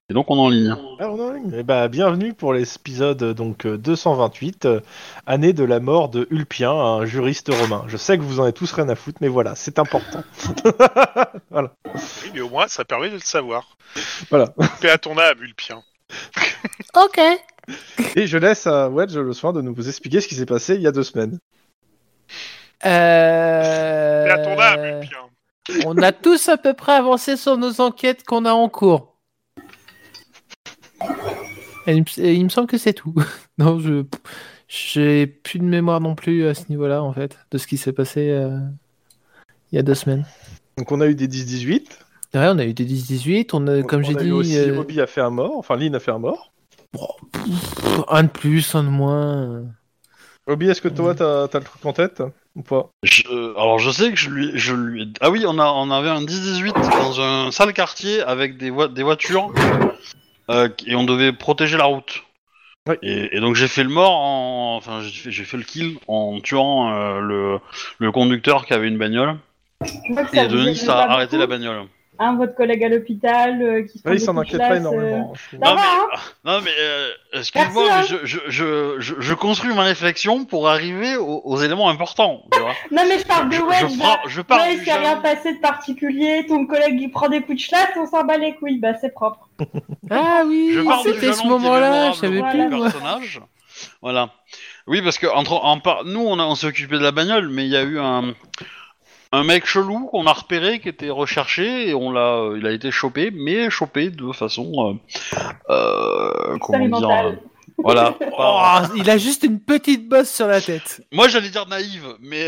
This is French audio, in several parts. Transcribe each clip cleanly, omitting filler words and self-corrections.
Et donc on est en ligne. Ah, on est en ligne. Eh ben, bienvenue pour l'épisode 228, année de la mort de Ulpien, un juriste romain. Je sais que vous en avez tous rien à foutre, mais voilà, c'est important. Voilà. Oui, mais au moins, ça permet de le savoir. Voilà. Paix à ton âme, Ulpien. Ok. Et je laisse à Wedge le soin de nous expliquer ce qui s'est passé il y a 2 semaines. Paix à ton âme, Ulpien. On a tous à peu près avancé sur nos enquêtes qu'on a en cours. Et il me semble que c'est tout. Non, j'ai plus de mémoire non plus à ce niveau-là, en fait, de ce qui s'est passé il y a 2 semaines. Donc on a eu des 10-18. Ouais, on a eu des 10-18, comme j'ai On a eu dit, aussi Obi a fait un mort, enfin Lynn a fait un mort. un de plus, un de moins. Obi, est-ce que toi t'as le truc en tête ou pas? Alors je sais que je lui. Ah oui, on avait un 10-18 dans un sale quartier avec des voitures et on devait protéger la route. Oui. Et donc j'ai fait le mort enfin j'ai fait le kill en tuant le conducteur qui avait une bagnole. Je vois que Et ça vous Denis aide a pas arrêté la beaucoup. bagnole. Votre collègue à l'hôpital qui se prend Oui, il des s'en coups de inquiète pas classe, énormément. Je trouve. Ça Non va, hein non mais excuse-moi, Merci, mais je construis ma réflexion pour arriver aux éléments importants. Tu vois. Non mais je parle de Wedge, là. Je parle Ouais, il du s'est rien jeune passé de particulier, ton collègue il prend des coups de chlasse, on s'en bat les couilles, bah c'est propre. Ah oui, Je parle du c'était ce jalon qui est moment-là, je mémorable savais pour plus, le moi. personnage. Voilà. Oui, parce que nous, on s'est occupé de la bagnole, mais il y a eu un mec chelou qu'on a repéré qui était recherché et il a été chopé, mais chopé de façon, comment dire, Expérimental. voilà. Oh, il a juste une petite bosse sur la tête. Moi, j'allais dire naïve, mais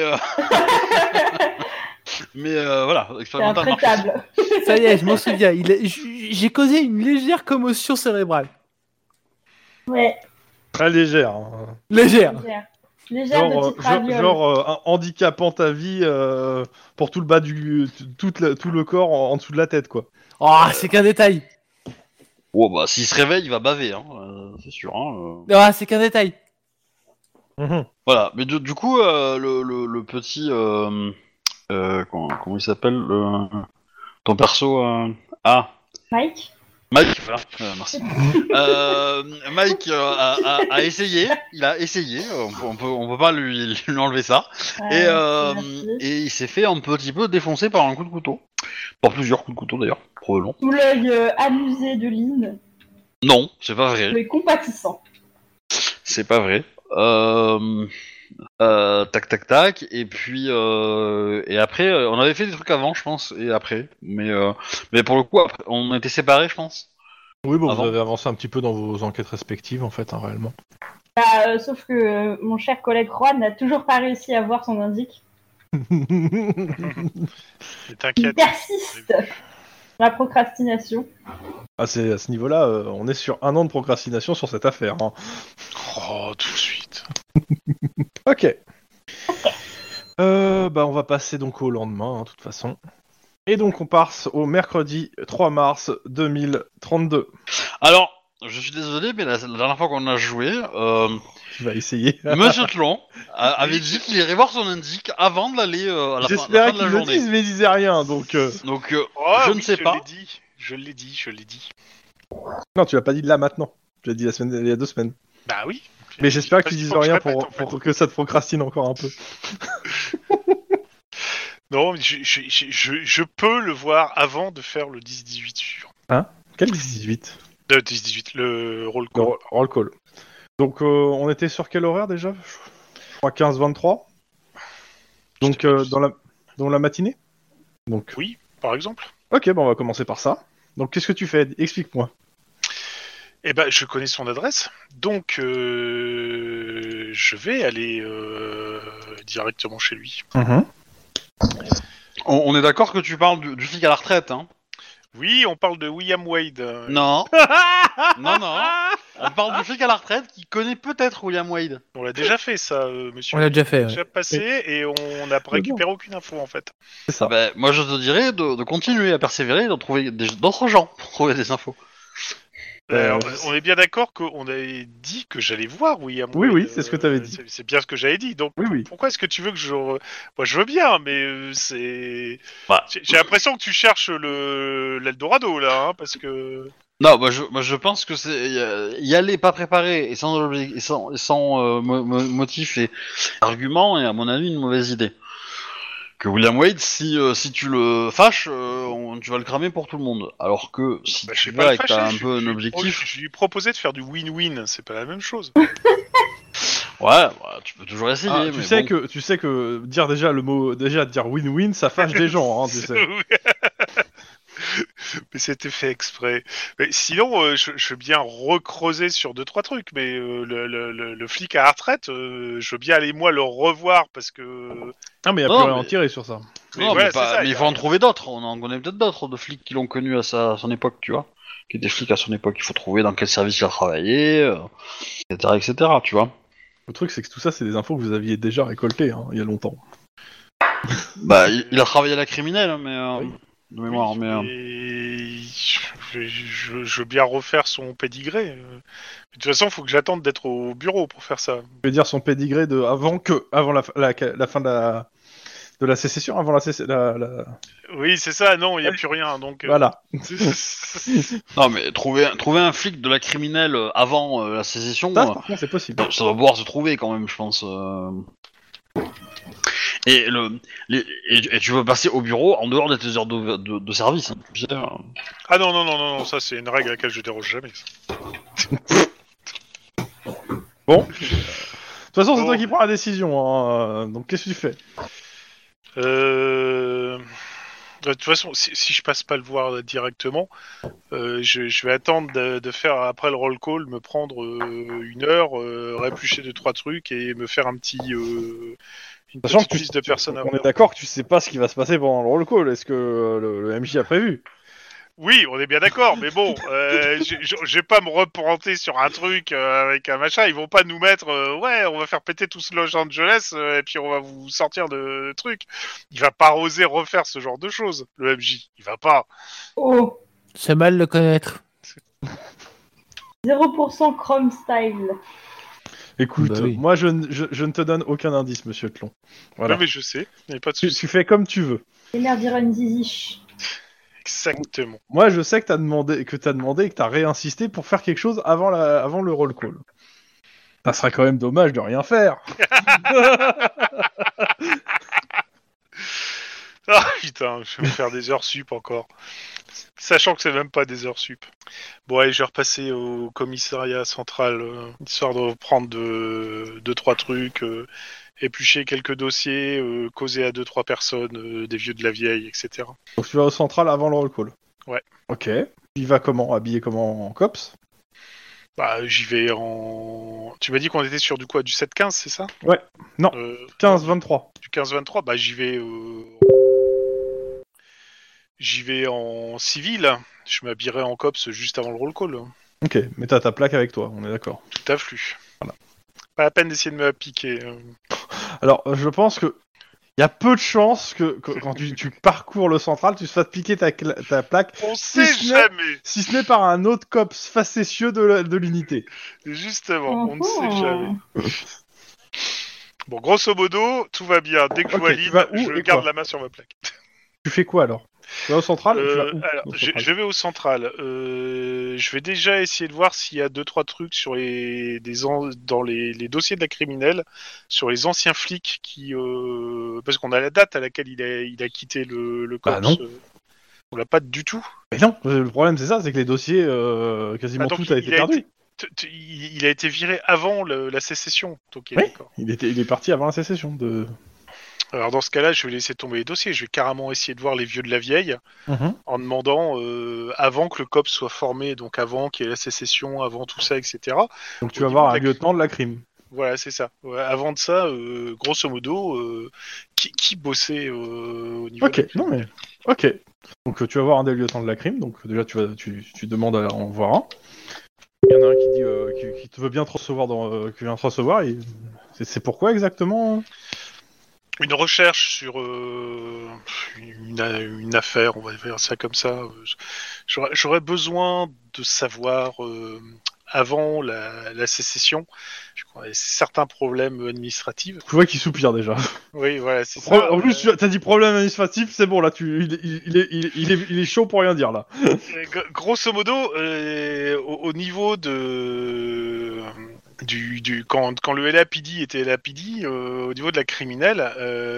voilà, C'est expérimental marche aussi. intraitable. Ça y est, je m'en souviens. J'ai causé une légère commotion cérébrale. Ouais, Très légère. Hein. Légère. légère de petite raviole. Handicapant ta vie pour tout le bas tout le corps en dessous de la tête, quoi. Oh, c'est qu'un détail. Oh bah, s'il se réveille, il va baver, hein, c'est sûr. Hein, Ah, c'est qu'un détail. Voilà, mais du coup, le petit, comment il s'appelle, ton perso, Mike Mike, voilà, merci. Mike a essayé, il a essayé, on peut pas lui enlever ça, Ouais, merci. et il s'est fait un petit peu défoncer par un coup de couteau, par plusieurs coups de couteau d'ailleurs, probablement. Sous l'œil amusé de Lynn, Non, c'est pas vrai, l'œil compatissant. c'est pas vrai. Tac tac tac, et puis et après, on avait fait des trucs avant, je pense, et après, mais pour le coup, après, on était séparés, je pense. Oui, bon, vous Avant. avez avancé un petit peu dans vos enquêtes respectives, en fait, hein, réellement. Sauf que mon cher collègue Juan n'a toujours pas réussi à voir son indice. Mais Il t'inquiète. persiste. La procrastination. Ah, c'est à ce niveau-là, on est sur 1 an de procrastination sur cette affaire. Hein. Oh, tout de suite. Ok. On va passer donc au lendemain, hein, de toute façon. Et donc on passe au mercredi 3 mars 2032. Alors, je suis désolé, mais la dernière fois qu'on a joué, Tu vas essayer. Monsieur Tlon avait dit qu'il irait voir son indique avant d'aller à la fin J'espérais de qu'ils la le journée. disent, mais ils disaient rien, donc... Donc, Oh, je oui, ne sais pas. Je l'ai dit. Non, tu l'as pas dit là maintenant. Tu l'as dit il y a 2 semaines. Bah oui. Mais j'espère qu'ils Parce qu'il disent faut que je rien répète, en fait. pour que ça te procrastine encore un peu. Non, mais je peux le voir avant de faire le 10-18 suivant. Quel 18? Le 10-18, le roll Le call. roll call. Donc on était sur quel horaire déjà? Je crois 15-23. Donc dans la matinée. Donc. Oui, par exemple. Ok, on va commencer par ça. Donc qu'est-ce que tu fais? Explique-moi. Eh ben, je connais son adresse, donc je vais aller directement chez lui. On est d'accord que tu parles du flic à la retraite, hein? Oui, on parle de William Wade. Non. Non. On parle du flic à la retraite qui connaît peut-être William Wade. On l'a déjà fait, ça, monsieur. On l'a déjà fait. On l'a déjà passé et on n'a récupéré aucune info, en fait. C'est ça. Ben, moi, je te dirais de continuer à persévérer et de trouver d'autres gens pour trouver des infos. On est bien d'accord qu'on avait dit que j'allais voir William Oui, Wade. oui, c'est ce que t'avais dit. C'est bien ce que j'avais dit. Donc, Oui. pourquoi est-ce que tu veux que je... Moi, je veux bien, mais c'est... Bah. J'ai l'impression que tu cherches l'Eldorado, là, hein, parce que... Non, je pense que c'est y aller pas préparé et sans motif et argument est à mon avis une mauvaise idée. Que William Wade, si tu le fâches, tu vas le cramer pour tout le monde. Alors que si Je tu vais vas pas et le que t'as fâcher, un peu un objectif, je lui proposais de faire du win-win, c'est pas la même chose. ouais, bah, tu peux toujours essayer. Ah, mais tu sais que dire déjà le mot, dire win-win, ça fâche des gens, hein, tu sais. Mais c'était fait exprès. Mais sinon, je veux bien recreuser sur 2-3 trucs, mais le flic à la retraite, je veux bien aller moi le revoir parce que. Non, mais il y a Non, plus rien à mais- en tirer sur ça. Mais Non, voilà, mais, c'est ça, mais y il a faut en rien. trouver d'autres. On en connaît peut-être d'autres de flics qui l'ont connu à son époque, tu vois. Qui étaient flics à son époque. Il faut trouver dans quel service il a travaillé, etc., tu vois. Le truc, c'est que tout ça, c'est des infos que vous aviez déjà récoltées, hein, il y a longtemps. Bah, il a travaillé à la criminelle, hein, mais Oui. de mémoire, Oui, mais. mais je veux bien refaire son pédigré. De toute façon, il faut que j'attende d'être au bureau pour faire ça. Je veux dire son pédigré de avant la fin de la sécession, avant la. Oui, c'est ça. Non, il n'y a plus rien. Donc. Voilà. Non, mais trouver un flic de la criminelle avant la sécession, Ça, par contre, c'est possible. ça va pouvoir se trouver quand même, je pense. Et, et tu veux passer au bureau en dehors de tes heures de service. Hein, tu sais, Ah non, ça c'est une règle à laquelle je déroge jamais. Ça. Bon. De toute façon, c'est Bon. toi qui prends la décision, hein, donc qu'est-ce que tu fais? De toute façon, si je passe pas le voir directement, je vais attendre de faire après le roll call, me prendre 1 heure, réplucher 2-3 trucs et me faire une Sachant petite que liste de personnes à on est voir. d'accord que tu sais pas ce qui va se passer pendant le roll call. Est-ce que le MJ a prévu? Oui, on est bien d'accord, mais bon, je vais pas me reporter sur un truc avec un machin. Ils vont pas nous mettre, ouais, on va faire péter tout Los Angeles et puis on va vous sortir de trucs. Il va pas oser refaire ce genre de choses, le MJ. Il va pas. Oh, C'est mal le connaître. 0% Chrome style. Écoute, Bah oui. moi je ne te donne aucun indice, monsieur Tlon. Voilà. Oui, mais je sais, il n'y a pas de Tu souci. fais comme tu veux. Énerdirun Zizish. Exactement. Moi, je sais que t'as demandé et que t'as réinsisté pour faire quelque chose avant le roll call. Ça serait quand même dommage de rien faire. Ah putain, je vais me faire des heures sup encore. Sachant que c'est même pas des heures sup. Bon, allez, je vais repasser au commissariat central, histoire de reprendre 2-3 trucs, éplucher quelques dossiers, causer à 2-3 personnes, des vieux de la vieille, etc. Donc tu vas au central avant le roll call. Ouais. Ok. Il va comment? Habillé comment en cops? Bah, j'y vais en... Tu m'as dit qu'on était sur du quoi? Du 7-15, c'est ça? Ouais. Non. 15-23. Du 15-23, bah j'y vais... J'y vais en civil. Je m'habillerai en cops juste avant le roll call. Ok, mais t'as ta plaque avec toi, on est d'accord. Tout à flux. Voilà. Pas la peine d'essayer de me piquer. Alors, je pense que il y a peu de chances que quand tu parcours le central, tu te fasses piquer ta plaque, On sait ce n'est- jamais. si ce n'est par un autre cops facétieux de l'unité. Justement, on ne Mhm. sait jamais. Bon, grosso modo, tout va bien. Dès que je Ok, vois tu Lynn, vas où je et garde quoi la main sur ma plaque. Tu fais quoi alors? Tu vas au central? Tu vas où, Alors, au central je vais au central. Je vais déjà essayer de voir s'il y a 2-3 trucs sur dans les dossiers de la criminelle, sur les anciens flics qui... Parce qu'on a la date à laquelle il a quitté le Bah corps. non. On l'a pas du tout. Mais non, le problème c'est ça, c'est que les dossiers, quasiment Ah, donc tout a été perdu. Il a été viré avant la sécession. Donc, Oui. d'accord. Il est parti avant la sécession de... Alors dans ce cas-là, je vais laisser tomber les dossiers. Je vais carrément essayer de voir les vieux de la vieille Mhm. en demandant avant que le COP soit formé, donc avant qu'il y ait la sécession, avant tout ça, etc. Donc tu Au vas niveau voir de un la- lieutenant de la crime. Voilà, c'est ça. Ouais, avant de ça, grosso modo, qui bossait au niveau Ok, de la non mais... Ok. Donc tu vas voir un des lieutenants de la crime, donc déjà tu demandes à en voir un. Il y en a un qui dit qui te veut bien te recevoir qui vient te recevoir. C'est pourquoi exactement? Une recherche sur une affaire, on va faire ça comme ça. J'aurais besoin de savoir avant la sécession. Je crois qu'il y a certains problèmes administratifs. Tu vois qu'il soupire déjà. Oui, voilà, c'est ça. En plus, tu as dit problème administratif, c'est bon là, il est chaud pour rien dire là. Grosso modo, au niveau quand le LAPD était LAPD, au niveau de la criminelle,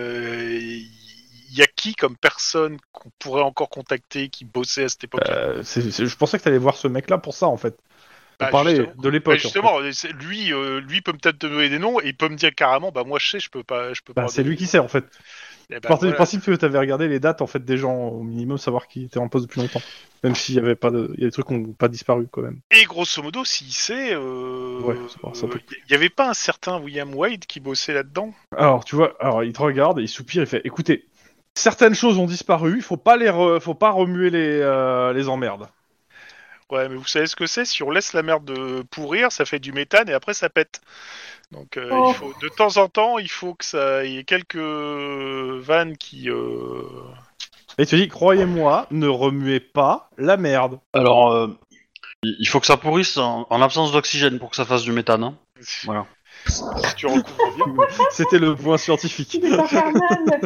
il y a qui comme personne qu'on pourrait encore contacter qui bossait à cette époque-là? Je pensais que t'allais voir ce mec là pour ça en fait. Pour parler Justement. de l'époque. Justement, lui peut peut-être te donner des noms et il peut me dire carrément, moi je sais, je peux pas. C'est lui qui sait en fait. Eh Je partais du principe que t'avais regardé les dates en fait des gens au minimum, savoir qui était en poste depuis longtemps. Même s'il y avait pas il y a des trucs qui n'ont pas disparu quand même. Et grosso modo, s'il sait, il y avait pas un certain William Wade qui bossait là-dedans? Alors tu vois, il te regarde, il soupire, il fait écoutez, certaines choses ont disparu, il faut pas remuer les emmerdes. Ouais, mais vous savez ce que c'est? Si on laisse la merde pourrir, ça fait du méthane et après ça pète. Donc il faut, de temps en temps, il faut que il y ait quelques vannes qui... Et tu dis, croyez-moi, ne remuez pas la merde. Alors, il faut que ça pourrisse en absence d'oxygène pour que ça fasse du méthane. Hein. Voilà. Si tu recouvres bien. C'était le point scientifique. C'est infernal.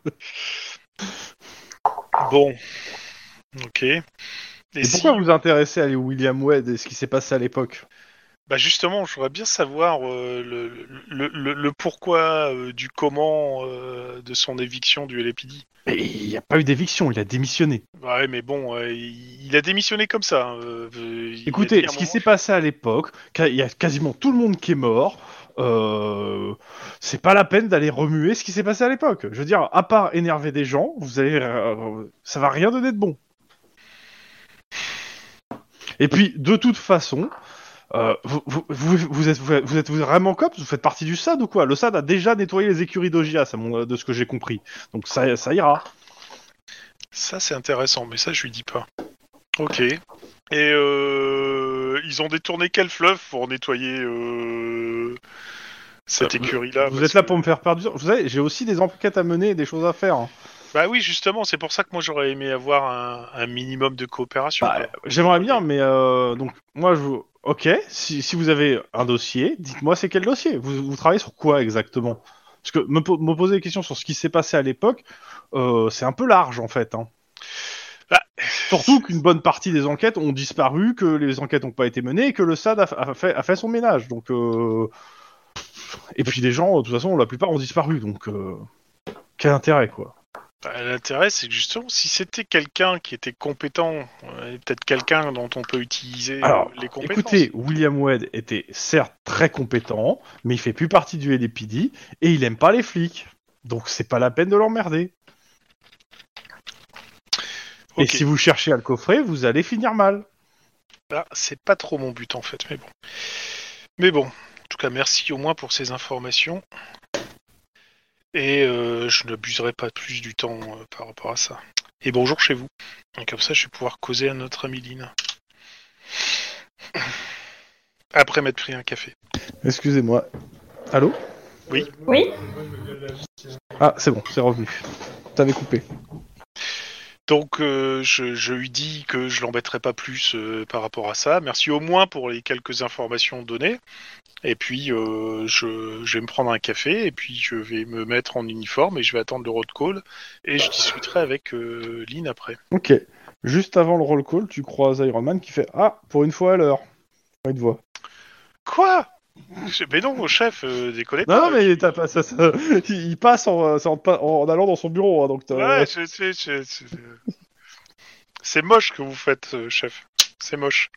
Bon. Ok. Et pourquoi vous vous intéressez à William Wade et ce qui s'est passé à l'époque? Bah justement, je voudrais bien savoir le pourquoi du comment de son éviction du LAPD. Mais il n'y a pas eu d'éviction, il a démissionné. Ouais, mais bon, il a démissionné comme ça. Écoutez, ce qui s'est passé à l'époque, il y a quasiment tout le monde qui est mort. C'est pas la peine d'aller remuer ce qui s'est passé à l'époque. Je veux dire, à part énerver des gens, ça va rien donner de bon. Et puis, de toute façon, vous êtes vraiment cops? Vous faites partie du SAD ou quoi? Le SAD a déjà nettoyé les écuries d'Ogias, de ce que j'ai compris. Donc ça ira. Ça, c'est intéressant, mais ça, je lui dis pas. Ok. Et ils ont détourné quel fleuve pour nettoyer cette écurie-là? Vous êtes là pour me faire perdre du temps. Vous savez, j'ai aussi des enquêtes à mener et des choses à faire. Hein. Bah oui, justement, c'est pour ça que moi j'aurais aimé avoir un minimum de coopération. J'aimerais bien, mais donc moi ok, si vous avez un dossier, dites-moi c'est quel dossier. Vous travaillez sur quoi exactement? Parce que me poser des questions sur ce qui s'est passé à l'époque, c'est un peu large en fait. Hein. Surtout qu'une bonne partie des enquêtes ont disparu, que les enquêtes n'ont pas été menées et que le SAD a fait son ménage. Donc et puis des gens, de toute façon, la plupart ont disparu. Donc quel intérêt quoi? L'intérêt, c'est que justement, si c'était quelqu'un qui était compétent, peut-être quelqu'un dont on peut utiliser les compétences. Écoutez, William Wade était certes très compétent, mais il fait plus partie du LAPD et il aime pas les flics. Donc c'est pas la peine de l'emmerder. Okay. Et si vous cherchez à le coffrer, vous allez finir mal. C'est pas trop mon but en fait, mais bon. En tout cas, merci au moins pour ces informations. Et je n'abuserai pas plus du temps par rapport à ça. Et bonjour chez vous. Et comme ça, je vais pouvoir causer à notre amie Lynn. Après m'être pris un café. Excusez-moi. Allô? Oui. Oui. Ah, c'est bon, c'est revenu. T'avais coupé. Donc, je lui dis que je l'embêterai pas plus par rapport à ça. Merci au moins pour les quelques informations données. Et puis, je vais me prendre un café, et puis je vais me mettre en uniforme, et je vais attendre le roll call, et je discuterai avec Lynn après. Ok. Juste avant le roll call, tu croises Iron Man qui fait « Ah, pour une fois à l'heure !» Il te voit. Quoi? Mais non, chef, déconnez pas. Non, mais t'as pas ça. Il passe en allant dans son bureau, hein, donc. Ouais, c'est moche que vous faites, chef. C'est moche.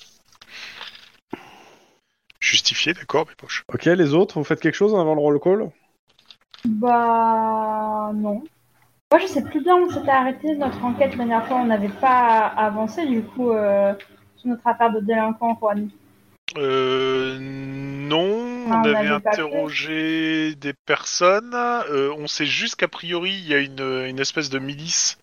Justifié, d'accord, mais moche. Ok, les autres, vous faites quelque chose avant le roll call? Bah non. Moi, je sais plus bien où s'était arrêté notre enquête la dernière fois. On n'avait pas avancé du coup sur notre affaire de délinquant, Juan. Non, on avait interrogé des personnes. On sait juste qu'a priori, il y a une espèce de milice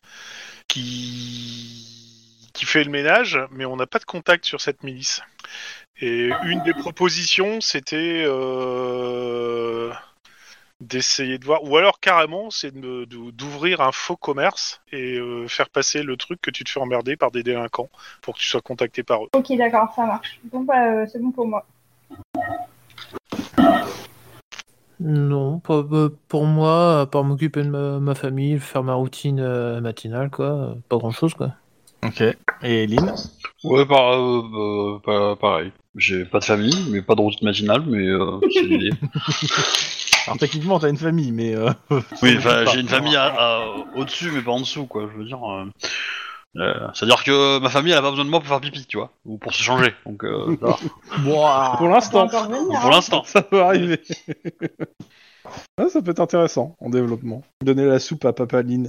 qui fait le ménage, mais on n'a pas de contact sur cette milice. Et une des propositions, c'était d'essayer de voir, ou alors carrément c'est d'ouvrir un faux commerce et faire passer le truc que tu te fais emmerder par des délinquants pour que tu sois contacté par eux. Ok, d'accord, ça marche. Bon, bah, c'est bon pour moi. Non, pas, pour moi, à part m'occuper de ma famille, faire ma routine matinale, quoi. Pas grand-chose, quoi. Ok. Et Lynn? Ouais, pareil. J'ai pas de famille, mais pas de routine matinale, mais c'est l'idée. Alors techniquement, t'as une famille, mais... Oui, enfin, j'ai une famille au-dessus, mais pas en dessous, quoi. Je veux dire... c'est-à-dire que ma famille, elle a pas besoin de moi pour faire pipi, tu vois, ou pour se changer. Donc, ça va. Pour Ça peut l'instant, encore venir. Pour l'instant. ça peut arriver. Ah, ça peut être intéressant en développement. Donner la soupe à Papa Lynn.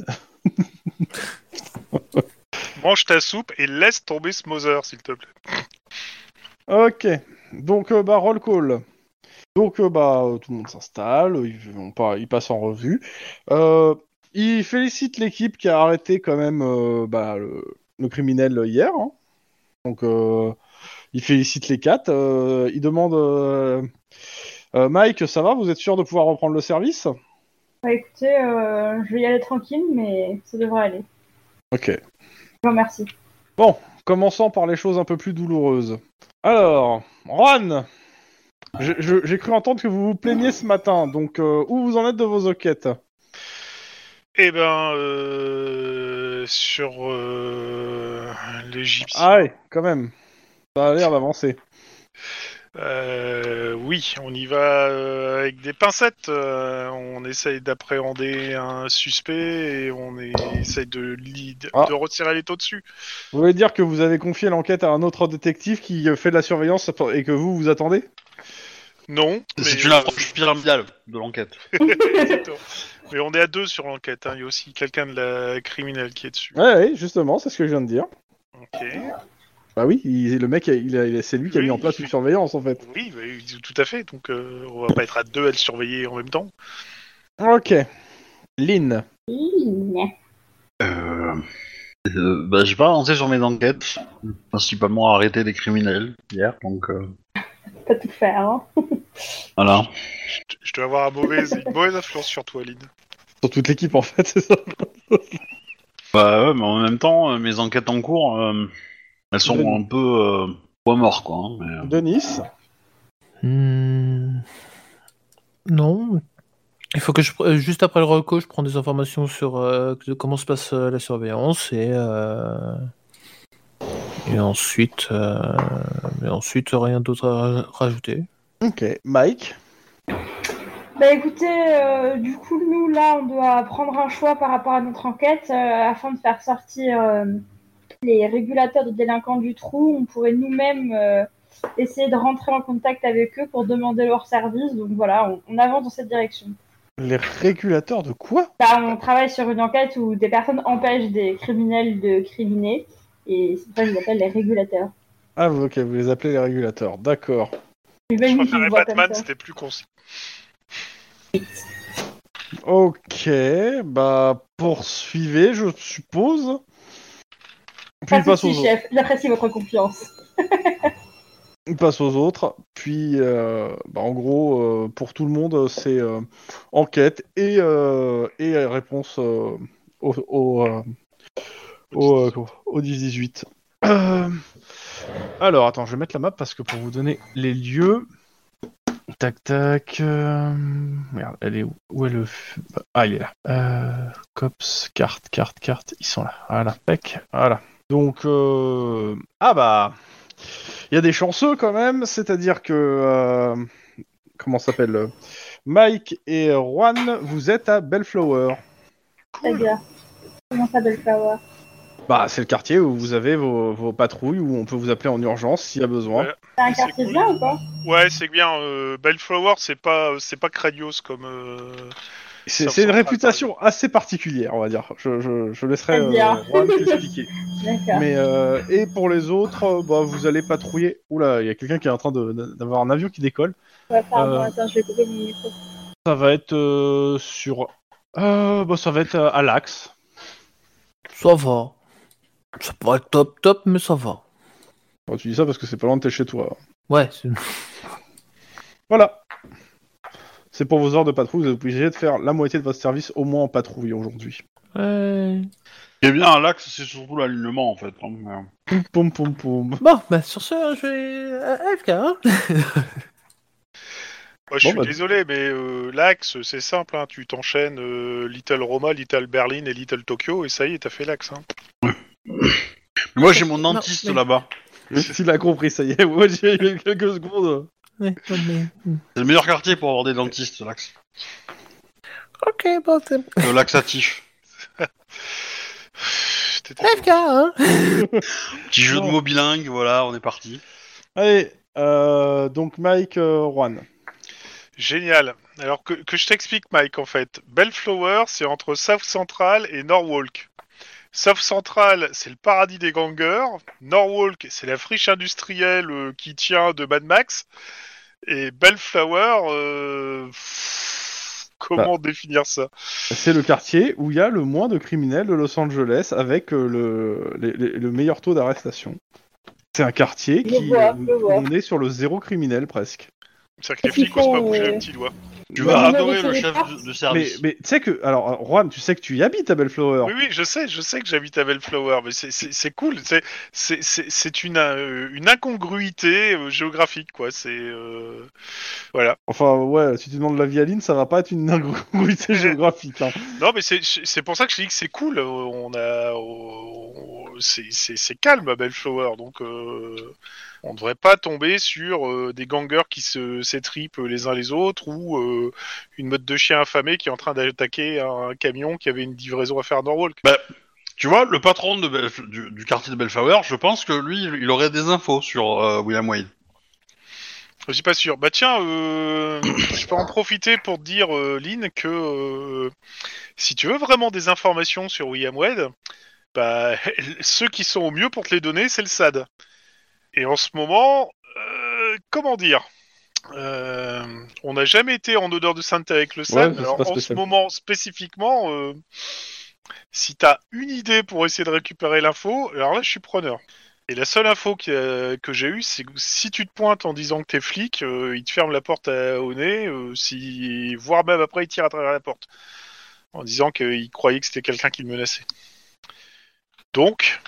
Mange ta soupe et laisse tomber ce Mother, s'il te plaît. Ok. Donc, roll call. Donc, tout le monde s'installe, il passe en revue. Il félicite l'équipe qui a arrêté quand même le criminel hier. Hein. Donc, il félicite les 4. Il demande... Mike, ça va? Vous êtes sûr de pouvoir reprendre le service? Bah, écoutez, je vais y aller tranquille, mais ça devrait aller. Ok. Je vous remercie. Bon, commençons par les choses un peu plus douloureuses. Alors, Juan, j'ai cru entendre que vous vous plaigniez ce matin, donc où vous en êtes de vos enquêtes? Eh ben, sur l'Égyptien. Ah ouais, quand même. Ça a l'air d'avancer. Oui, on y va avec des pincettes. On essaye d'appréhender un suspect et essaye de retirer les taux dessus. Vous voulez dire que vous avez confié l'enquête à un autre détective qui fait de la surveillance et que vous attendez? Non. C'est mais, une approche pyramidale de l'enquête. Exactement. Mais on est à 2 sur l'enquête. Hein. Il y a aussi quelqu'un de la criminelle qui est dessus. Ouais, justement, c'est ce que je viens de dire. Ok. Bah oui, le mec, c'est lui qui a mis en place une surveillance en fait. Oui, tout à fait. Donc on va pas être à 2 à le surveiller en même temps. Ok. Lynn. J'ai pas avancé sur mes enquêtes, principalement arrêter des criminels hier, donc Pas tout faire, hein. voilà. Je dois avoir une mauvaise influence sur toi, Lynn. Sur toute l'équipe en fait, c'est ça. Bah ouais, mais en même temps, mes enquêtes en cours, elles sont Denis. un peu poids mort, quoi. Hein, mais, Denis. Non. Il faut que juste après le reco, je prends des informations sur comment se passe la surveillance et ensuite rien d'autre à rajouter. Ok. Mike. Bah écoutez, du coup, nous, là, on doit prendre un choix par rapport à notre enquête afin de faire sortir les régulateurs de délinquants du trou. On pourrait nous-mêmes essayer de rentrer en contact avec eux pour demander leur service. Donc voilà, on avance dans cette direction. Les régulateurs de quoi? Là, on travaille sur une enquête où des personnes empêchent des criminels de criminer. Et c'est pour ça qu'ils appellent les régulateurs. Ah, ok, vous les appelez les régulateurs, d'accord. Je Je préférais Batman, c'était plus concis. Ok, poursuivez, je suppose. Puis il passe aux autres. Chef, j'apprécie votre confiance. Il passe aux autres. Puis, en gros, pour tout le monde, c'est enquête et réponse au 10-18. Alors, attends, je vais mettre la map parce que pour vous donner les lieux... Tac, tac... Merde, elle est où? Où est le... Ah, il est là. Cops, carte, ils sont là. Voilà, tac, voilà. Donc, il y a des chanceux quand même, c'est-à-dire que... comment ça s'appelle Mike et Juan, vous êtes à Bellflower. C'est-à-dire, comment ça, Bellflower? C'est le quartier où vous avez vos patrouilles, où on peut vous appeler en urgence s'il y a besoin. Ouais. C'est un quartier cool. bien ou pas? Ouais, c'est bien. Bellflower, c'est pas Cradios comme. C'est une réputation assez particulière, on va dire. Je laisserai Juan t'expliquer. D'accord. Mais et pour les autres, vous allez patrouiller. Oula, il y a quelqu'un qui est en train d'avoir un avion qui décolle. Ouais, pardon, attends, je vais couper mon micro. Ça va être sur. Ça va être à l'axe. Ça va. Ça pourrait être top, mais ça va. Bon, tu dis ça parce que c'est pas loin de chez toi. Ouais. Voilà. C'est pour vos heures de patrouille, vous êtes obligé de faire la moitié de votre service au moins en patrouille aujourd'hui. Ouais. Ce qui est bien à l'axe, c'est surtout l'alignement en fait. Poum poum poum. Bon, bah sur ce, hein, je vais AFK. Hein. Moi, je Bon, suis bah- désolé, mais l'axe, c'est simple. Hein. Tu t'enchaînes Little Roma, Little Berlin et Little Tokyo, et ça y est, t'as fait l'axe. Hein. Moi j'ai mon Non, dentiste mais- là-bas. Il a compris, ça y est. Moi, j'ai eu quelques secondes. Ouais, non, mais... C'est le meilleur quartier pour avoir des dentistes, l'axe. Ok, bon, c'est... Le laxatif. T'étais- AFK, hein. Petit jeu de mots bilingue, voilà, on est parti. Allez, donc Mike, Juan. Génial. Alors que je t'explique, Mike, en fait. Bellflower, c'est entre South Central et Norwalk. South Central, c'est le paradis des gangers. Norwalk, c'est la friche industrielle qui tient de Mad Max. Et Bellflower, comment définir ça? C'est le quartier où il y a le moins de criminels de Los Angeles avec le meilleur taux d'arrestation. C'est un quartier Je vois. où on est sur le zéro criminel presque. C'est-à-dire que les flics osent pas bouger le petit doigt. Tu Mais vas vous adorer avez le fait chef des de Mais, service. mais tu sais que, alors Juan, tu sais que tu y habites à Bellflower. Oui, oui, je sais que j'habite à Bellflower, mais c'est cool. C'est une incongruité géographique, quoi. Voilà. Enfin, ouais, si tu demandes l'avis à Lynn, ça va pas être une incongruité géographique. Hein. Non, mais c'est pour ça que je dis que c'est cool. C'est calme à Bellflower, donc on ne devrait pas tomber sur des gangers qui s'étripent les uns les autres ou une meute de chiens affamés qui est en train d'attaquer un camion qui avait une livraison à faire à Norwalk. Tu vois, le patron du quartier de Bellflower, je pense que lui, il aurait des infos sur William Wade. Je suis pas sûr. Bah tiens, je peux en profiter pour te dire, Lynn, que si tu veux vraiment des informations sur William Wade, bah ceux qui sont au mieux pour te les donner, c'est le SAD. Et en ce moment, comment dire, on n'a jamais été en odeur de sainteté avec le SAD. Ouais, c'est Alors pas en ce spécial. moment spécifiquement, si t'as une idée pour essayer de récupérer l'info, alors là je suis preneur. Et la seule info que j'ai eue, c'est que si tu te pointes en disant que t'es flic, ils te ferment la porte au nez, voire même après ils tirent à travers la porte, en disant qu'ils croyaient que c'était quelqu'un qui le menaçait. Donc,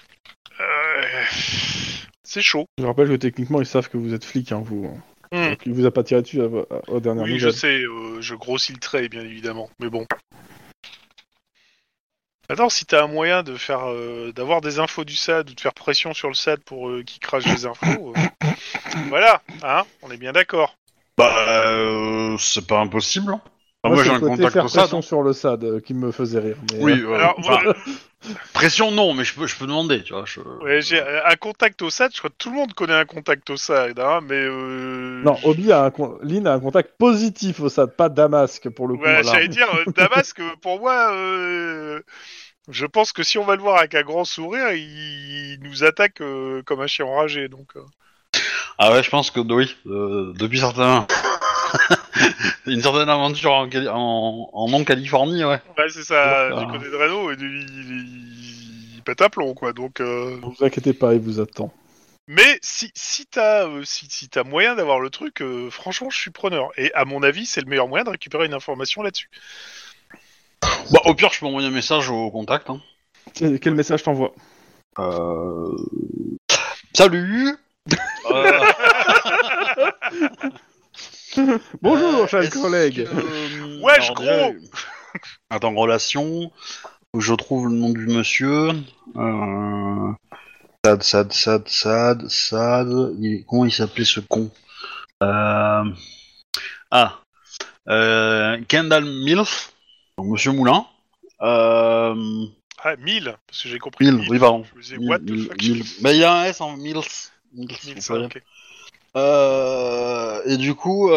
c'est chaud. Je rappelle que techniquement, ils savent que vous êtes flic, hein, vous. Hmm. Donc, il vous a pas tiré dessus aux dernières Oui, nouvelles. je sais, je grossis le trait, bien évidemment, mais bon. Attends, si t'as un moyen de faire, d'avoir des infos du SAD ou de faire pression sur le SAD pour qu'il crache des infos, voilà, hein, on est bien d'accord. Bah, c'est pas impossible. Hein. Enfin, moi, c'est j'ai le un côté contact faire au SAD. pression sur le SAD qui me faisait rire. Mais, Oui, Alors, enfin, moi, pression non, mais je peux demander, tu vois. ouais, j'ai un contact au SAD, je crois que tout le monde connaît un contact au SAD, hein, mais Non, Obi Lynn a un contact positif au SAD, pas Damasque pour le coup. ouais, voilà. j'allais dire, Damasque, pour moi, je pense que si on va le voir avec un grand sourire, il nous attaque comme un chien enragé, donc... Ah ouais, je pense que oui, depuis une certaine aventure en non-Californie, ouais. Ouais, c'est ça, Ah. du côté de Renault, il pète un plomb, quoi, donc... Ne vous inquiétez pas, il vous attend. Mais si t'as moyen d'avoir le truc, franchement, je suis preneur. Et à mon avis, c'est le meilleur moyen de récupérer une information là-dessus. Bah, au pire, je peux envoyer un message au contact. Hein. Quel message t'envoie Salut. Bonjour, chers est-ce collègues. que, Wesh, alors, gros déjà, attends, relation. Faut que je trouve le nom du monsieur. Sad. Comment il s'appelait ce con Kendall Mills. Donc, monsieur Moulin. Ah, 1000, parce que j'ai compris. 1000, oui, pardon. Je me disais, what the fuck 1000. Bah, il y a un S en Mills. 1000, vous ça, savez. ok. Et du coup,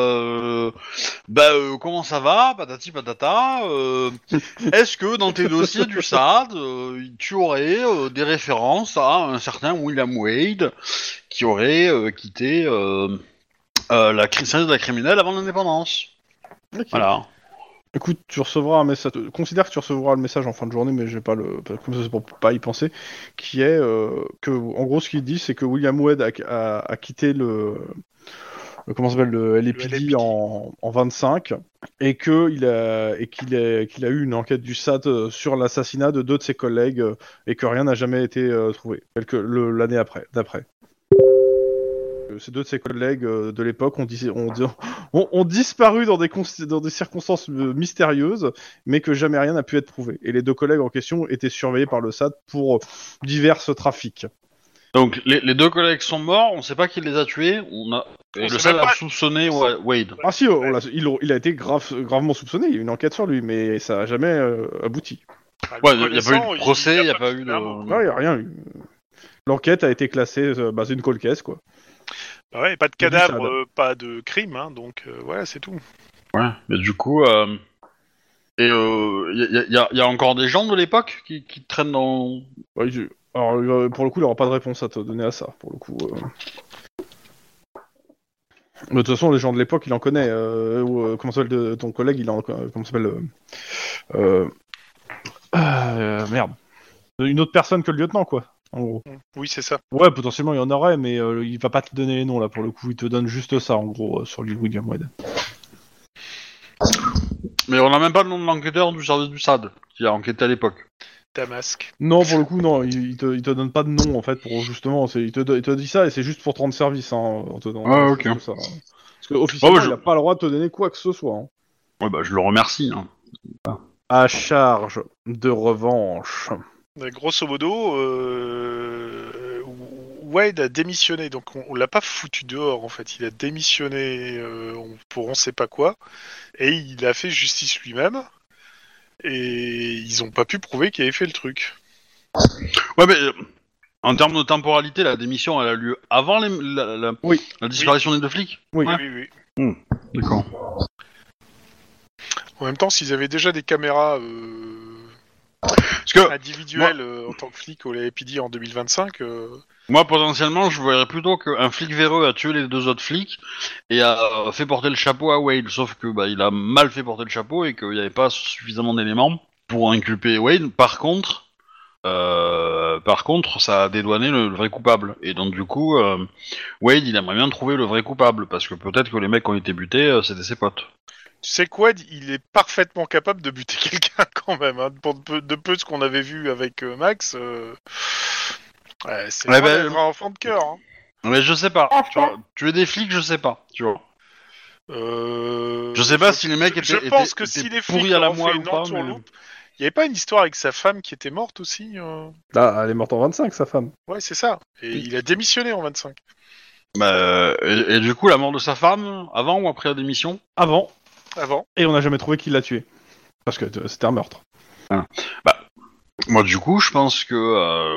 comment ça va, patati patata. Est-ce que dans tes dossiers du SAD, tu aurais des références à un certain William Wade qui aurait quitté la criminelle avant l'indépendance? Ok. Voilà. Écoute, tu recevras un message. Considère que tu recevras le message en fin de journée, mais j'ai pas comme ça c'est pour pas y penser. Qui est que, en gros, ce qu'il dit, c'est que William Wade a quitté comment ça s'appelle, le LAPD LAPD. en 25, et qu'il a eu une enquête du SAT sur l'assassinat de 2 de ses collègues, et que rien n'a jamais été trouvé, l'année d'après. Ces 2 de ses collègues de l'époque ont disparu dans des circonstances mystérieuses, mais que jamais rien n'a pu être prouvé. Et les 2 collègues en question étaient surveillés par le SAT pour divers trafics. Donc les 2 collègues sont morts, on sait pas qui les a tués, et le sait SAT même a pas. soupçonné Wade. Ah si, il a été gravement soupçonné, il y a eu une enquête sur lui, mais ça n'a jamais abouti. Ouais, il n'y a pas eu de procès, il n'y a pas eu de... Non, il n'y a rien eu. L'enquête a été classée, c'est une cold case, quoi. Bah ouais, pas de Du cadavre, SAD. pas de crime, hein, donc voilà, c'est tout. Ouais, mais du coup... il y a encore des gens de l'époque qui traînent dans... Ouais, alors, pour le coup, il n'aura pas de réponse à te donner à ça, pour le coup. Mais de toute façon, les gens de l'époque, il en connaît. Comment s'appelle ton collègue, il en... Comment s'appelle merde. Une autre personne que le lieutenant, quoi, en gros. Oui, c'est ça. Ouais, potentiellement, il y en aurait, mais il va pas te donner les noms, là, pour le coup. Il te donne juste ça, en gros, sur William Wade. Mais on n'a même pas le nom de l'enquêteur du service du SAD qui a enquêté à l'époque. Damasque. Non, pour le coup, non, il te donne pas de nom, en fait, pour justement... il te dit ça, et c'est juste pour te rendre service, hein, en te donnant Ah, ok. juste ça. Parce que officiellement, Oh, il a pas le droit de te donner quoi que ce soit, hein. Ouais, bah je le remercie. Hein. À charge de revanche. Mais grosso modo, Wade a démissionné, donc on l'a pas foutu dehors en fait. Il a démissionné pour on sait pas quoi, et il a fait justice lui-même. Et ils ont pas pu prouver qu'il avait fait le truc. Ouais, mais en termes de temporalité, la démission, elle a lieu avant Oui. la disparition des 2 flics. Oui. Oui. D'accord. En même temps, s'ils avaient déjà des caméras Parce que individuelles en tant que flic au LAPD en 2025, moi, potentiellement, je verrais plutôt qu'un flic véreux a tué les 2 autres flics et a fait porter le chapeau à Wade. Sauf que bah, il a mal fait porter le chapeau et qu'il n'y avait pas suffisamment d'éléments pour inculper Wade. Par contre, ça a dédouané le vrai coupable. Et donc, du coup, Wade, il aimerait bien trouver le vrai coupable parce que peut-être que les mecs qui ont été butés, c'était ses potes. tu sais que Wade, il est parfaitement capable de buter quelqu'un quand même. Hein. Pour de peu ce qu'on avait vu avec Max, c'est Ouais, vraiment un vrai enfant de cœur. Hein. Mais je sais pas. Ah, Tu vois, tuer des flics, je sais pas. Tu vois. Je Je sais pas si les mecs je étaient pense que étaient si les pourris flics à la ont fait moelle ou une pas. entourloupe, il y avait pas une histoire avec sa femme qui était morte aussi Là, elle est morte en 25, sa femme. Ouais, c'est ça. Et il a démissionné en 25. Bah, et du coup, la mort de sa femme, avant ou après la démission? Avant, Avant. et on n'a jamais trouvé qui l'a tué. Parce que c'était un meurtre. Moi, du coup, je pense que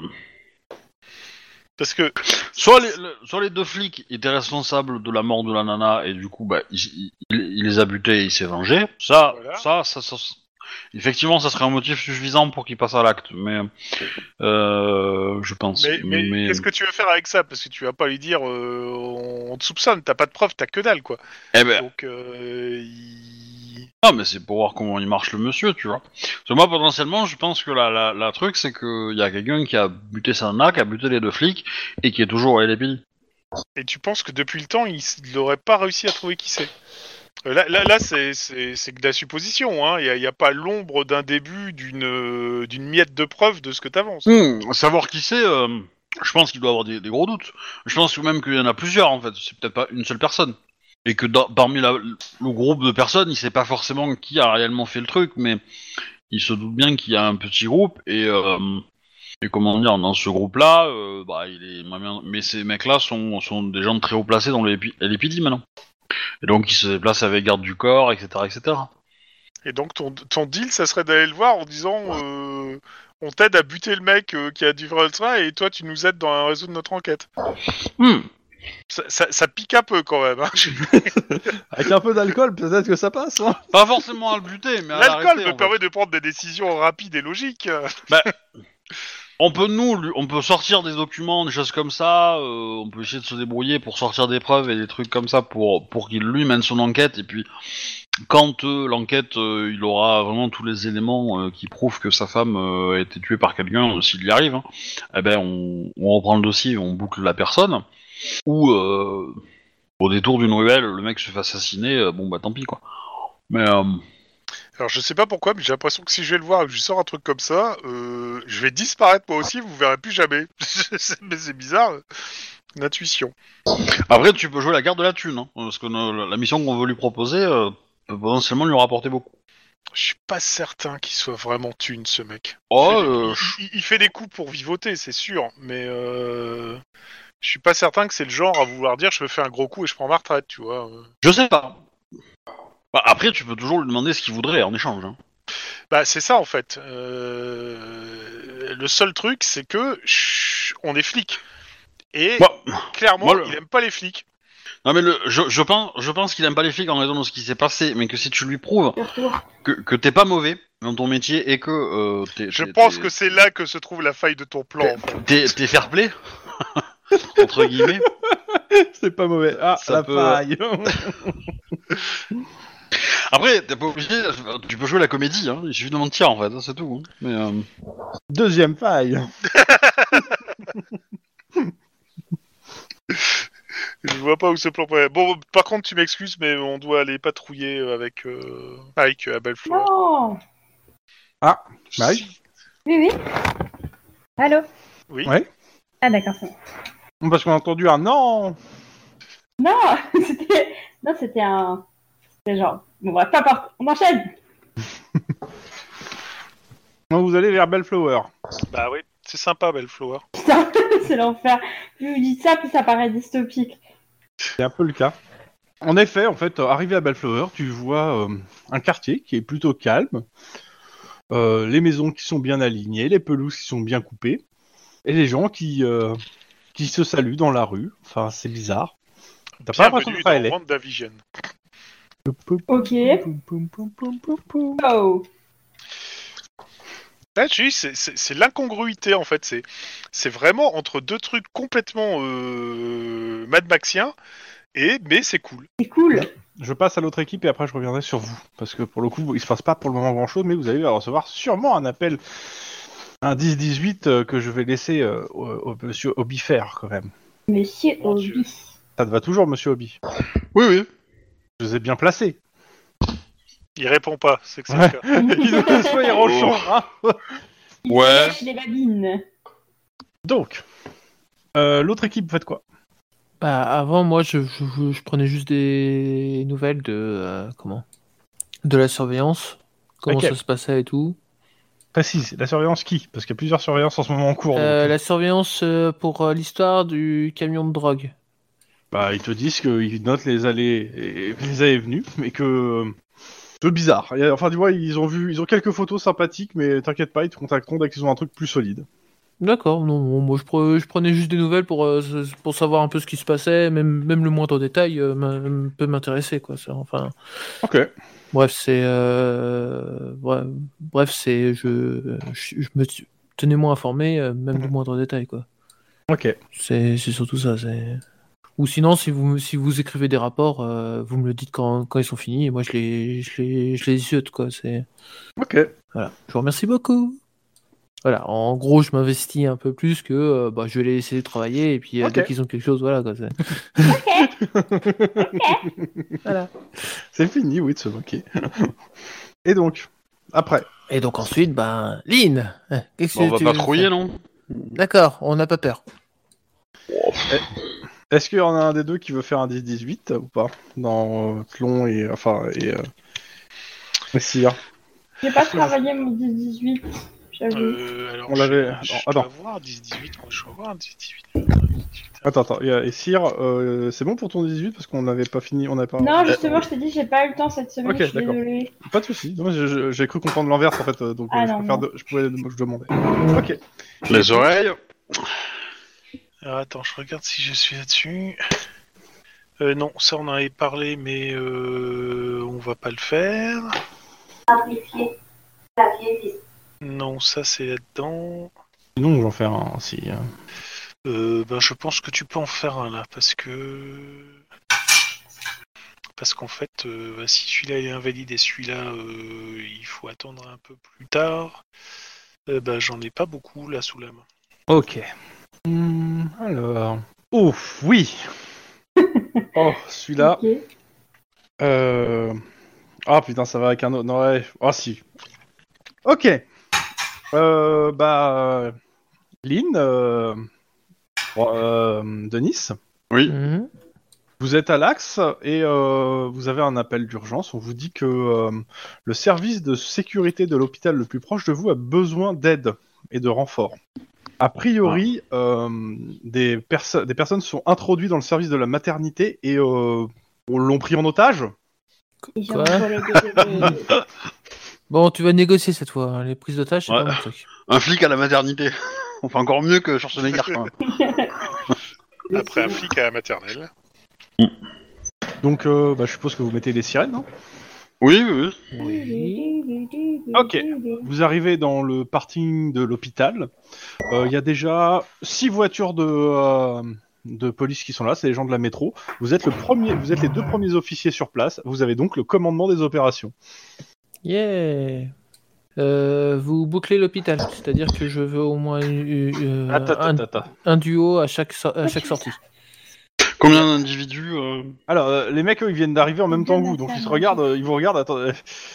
Parce que soit les 2 flics étaient responsables de la mort de la nana et du coup, bah, il les a butés et il s'est vengé. Ça, Voilà. effectivement, ça serait un motif suffisant pour qu'il passe à l'acte. Mais je pense. mais qu'est-ce que tu veux faire avec ça? Parce que tu vas pas lui dire on te soupçonne, t'as pas de preuves, t'as que dalle quoi. Eh ben, Donc ah, mais c'est pour voir comment il marche le monsieur, tu vois. Parce que moi, potentiellement, je pense que la truc, c'est qu'il y a quelqu'un qui a buté sa nana, qui a buté les 2 flics et qui est toujours à LAPD. Et tu penses que depuis le temps, il n'aurait pas réussi à trouver qui c'est? Là, c'est que de la supposition. Hein. Il y a pas l'ombre d'un début, d'une miette de preuve de ce que t'avances. Savoir qui c'est, je pense qu'il doit avoir des gros doutes. Je pense même qu'il y en a plusieurs, en fait. C'est peut-être pas une seule personne. Et que parmi le groupe de personnes, il sait pas forcément qui a réellement fait le truc, mais il se doute bien qu'il y a un petit groupe, et comment dire, dans ce groupe-là, bah, mais ces mecs-là sont des gens très haut placés dans les LAPD maintenant. Et donc ils se déplacent avec garde du corps, etc., etc. Et donc ton deal, ça serait d'aller le voir en disant on t'aide à buter le mec qui a dû faire le train et toi tu nous aides dans la résoudre notre enquête. Ça pique un peu quand même. Hein. Avec un peu d'alcool, peut-être que ça passe, hein. Pas forcément à le buter, mais à L'alcool l'arrêter, me en permet fait. de prendre des décisions rapides et logiques. On peut sortir des documents, des choses comme ça, on peut essayer de se débrouiller pour sortir des preuves et des trucs comme ça pour qu'il lui mène son enquête, et puis quand l'enquête, il aura vraiment tous les éléments qui prouvent que sa femme a été tuée par quelqu'un, s'il y arrive, hein, eh ben on reprend le dossier, on boucle la personne, ou au détour d'une ruelle, le mec se fait assassiner, bon bah tant pis quoi. Mais Alors je sais pas pourquoi, mais j'ai l'impression que si je vais le voir et que je lui sors un truc comme ça, je vais disparaître moi aussi, vous verrez plus jamais. Mais c'est bizarre, une intuition. après tu peux jouer la carte de la thune, hein, parce que la mission qu'on veut lui proposer peut potentiellement lui rapporter beaucoup. Je suis pas certain qu'il soit vraiment thune, ce mec. Oh, Il fait des coups pour vivoter, c'est sûr, mais je suis pas certain que c'est le genre à vouloir dire je me fais un gros coup et je prends ma retraite, tu vois. je sais pas. Bah, après tu peux toujours lui demander ce qu'il voudrait en échange. Hein. Bah c'est ça en fait. Le seul truc, c'est que on est flics. Et Bah, clairement, moi, il aime pas les flics. non mais je pense qu'il aime pas les flics en raison de ce qui s'est passé, mais que si tu lui prouves Surtout. que t'es pas mauvais dans ton métier et que Je pense que c'est là que se trouve la faille de ton plan. En fait. t'es fair play entre guillemets. C'est pas mauvais. Ah, Ça la peut- faille. Après t'es pas obligé, tu peux jouer la comédie, hein, il suffit de mentir en fait, c'est tout. Hein. Mais Deuxième faille. Je vois pas où ce plan pourrait. Bon, par contre, tu m'excuses, mais on doit aller patrouiller avec Mike à Bellefleur. Non. Ah, Mike. Oui, oui. Allô. Oui. Ouais. Ah d'accord, c'est bon. Parce qu'on a entendu un non. Non, c'était un... C'était genre... Bon, bref, peu importe. On enchaîne. Donc vous allez vers Bellflower. Bah oui, c'est sympa, Bellefleur. Putain, c'est l'enfer. Plus vous dites ça, plus ça paraît dystopique. C'est un peu le cas. En effet, en fait, arrivé à Bellflower, tu vois un quartier qui est plutôt calme, les maisons qui sont bien alignées, les pelouses qui sont bien coupées, et les gens qui se saluent dans la rue. Enfin, c'est bizarre. T'as pas l'impression Bienvenue de dans LA. WandaVision. Ok. Oh. Là, tu dis, c'est l'incongruité en fait. C'est vraiment entre deux trucs complètement Mad Maxiens, mais c'est cool. C'est cool. Je passe à l'autre équipe et après je reviendrai sur vous. Parce que pour le coup, il se passe pas pour le moment grand chose, mais vous allez recevoir sûrement un appel, un 10-18 que je vais laisser au monsieur Hobby faire quand même. Monsieur Mon Dieu. Obi. Ça te va toujours, monsieur Hobby? oui oui. Je vous ai bien placé. Il répond pas, c'est que c'est Ouais. le cas. Il nous soyez rochon, hein. Il Ouais. lèche les babines. Donc, l'autre équipe, vous faites quoi? Bah, avant, moi, je prenais juste des nouvelles de la surveillance, comment Ok. ça se passait et tout. Précise, la surveillance qui? Parce qu'il y a plusieurs surveillances en ce moment en cours. donc. La surveillance pour l'histoire du camion de drogue. Bah, ils te disent qu'ils notent les allées et les allées et venues, mais que c'est bizarre. Enfin, tu vois, ils ont quelques photos sympathiques, mais t'inquiète pas, ils te contacteront dès qu'ils ont un truc plus solide. D'accord, non, bon, moi je prenais juste des nouvelles pour savoir un peu ce qui se passait, même le moindre détail peut m'intéresser, quoi. Ça, enfin, Ok. bref, je me tenez-moi informé, même du moindre détail, quoi. Ok. C'est surtout ça. Ou sinon, si vous écrivez des rapports, vous me le dites quand ils sont finis, et moi je les ziote, quoi. C'est Ok. voilà. Je vous remercie beaucoup. Voilà, en gros, je m'investis un peu plus que je vais les laisser travailler et puis Ok. dès qu'ils ont quelque chose, voilà quoi. Voilà. C'est fini, oui, de se moquer. Et donc, après. Et donc ensuite, Lynn, qu'est-ce Bon, on que va tu veux patrouiller faire? non? D'accord, on n'a pas peur. Est-ce qu'il y en a un des deux qui veut faire un 10-18 ou pas? Dans Tlon et Sire. J'ai pas travaillé mon 10-18. J'avoue. Alors, On l'avait- Je attends. dois voir 10-18. Je dois voir 10-18. Attends. Et Sire, c'est bon pour ton 18 parce qu'on n'avait pas fini, on n'avait pas. Non, justement, je t'ai dit, j'ai pas eu le temps cette semaine. Ok, je suis d'accord. désolée. Pas de soucis. Non, j'ai cru comprendre l'inverse en fait, donc Ah, je, non, préfère non. je demandais. Ok. Les oreilles. Alors, attends, je regarde si je suis là-dessus. Non, ça on en avait parlé, mais on va pas le faire. Amplifier. Clavier vis. Non, ça c'est là-dedans. Sinon, j'en fais un si. Je pense que tu peux en faire un là, parce qu'en fait, si celui-là est invalide et celui-là il faut attendre un peu plus tard, j'en ai pas beaucoup là sous la main. Ok. Alors. Ouf, oui. Oh, celui-là. Ok. Ah putain, ça va avec un autre. Non, ouais. Ah si. Ok. Lynn, Denis, Oui. Mhm. vous êtes à l'Axe et vous avez un appel d'urgence. On vous dit que le service de sécurité de l'hôpital le plus proche de vous a besoin d'aide et de renfort. A priori, des personnes sont introduites dans le service de la maternité et l'ont pris en otage. Ils ont Quoi volé des bébés. Bon, tu vas négocier cette fois. Hein. Les prises d'otages, c'est Ouais. pas mon truc. Un flic à la maternité. Enfin, encore mieux que Schwarzenegger, quand même. Après un flic à la maternelle. Donc, je suppose que vous mettez les sirènes, non? Oui, oui, oui. Oui. Ok. Vous arrivez dans le parking de l'hôpital. Il y a déjà 6 voitures de police qui sont là. C'est les gens de la métro. Vous êtes les 2 premiers officiers sur place. Vous avez donc le commandement des opérations. Yeah. Vous bouclez l'hôpital, c'est-à-dire que je veux au moins un duo à chaque sortie. Combien d'individus Alors, les mecs, eux, ils viennent d'arriver en même temps que vous, donc ils se regardent, ils vous regardent. Attendez.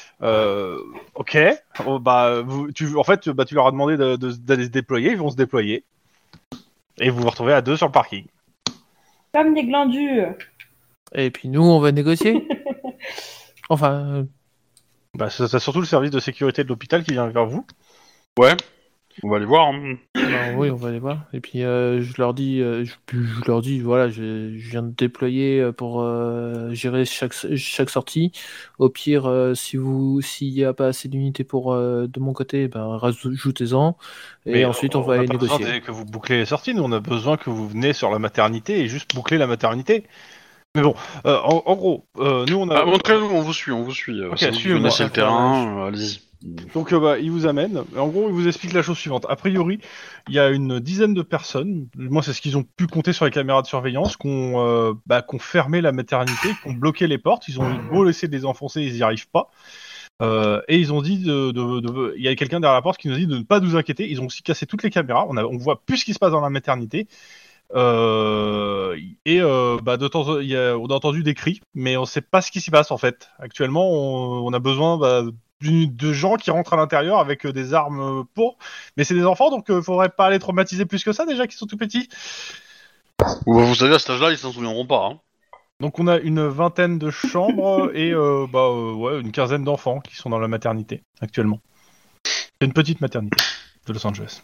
Ok. Oh, tu leur as demandé d'aller se déployer, ils vont se déployer. Et vous vous retrouvez à 2 sur le parking. Comme des glandules. Et puis nous, on va négocier. Enfin, C'est surtout le service de sécurité de l'hôpital qui vient vers vous. Ouais. On va aller voir. Hein. oui, on va aller voir. Et puis je leur dis, voilà, je viens de déployer pour gérer chaque sortie. Au pire, s'il n'y a pas assez d'unités pour de mon côté, rajoutez-en. Et Mais ensuite, on va aller n'a pas négocier. besoin que vous bouclez les sorties. Nous, on a besoin que vous venez sur la maternité et juste boucler la maternité. Mais bon, en gros, nous on a. Montrez-nous, on vous suit. Ok, si vous suivez-moi. connaissez le terrain, allez-y. Donc, il vous amène. En gros, il vous explique la chose suivante. A priori, il y a une dizaine de personnes. Moi, c'est ce qu'ils ont pu compter sur les caméras de surveillance, qui ont fermé la maternité, qui ont bloqué les portes. Ils ont beau laisser de les enfoncer, ils n'y arrivent pas. Et ils ont dit il y a quelqu'un derrière la porte qui nous a dit de ne pas nous inquiéter. Ils ont aussi cassé toutes les caméras. On voit plus ce qui se passe dans la maternité. De temps en temps, on a entendu des cris, mais on sait pas ce qui s'y passe en fait. Actuellement, on a besoin de gens qui rentrent à l'intérieur avec des armes mais c'est des enfants, donc faudrait pas les traumatiser plus que ça déjà, qui sont tout petits. Vous savez, à cet âge-là, ils s'en souviendront pas. Hein. Donc on a une vingtaine de chambres et une quinzaine d'enfants qui sont dans la maternité actuellement. C'est une petite maternité de Los Angeles.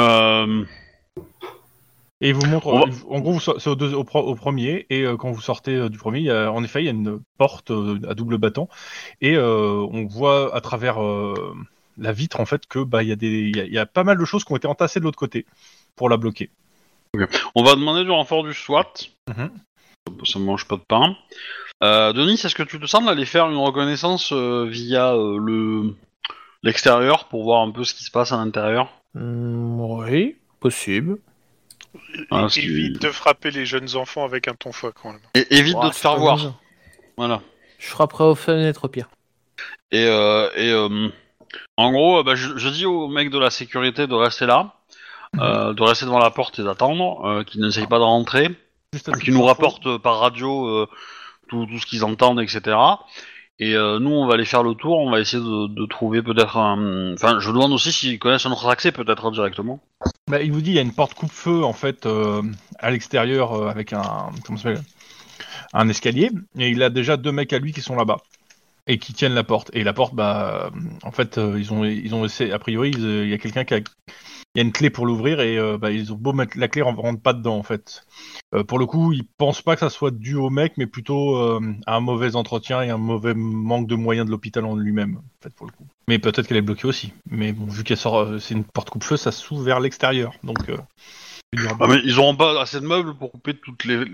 Et il vous montre, en gros, c'est au premier, et quand vous sortez du premier, il y a une porte à double battant, et on voit à travers la vitre, en fait, que il y a pas mal de choses qui ont été entassées de l'autre côté pour la bloquer. Okay. On va demander du renfort du SWAT. Ça ne mange pas de pain. Denis, est-ce que tu te sens d'aller faire une reconnaissance via l'extérieur pour voir un peu ce qui se passe à l'intérieur? Oui, possible. Évite de frapper les jeunes enfants avec un tonfa quand même. Et évite de te faire voir. Besoin. Voilà. Je frapperai aux fenêtres au pire. Et en gros, je dis aux mecs de la sécurité de rester là, de rester devant la porte et d'attendre, qu'ils n'essayent pas de rentrer, qu'ils nous rapportent par radio tout ce qu'ils entendent, etc. Et nous, on va aller faire le tour, on va essayer de trouver peut-être un... Enfin, je demande aussi s'ils connaissent un autre accès, peut-être directement. Il vous dit il y a une porte coupe-feu, en fait, à l'extérieur, avec un escalier, et il a déjà 2 mecs à lui qui sont là-bas, et qui tiennent la porte. Et la porte, en fait, ils ont essayé, a priori, il y a quelqu'un qui a... Il y a une clé pour l'ouvrir, et ils ont beau mettre la clé, on rentre pas dedans, en fait. Pour le coup, ils pensent pas que ça soit dû au mec, mais plutôt à un mauvais entretien et un mauvais manque de moyens de l'hôpital en lui-même, en fait, pour le coup. Mais peut-être qu'elle est bloquée aussi. Mais bon, vu qu'elle sort, c'est une porte coupe-feu, ça s'ouvre vers l'extérieur. Donc, mais ils auront pas assez de meubles pour couper toutes les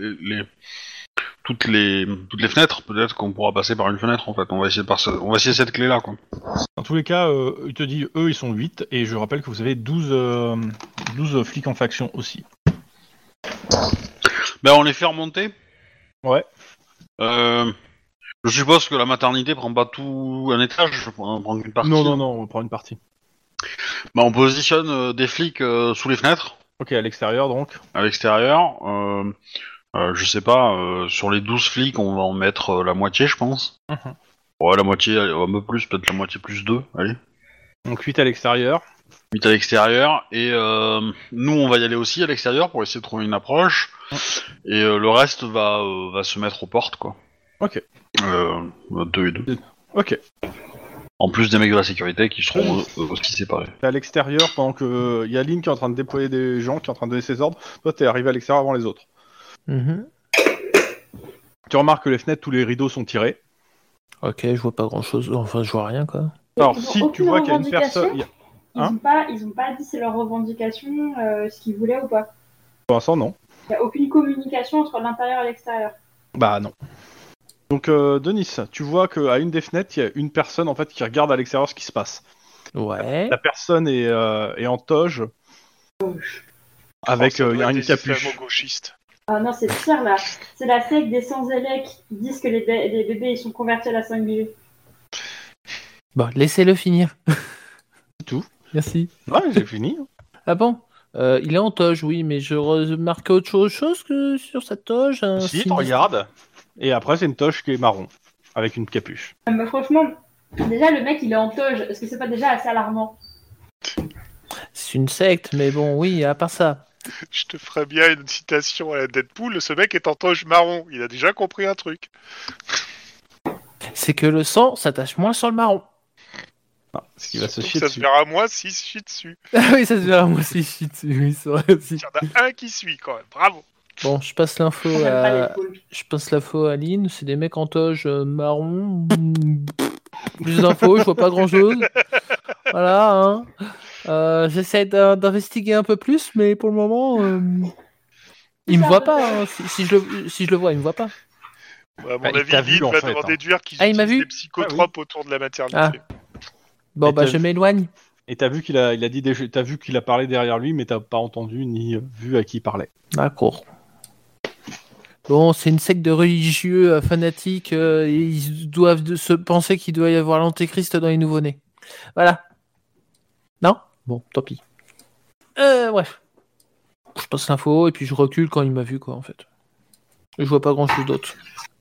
fenêtres. Peut-être qu'on pourra passer par une fenêtre, en fait. On va essayer cette clé-là, quoi. Dans tous les cas, il te dit, eux, ils sont 8, et je rappelle que vous avez 12 flics en faction aussi. On les fait remonter. Ouais. Je suppose que la maternité prend pas tout un étage, prend qu'une partie. Non, on prend une partie. On positionne des flics sous les fenêtres. Ok, à l'extérieur, donc. À l'extérieur. Je sais pas, sur les 12 flics, on va en mettre la moitié, je pense. Mhm. Ouais, la moitié, un peu plus, peut-être la moitié plus 2, allez. Donc 8 à l'extérieur. 8 à l'extérieur, et nous, on va y aller aussi à l'extérieur pour essayer de trouver une approche, et le reste va se mettre aux portes, quoi. Ok. 2 et 2. Ok. En plus des mecs de la sécurité qui seront aussi séparés. T'es à l'extérieur pendant que y a Lynn qui est en train de déployer des gens, qui est en train de donner ses ordres. Toi, t'es arrivé à l'extérieur avant les autres. Mhm. Tu remarques que les fenêtres, tous les rideaux sont tirés. Ok, je vois pas grand chose. Enfin, je vois rien quoi. Alors, Ils ont si tu aucune vois qu'il y a une revendication. personne... Ils ont pas dit c'est leur revendication, ce qu'ils voulaient ou pas. Pour l'instant, non. Il n'y a aucune communication entre l'intérieur et l'extérieur. Bah, non. Donc, Denis, tu vois qu'à une des fenêtres, il y a une personne en fait qui regarde à l'extérieur ce qui se passe. Ouais. La personne est en toge avec Ça doit être une des capuche. islamo-gauchistes. Ah non, c'est pire là. C'est la secte des sans-élèves qui disent que les bébés ils sont convertis à la 5G. Bon, laissez-le finir. C'est tout. Merci. Ouais, j'ai fini. Ah bon il est en toge, oui, mais je remarque autre chose que sur sa toge. Si, tu regardes. Et après, c'est une toge qui est marron avec une capuche. Mais franchement, déjà le mec il est en toge. Est-ce que c'est pas déjà assez alarmant? C'est une secte, mais bon, oui, à part ça. Je te ferais bien une citation à la Deadpool. Ce mec est en toge marron. Il a déjà compris un truc. C'est que le sang s'attache moins sur le marron. Ah, ce qui va se Surtout chier que ça dessus. se verra moins s'il se chie dessus. Ah oui, ça se verra moi aussi, shit. Oui, c'est vrai aussi. Il y en a un qui suit quand même. Bravo. Bon, je passe l'info J'aime pas les à... poules. Je passe l'info à Lynn, c'est des mecs en toge marron. Plus d'infos, je vois pas grand chose. Voilà, hein. J'essaie d'investiguer un peu plus, mais pour le moment, il me voit pas. Hein. Si je le vois, il me voit pas. À mon Bah, il avis, t'a vu, Lynn en va fait, devoir hein. déduire qu'ils Ah, il m'a utilisent vu des psychotropes autour de la maternité. Ah. Bon, Et bah, t'as je vu- m'éloigne. Et t'as vu qu'il a dit t'as vu qu'il a parlé derrière lui, mais t'as pas entendu ni vu à qui il parlait. D'accord. Bon, c'est une secte de religieux fanatiques. Ils doivent se penser qu'il doit y avoir l'antéchrist dans les nouveau-nés. Voilà. Non? Bon, tant pis. Bref. Je passe l'info et puis je recule quand il m'a vu, quoi, en fait. Je vois pas grand-chose d'autre.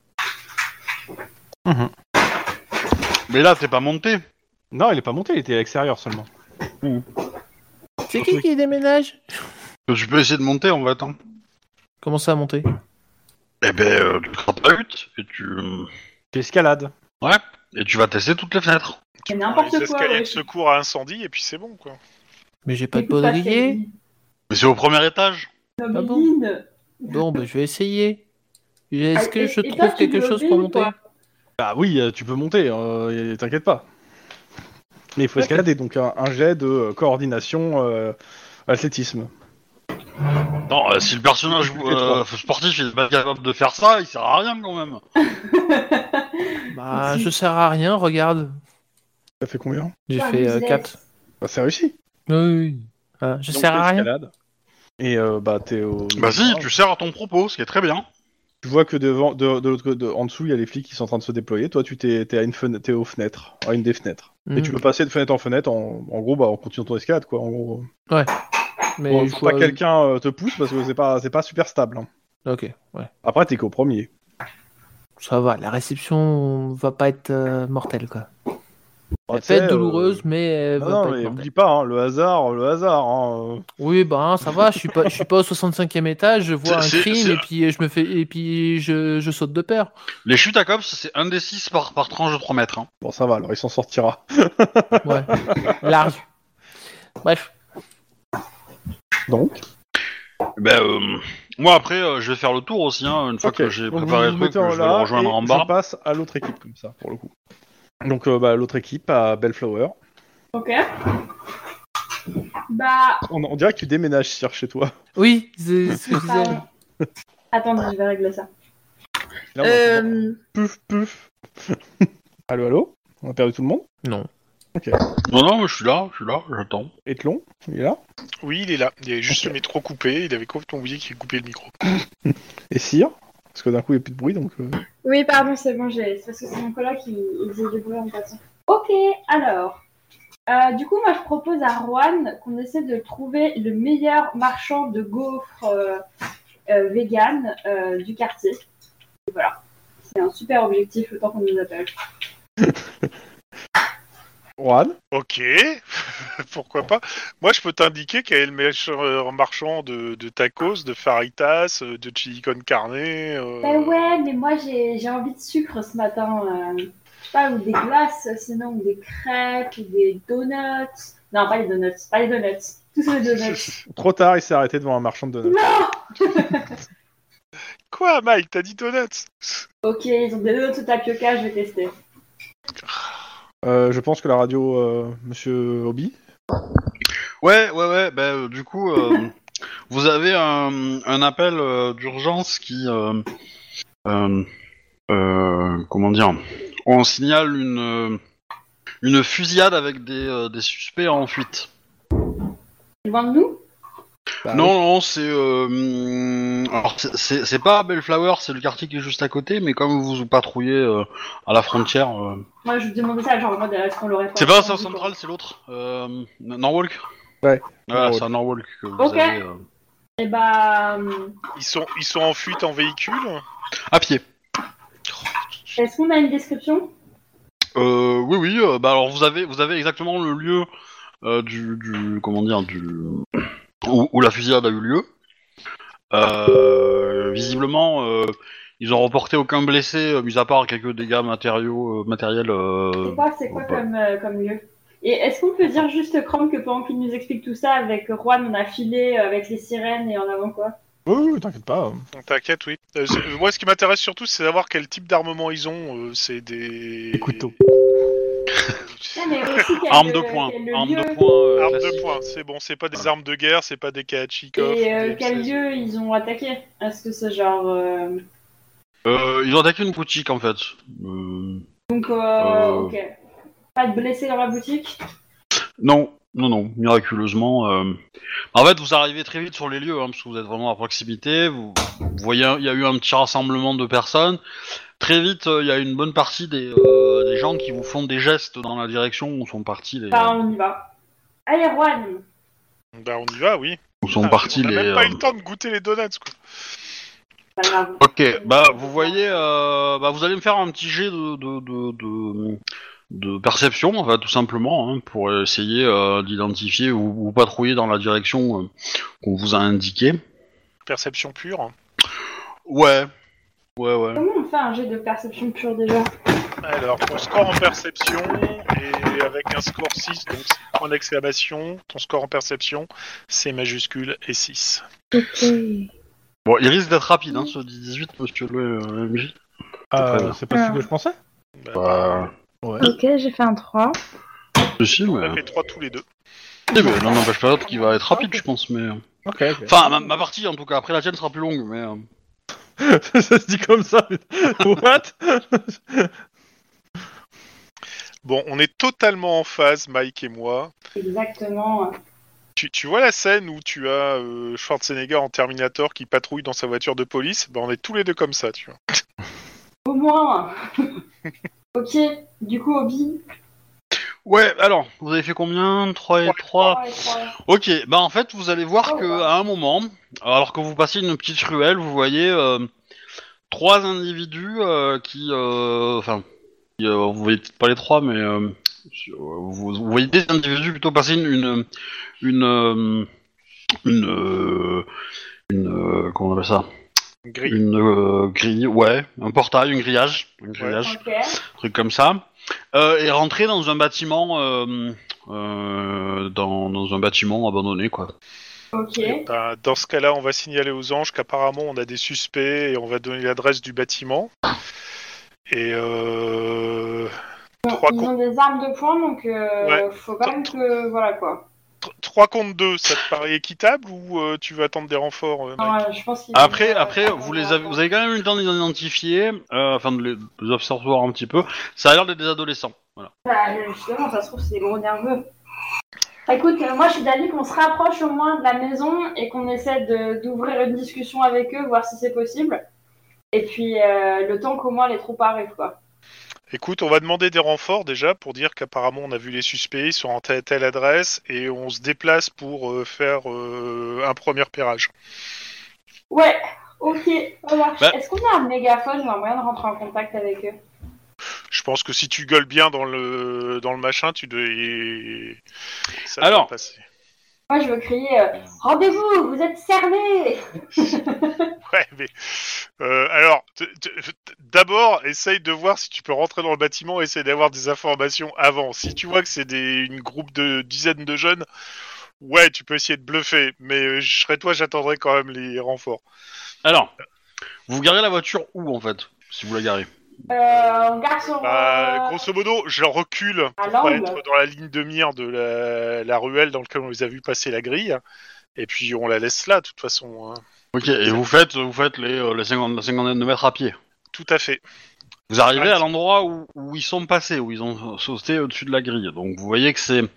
Mais là, t'es pas monté. Non, il est pas monté, il était à l'extérieur seulement. C'est qui déménage? Tu peux essayer de monter en fait. Hein. Comment ça, monter? Eh ben, tu grimpes la hutte et Tu escalades. Ouais, et tu vas tester toutes les fenêtres. C'est Les n'importe quoi. escaliers Ouais. de secours à incendie et puis c'est bon quoi. Mais j'ai pas de Écoute pas, baudrier. Freddy. Mais c'est au premier étage. Non, mais Ah bon Lynn. Bon, bah, je vais essayer. Est-ce que Et- je et trouve toi, tu quelque veux chose lever pour ou monter? pas? Bah oui, tu peux monter, t'inquiète pas. Mais il faut escalader, donc un jet de coordination athlétisme. Non, si le personnage sportif il est pas capable de faire ça, il sert à rien quand même. Bah, je sers à rien, regarde. Ça fait combien? J'ai Toi, fait useless. 4. Bah c'est réussi. Oui. Ah, je Donc, sers à rien. escalade. Et bah t'es au... Bah si, tu sers à ton propos, ce qui est très bien. Tu vois que devant, de l'autre côté, en dessous, il y a les flics qui sont en train de se déployer. Toi, t'es à une fenêtre, t'es aux fenêtres, à une des fenêtres. Et tu peux passer de fenêtre en fenêtre. En gros, bah, en continuant ton escalade, quoi. En gros. Mais Bon, je faut vois- pas que quelqu'un te pousse parce que c'est pas super stable. Hein. Ok, ouais. Après, t'es qu'au premier. Ça va, la réception va pas être mortelle, quoi. Bah, Elle tu peut être sais, douloureuse, mais elle va Non, pas mais être mortelle. oublie pas, hein, le hasard. Hein. Oui, bah ça va, je suis pas au 65e étage, je vois un C'est- crime c'est- et puis je saute de peur. Les chutes à cops, c'est 1 des 6 par tranche de 3 mètres. Hein. Bon, ça va, alors il s'en sortira. Ouais. Large. Bref. Donc, Ben, moi après, je vais faire le tour aussi, hein, une fois ok. que j'ai Donc, préparé le vous truc, mettez je vais le là, rejoindre et en bas. je passe à l'autre équipe, comme ça, pour le coup. Donc, bah, l'autre équipe, à Bellflower. Ok. Bah, On dirait que tu déménages, Sir, chez toi. Oui, c'est ce que je disais. pardon. Attendez, je vais régler ça. Là, on entend Pouf, pouf. Allô? On a perdu tout le monde? Non. Non, mais je suis là, j'attends. Etlon, il est là? Oui, il est là. Il y avait juste le métro coupé. Il avait complètement oublié qu'il coupait le micro. Et Sir? Parce que d'un coup, il n'y a plus de bruit, donc... Oui, pardon, c'est bon, c'est parce que c'est mon coloc qui faisait du bruit en passant. Ok, alors. Du coup, moi, je propose à Juan qu'on essaie de trouver le meilleur marchand de gaufres véganes du quartier. Et voilà. C'est un super objectif le temps qu'on nous appelle. Juan. Ok, pourquoi pas. Moi, je peux t'indiquer quel est le meilleur marchand de tacos, de faritas, de chili con carne. Ben ouais, mais moi j'ai envie de sucre ce matin. Je sais pas, ou des glaces, sinon, ou des crêpes, ou des donuts. Non, pas les donuts, pas les donuts. Tous les donuts. Trop tard, il s'est arrêté devant un marchand de donuts. Non. Quoi, Mike? T'as dit donuts? Ok, ils ont des donuts au tapioca, je vais tester. Je pense que la radio, Monsieur Obi. Ouais. Du coup, vous avez un appel d'urgence qui, comment dire, on signale une fusillade avec des suspects en fuite. Loin de nous? Bah, Non, c'est alors c'est pas Bellflower, c'est le quartier qui est juste à côté, mais comme vous patrouillez à la frontière, Moi, je demandais ça, genre, en mode, est-ce qu'on l'aurait pas c'est pas South entendu, Central, c'est l'autre, Norwalk. Ouais. Voilà, Norwalk. c'est à Norwalk que vous Ok. avez Et bah, Ils sont en fuite en véhicule? à pied. est-ce qu'on a une description? Oui, bah alors vous avez exactement le lieu du comment dire où la fusillade a eu lieu. Visiblement, ils ont reporté aucun blessé, mis à part quelques dégâts matériels. C'est quoi bah. comme lieu? Et est-ce qu'on peut dire juste, Chrome, que pendant qu'il nous explique tout ça, avec Juan, on a filé avec les sirènes et en avant quoi? Oui, t'inquiète pas. T'inquiète, oui. Moi, ce qui m'intéresse surtout, c'est savoir quel type d'armement ils ont. C'est des... Des couteaux. Mais aussi, Arme de poing, arme de poing. Armes de classique. poing, c'est bon. C'est pas des armes de guerre, c'est pas des Kalachnikov. Et des quel M16. lieu ils ont attaqué? Est-ce que c'est genre... Ils ont attaqué une boutique en fait. Donc, ok. Pas de blessés dans la boutique? Non, miraculeusement. En fait, vous arrivez très vite sur les lieux, parce que vous êtes vraiment à proximité. Vous voyez, il y a eu un petit rassemblement de personnes. Très vite, il y a une bonne partie des gens qui vous font des gestes dans la direction où sont partis les. Bah, on y va. Allez, Juan! Bah, on y va, oui. Où sont partis on a les. même pas eu le temps de goûter les donuts, quoi. Pas grave. Ok, bah vous voyez, vous allez me faire un petit jet de perception, en fait, tout simplement, pour essayer d'identifier ou patrouiller dans la direction qu'on vous a indiquée. Perception pure. Ouais. Comment on fait un jet de perception pure déjà? Alors, ton score en perception est avec un score 6, donc c'est point d'exclamation. Ton score en perception, c'est majuscule et 6. Ok. Bon, il risque d'être rapide, ce 18, monsieur le MJ. C'est pas celui que je pensais. Bah, Ouais. Ok, j'ai fait un 3. si, On mais. a fait 3 tous les deux. Oui, mais non, n'empêche pas l'autre qui va être rapide, je pense, mais. Ok. Enfin, ma partie, en tout cas, après la tienne sera plus longue, mais. Ça se dit comme ça. What? Bon, on est totalement en phase, Mike et moi. Exactement. Tu vois la scène où tu as Schwarzenegger en Terminator qui patrouille dans sa voiture de police? On est tous les deux comme ça, tu vois. Au moins. Ok, du coup, Obi. Ouais, alors, vous avez fait combien 3 et 3 Ok, en fait, vous allez voir Oh, que wow. à un moment, alors que vous passez une petite ruelle, vous voyez 3 individus vous voyez peut-être pas les 3, mais vous voyez des individus plutôt passer comment on appelle ça? Gris. Une grille, ouais, un portail, un grillage, Ok. truc comme ça, et rentrer dans un bâtiment, dans un bâtiment abandonné, quoi. Ok. Ben, dans ce cas-là, on va signaler aux anges qu'apparemment on a des suspects et on va donner l'adresse du bâtiment. Et Bon, 3 ils ont des armes de poing, donc Ouais. faut quand même que... Voilà, quoi. contre 2, ça te paraît équitable ou tu veux attendre des renforts, Mike? Non, je pense qu'ils Après, vont, vous avez quand même eu le temps de les identifier, de les observer un petit peu. Ça a l'air d'être des adolescents, voilà. Bah, justement, ça se trouve, c'est des gros nerveux. Écoute, moi, je suis d'avis qu'on se rapproche au moins de la maison et qu'on essaie d'ouvrir une discussion avec eux, voir si c'est possible. Et puis, le temps qu'au moins les troupes arrivent, quoi. Écoute, on va demander des renforts déjà pour dire qu'apparemment on a vu les suspects, ils sont en telle adresse et on se déplace pour faire un premier repérage. Ouais, ok, ça marche. Bah. Est-ce qu'on a un mégaphone ou un moyen de rentrer en contact avec eux? Je pense que si tu gueules bien dans le machin, ça Alors. devrait passer. Moi, je veux crier rendez-vous, vous êtes cernés. Ouais, mais alors, d'abord, essaye de voir si tu peux rentrer dans le bâtiment, essaye d'avoir des informations avant. Si tu vois que c'est une groupe de dizaines de jeunes, ouais, tu peux essayer de bluffer, mais je serais toi, j'attendrai quand même les renforts. Alors, vous garez la voiture où en fait, si vous la garez? On garde sur... Grosso modo, je recule à pour pas l'angle. être dans la ligne de mire de la ruelle dans laquelle on les a vu passer la grille, et puis on la laisse là, de toute façon. Hein. Ok, et vous faites les 50, la cinquantaine de mètres à pied. Tout à fait. Vous arrivez Ah, à l'endroit où ils sont passés, où ils ont sauté au-dessus de la grille. Donc vous voyez que c'est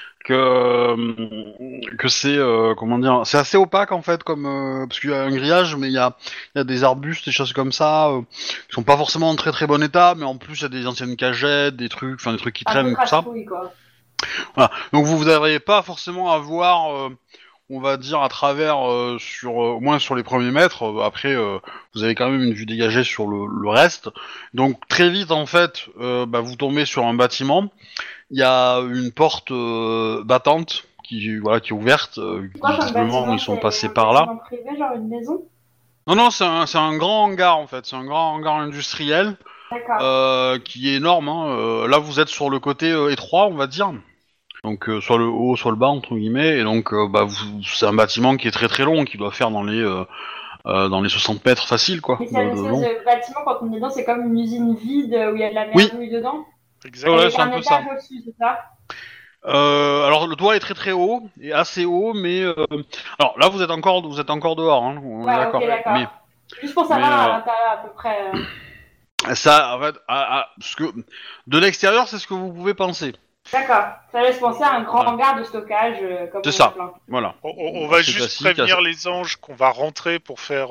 c'est comment dire, c'est assez opaque en fait, comme parce qu'il y a un grillage, mais il y a des arbustes, des choses comme ça, qui sont pas forcément en très très bon état, mais en plus il y a des anciennes cagettes, des trucs qui Un traînent, peu tout ça. crasse-couille, quoi. Voilà. Donc vous n'arrivez pas forcément à voir, on va dire à travers au moins sur les premiers mètres. Après, vous avez quand même une vue dégagée sur le reste. Donc très vite en fait, vous tombez sur un bâtiment. Il y a une porte battante qui est ouverte. Quoi, comme Visiblement, bâtiment, ils sont c'est passés un par là. bâtiment privé, genre une maison? Non, c'est un grand hangar en fait. C'est un grand hangar industriel D'accord. qui est énorme. Hein. Là, vous êtes sur le côté étroit, on va dire. Donc soit le haut, soit le bas entre guillemets. Et donc, c'est un bâtiment qui est très très long, qui doit faire dans les 60 mètres facile, quoi. Mais c'est une De espèce long. de bâtiment, quand on est dedans, c'est comme une usine vide où il y a de la Oui. merdouille dedans. Exactement. Ouais, Avec c'est un un peu étage ça. au-dessus, c'est ça? Alors le toit est très très haut, et assez haut, mais alors là vous êtes encore dehors, hein, on est Ouais, d'accord. ok, d'accord. Mais Juste pour savoir mais, à l'intérieur à peu près. ça, en fait, parce que de l'extérieur, c'est ce que vous pouvez penser. D'accord. Ça laisse penser à un grand Voilà. hangar de stockage comme C'est on ça. a plein. Voilà. On va C'est juste classique, prévenir assez- les anges qu'on va rentrer pour faire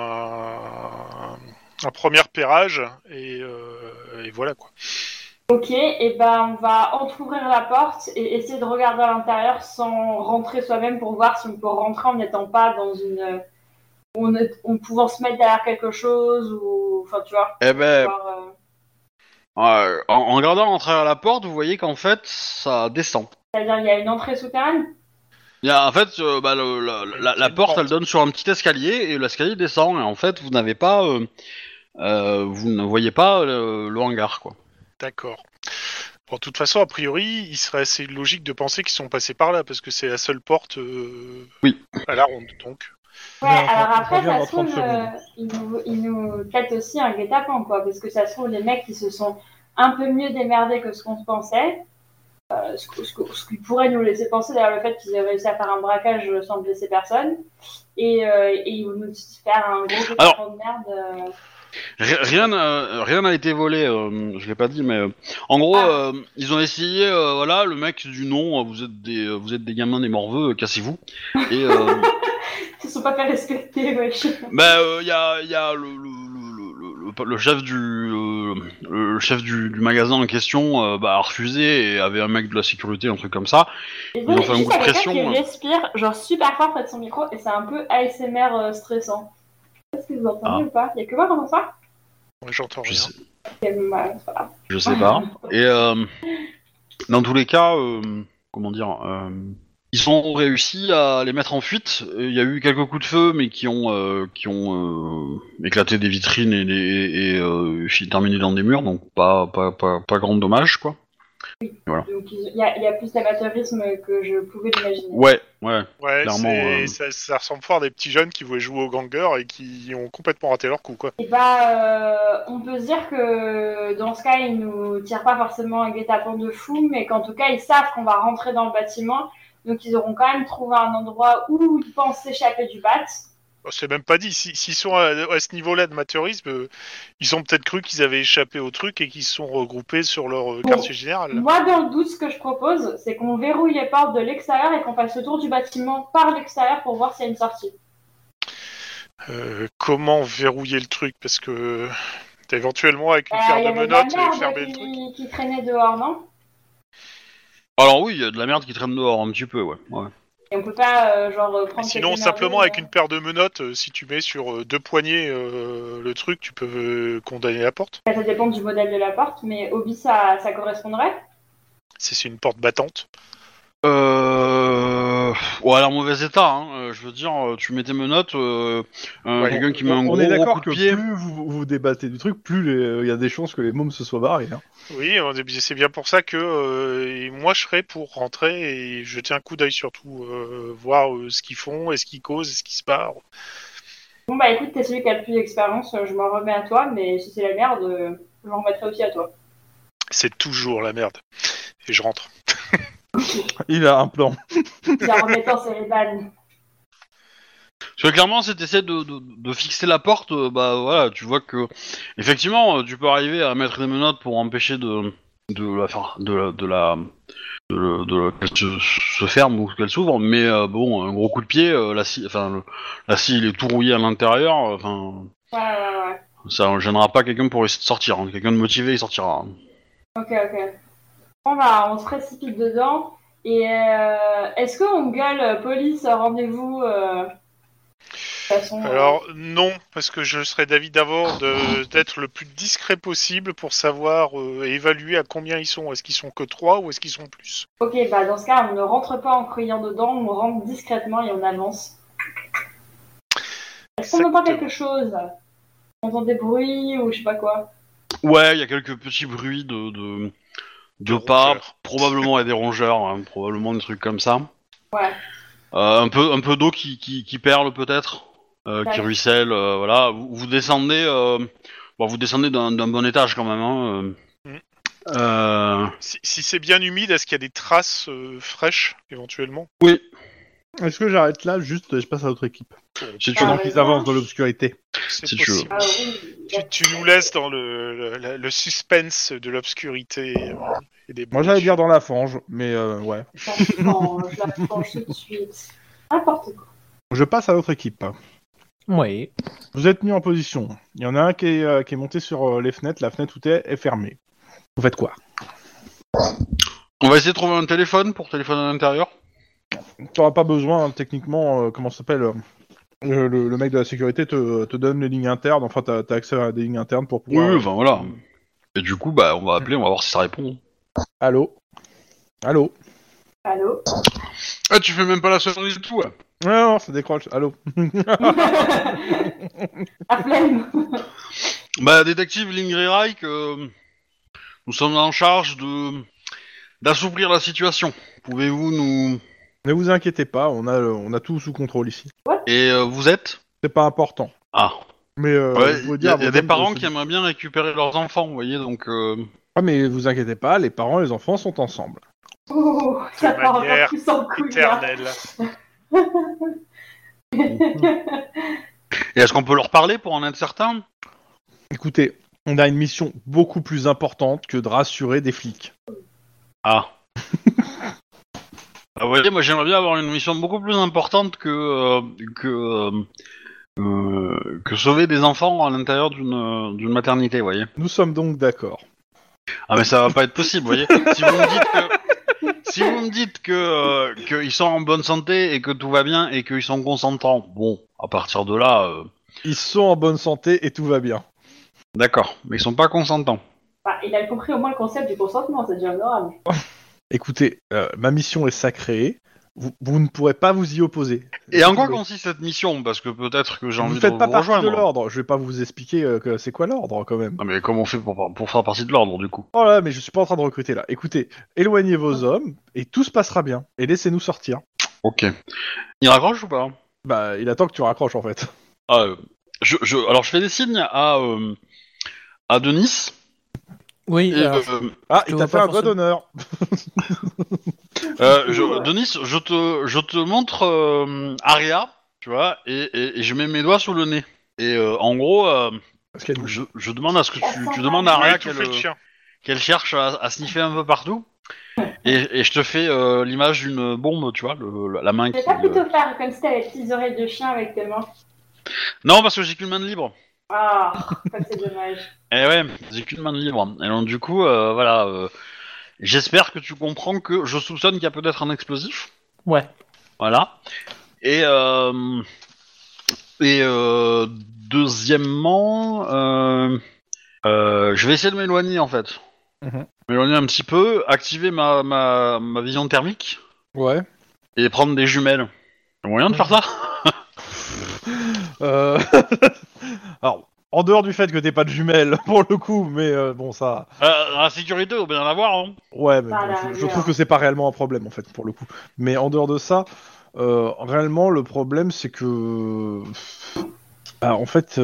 un premier pérage, et voilà quoi. Ok, et ben on va entrouvrir la porte et essayer de regarder à l'intérieur sans rentrer soi-même pour voir si on peut rentrer en n'étant pas dans une... en pouvant se mettre derrière quelque chose ou... Enfin, tu vois. Eh ben, Voir, en regardant à travers la porte, vous voyez qu'en fait, ça descend. c'est-à-dire, il y a une entrée souterraine? Il y a, en fait, la une porte, porte. elle donne sur un petit escalier, et l'escalier descend, et en fait, vous n'avez pas, vous ne voyez pas le hangar, quoi. D'accord. Bon, de toute façon, a priori, il serait assez logique de penser qu'ils sont passés par là, parce que c'est la seule porte Oui. à la ronde, donc. Ouais, Mais alors on après, revient ça dans se trouve, 30 secondes. il nous pète aussi un guet-apens, quoi, parce que ça se trouve, les mecs, ils se sont un peu mieux démerdés que ce qu'on se pensait, ce qui pourrait nous laisser penser, d'ailleurs, le fait qu'ils aient réussi à faire un braquage sans blesser personne, et ils vont nous faire un gros guet-apens de merde. Rien n'a été volé, je l'ai pas dit, mais en gros, ils ont essayé, voilà, le mec du nom, vous êtes des gamins des morveux, cassez-vous. Et Ils se sont pas fait respecter, wesh. il y a le chef du magasin en question, a refusé et avait un mec de la sécurité, un truc comme ça. Et ont fait un juste coup de avec pression, quelqu'un qui hein. respire, genre super fort près de son micro, et c'est un peu ASMR stressant. Est-ce que vous entendez ou pas? Il y a que moi qui entends ça? Ouais, j'entends Je rien. sais, C'est pas grave. je sais pas. Et dans tous les cas, comment dire, ils ont réussi à les mettre en fuite. Il y a eu quelques coups de feu, mais qui ont éclaté des vitrines et terminé dans des murs, donc pas grand dommage, quoi. Donc il y a plus d'amateurisme que je pouvais l'imaginer. Ouais, Ouais, clairement. ça ressemble fort à des petits jeunes qui voulaient jouer au ganger et qui ont complètement raté leur coup, quoi. Et on peut se dire que dans ce cas, ils nous tirent pas forcément un guet-apens de fou, mais qu'en tout cas, ils savent qu'on va rentrer dans le bâtiment, donc ils auront quand même trouvé un endroit où ils pensent s'échapper du bat. C'est même pas dit. S'ils sont à ce niveau-là de mateurisme, ils ont peut-être cru qu'ils avaient échappé au truc et qu'ils se sont regroupés sur leur quartier général. Moi, dans le doute, ce que je propose, c'est qu'on verrouille les portes de l'extérieur et qu'on fasse le tour du bâtiment par l'extérieur pour voir s'il y a une sortie. Comment verrouiller le truc? Parce que éventuellement, avec une Il y paire de avait de la menottes, merde fermer le truc. qui traînait dehors, non? Alors oui, il y a de la merde qui traîne dehors un petit peu, ouais. Et on peut pas, prendre... Sinon, quelques simplement merveilles, avec une paire de menottes, si tu mets sur 2 poignées le truc, tu peux condamner la porte. Ça dépend du modèle de la porte, mais Obi, ça correspondrait. Si c'est une porte battante. Ouais, elle est en mauvais état, hein. Je veux dire, tu mets tes menottes, quelqu'un qui met un On gros, est gros d'accord coup que de pied. plus vous débattez du truc, plus il y a des chances que les mômes se soient barrés. Hein. Oui, c'est bien pour ça que moi je serais pour rentrer et jeter un coup d'œil surtout, voir ce qu'ils font, est-ce qu'ils causent, est-ce qu'ils se barrent. Bon, bah écoute, t'es celui qui a le plus d'expérience, je m'en remets à toi, mais si c'est la merde, je m'en remettrai aussi à toi. C'est toujours la merde. Et je rentre. Il a un plan. La remettant sur les balles. Parce que clairement, si t'essaies de fixer la porte, bah voilà, tu vois que effectivement, tu peux arriver à mettre des menottes pour empêcher qu'elle se ferme ou qu'elle s'ouvre, mais bon, un gros coup de pied, la scie il est tout rouillé à l'intérieur, Ouais. ça ne gênera pas quelqu'un pour essayer de sortir. Hein. Quelqu'un de motivé, il sortira. Ok. Bon, bah, on se précipite dedans. Et est-ce qu'on gueule police, rendez-vous de toute façon, Alors non, parce que je serais d'avis d'abord d'être le plus discret possible pour savoir et évaluer à combien ils sont. Est-ce qu'ils sont que 3 ou est-ce qu'ils sont plus? Ok, bah dans ce cas, on ne rentre pas en criant dedans, on rentre discrètement et on avance. Est-ce qu'on entend quelque chose? On entend des bruits ou je sais pas quoi? Ouais, il y a quelques petits bruits de pas, rongeurs. probablement il y a des rongeurs, hein, probablement des trucs comme ça. Ouais. Un peu d'eau qui perle peut-être, qui ruisselle, voilà. Vous descendez, vous descendez d'un bon étage quand même. Hein. Si c'est bien humide, est-ce qu'il y a des traces fraîches éventuellement? Oui, Est-ce que j'arrête là, juste je passe à l'autre équipe si tu pendant veux. qu'ils avancent dans l'obscurité. C'est Si tu veux. possible. Ah oui. Tu nous laisses dans le suspense de l'obscurité et des Moi bruits. j'allais dire dans la fange, mais ouais. Je la frange tout de suite. N'importe quoi. Je passe à l'autre équipe. Oui. Vous êtes mis en position. Il y en a un qui est monté sur les fenêtres, la fenêtre où t'es est fermée. Vous faites quoi? On va essayer de trouver un téléphone pour téléphoner à l'intérieur. T'auras pas besoin, techniquement, comment ça s'appelle le mec de la sécurité te donne les lignes internes, enfin t'as accès à des lignes internes pour pouvoir... Oui, enfin voilà. Et du coup, bah, on va appeler, on va voir si ça répond. Allô? Allô? Ah, tu fais même pas la sonnerie du tout, ouais. Non, ça décroche. Allô? À flemme. Bah, détective Lingry Reich, nous sommes en charge d'assouplir la situation. Pouvez-vous nous... Ne vous inquiétez pas, on a tout sous contrôle ici. Et vous êtes? C'est pas important. Ah. Mais Ouais, je veux il y dire, a des vos parents hommes qui aimeraient bien récupérer leurs enfants, vous voyez, donc... Ah mais vous inquiétez pas, les parents et les enfants sont ensemble. Oh, ça De part encore manière plus en couille là. éternelle. Et est-ce qu'on peut leur parler pour en être certain? Écoutez, on a une mission beaucoup plus importante que de rassurer des flics. Ah. Vous voyez, moi j'aimerais bien avoir une mission beaucoup plus importante que sauver des enfants à l'intérieur d'une maternité, vous voyez. Nous sommes donc d'accord. Ah mais ça va pas être possible, vous voyez. Si vous me dites que qu'ils sont en bonne santé et que tout va bien et qu'ils sont consentants, bon, à partir de là, Ils sont en bonne santé et tout va bien. d'accord, mais ils sont pas consentants. Bah, il a compris au moins le concept du consentement, c'est déjà honorable. Écoutez, ma mission est sacrée. Vous ne pourrez pas vous y opposer. Et en quoi consiste cette mission? Parce que peut-être que j'ai Vous envie ne de faites pas vous partie rejoindre. de l'ordre. Je vais pas vous expliquer que c'est quoi l'ordre quand même. Ah mais comment on fait pour faire partie de l'ordre du coup? Oh là, mais je suis pas en train de recruter là. Écoutez, éloignez vos hommes et tout se passera bien. Et laissez-nous sortir. Ok. Il raccroche ou pas? Bah, il attend que tu raccroches en fait. Alors je fais des signes à Denis. Oui, Et, alors, Ah, Je il vois t'a fait pas un doigt d'honneur. Denis, je te montre Aria, tu vois, et je mets mes doigts sous le nez. Et en gros, Parce qu'elle- je demande à ce que tu demandes à Aria Ouais, tout fait le chien. qu'elle cherche à sniffer un peu partout. Et je te fais l'image d'une bombe, tu vois, la main Tu qui... vais pas plutôt faire comme si t'avais les petites oreilles de chien avec tes mains? Non, parce que j'ai qu'une main de libre. Ah, ça c'est dommage. Eh ouais, j'ai qu'une main de libre. Et donc du coup, voilà, j'espère que tu comprends que je soupçonne qu'il y a peut-être un explosif. ouais. Voilà. Et deuxièmement, je vais essayer de m'éloigner en fait. M'éloigner un petit peu, activer ma vision thermique Ouais. et prendre des jumelles. Y'a moyen de faire ça? Alors, en dehors du fait que t'aies pas de jumelles, pour le coup, mais bon, ça... La sécurité, on peut bien en avoir, hein. Ouais, mais Pas bon, la je rigueur. trouve que c'est pas réellement un problème, en fait, pour le coup. Mais en dehors de ça, réellement, le problème, c'est que... en fait,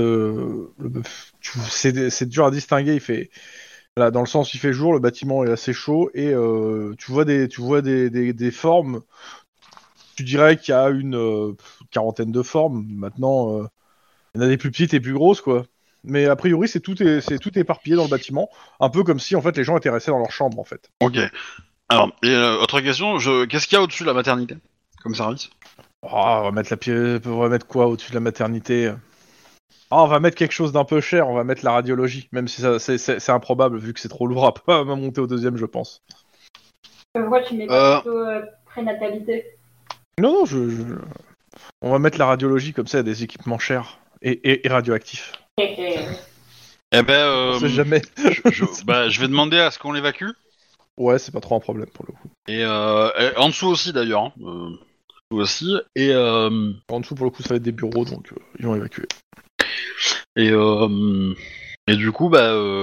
c'est dur à distinguer, il fait... Là, dans le sens, il fait jour, le bâtiment est assez chaud, et tu vois des formes. Tu dirais qu'il y a une quarantaine de formes. Maintenant, il y en a des plus petites et plus grosses, quoi. Mais a priori, c'est tout éparpillé dans le bâtiment, un peu comme si en fait les gens étaient restés dans leur chambre, en fait. Ok. Alors, et autre question, qu'est-ce qu'il y a au-dessus de la maternité comme service? On va mettre quoi au-dessus de la maternité? On va mettre quelque chose d'un peu cher. On va mettre la radiologie, même si ça, c'est improbable vu que c'est trop lourd à monter au deuxième, je pense. Pourquoi tu mets pas plutôt prénatalité? Non, on va mettre la radiologie comme ça, il y a des équipements chers et radioactifs. Eh ben, On sait jamais. je vais demander à ce qu'on l'évacue. Ouais, c'est pas trop un problème pour le coup. Et en dessous aussi d'ailleurs. Hein. En dessous aussi. Et En dessous, pour le coup, ça va être des bureaux, donc ils vont évacuer. et du coup,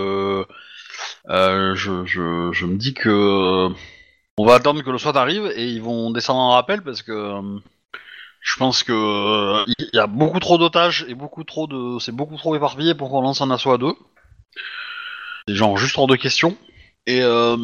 je me dis que on va attendre que le SWAT arrive et ils vont descendre en rappel parce que je pense que il y a beaucoup trop d'otages et c'est beaucoup trop éparpillé pour qu'on lance un assaut à deux. C'est genre juste hors de question. Et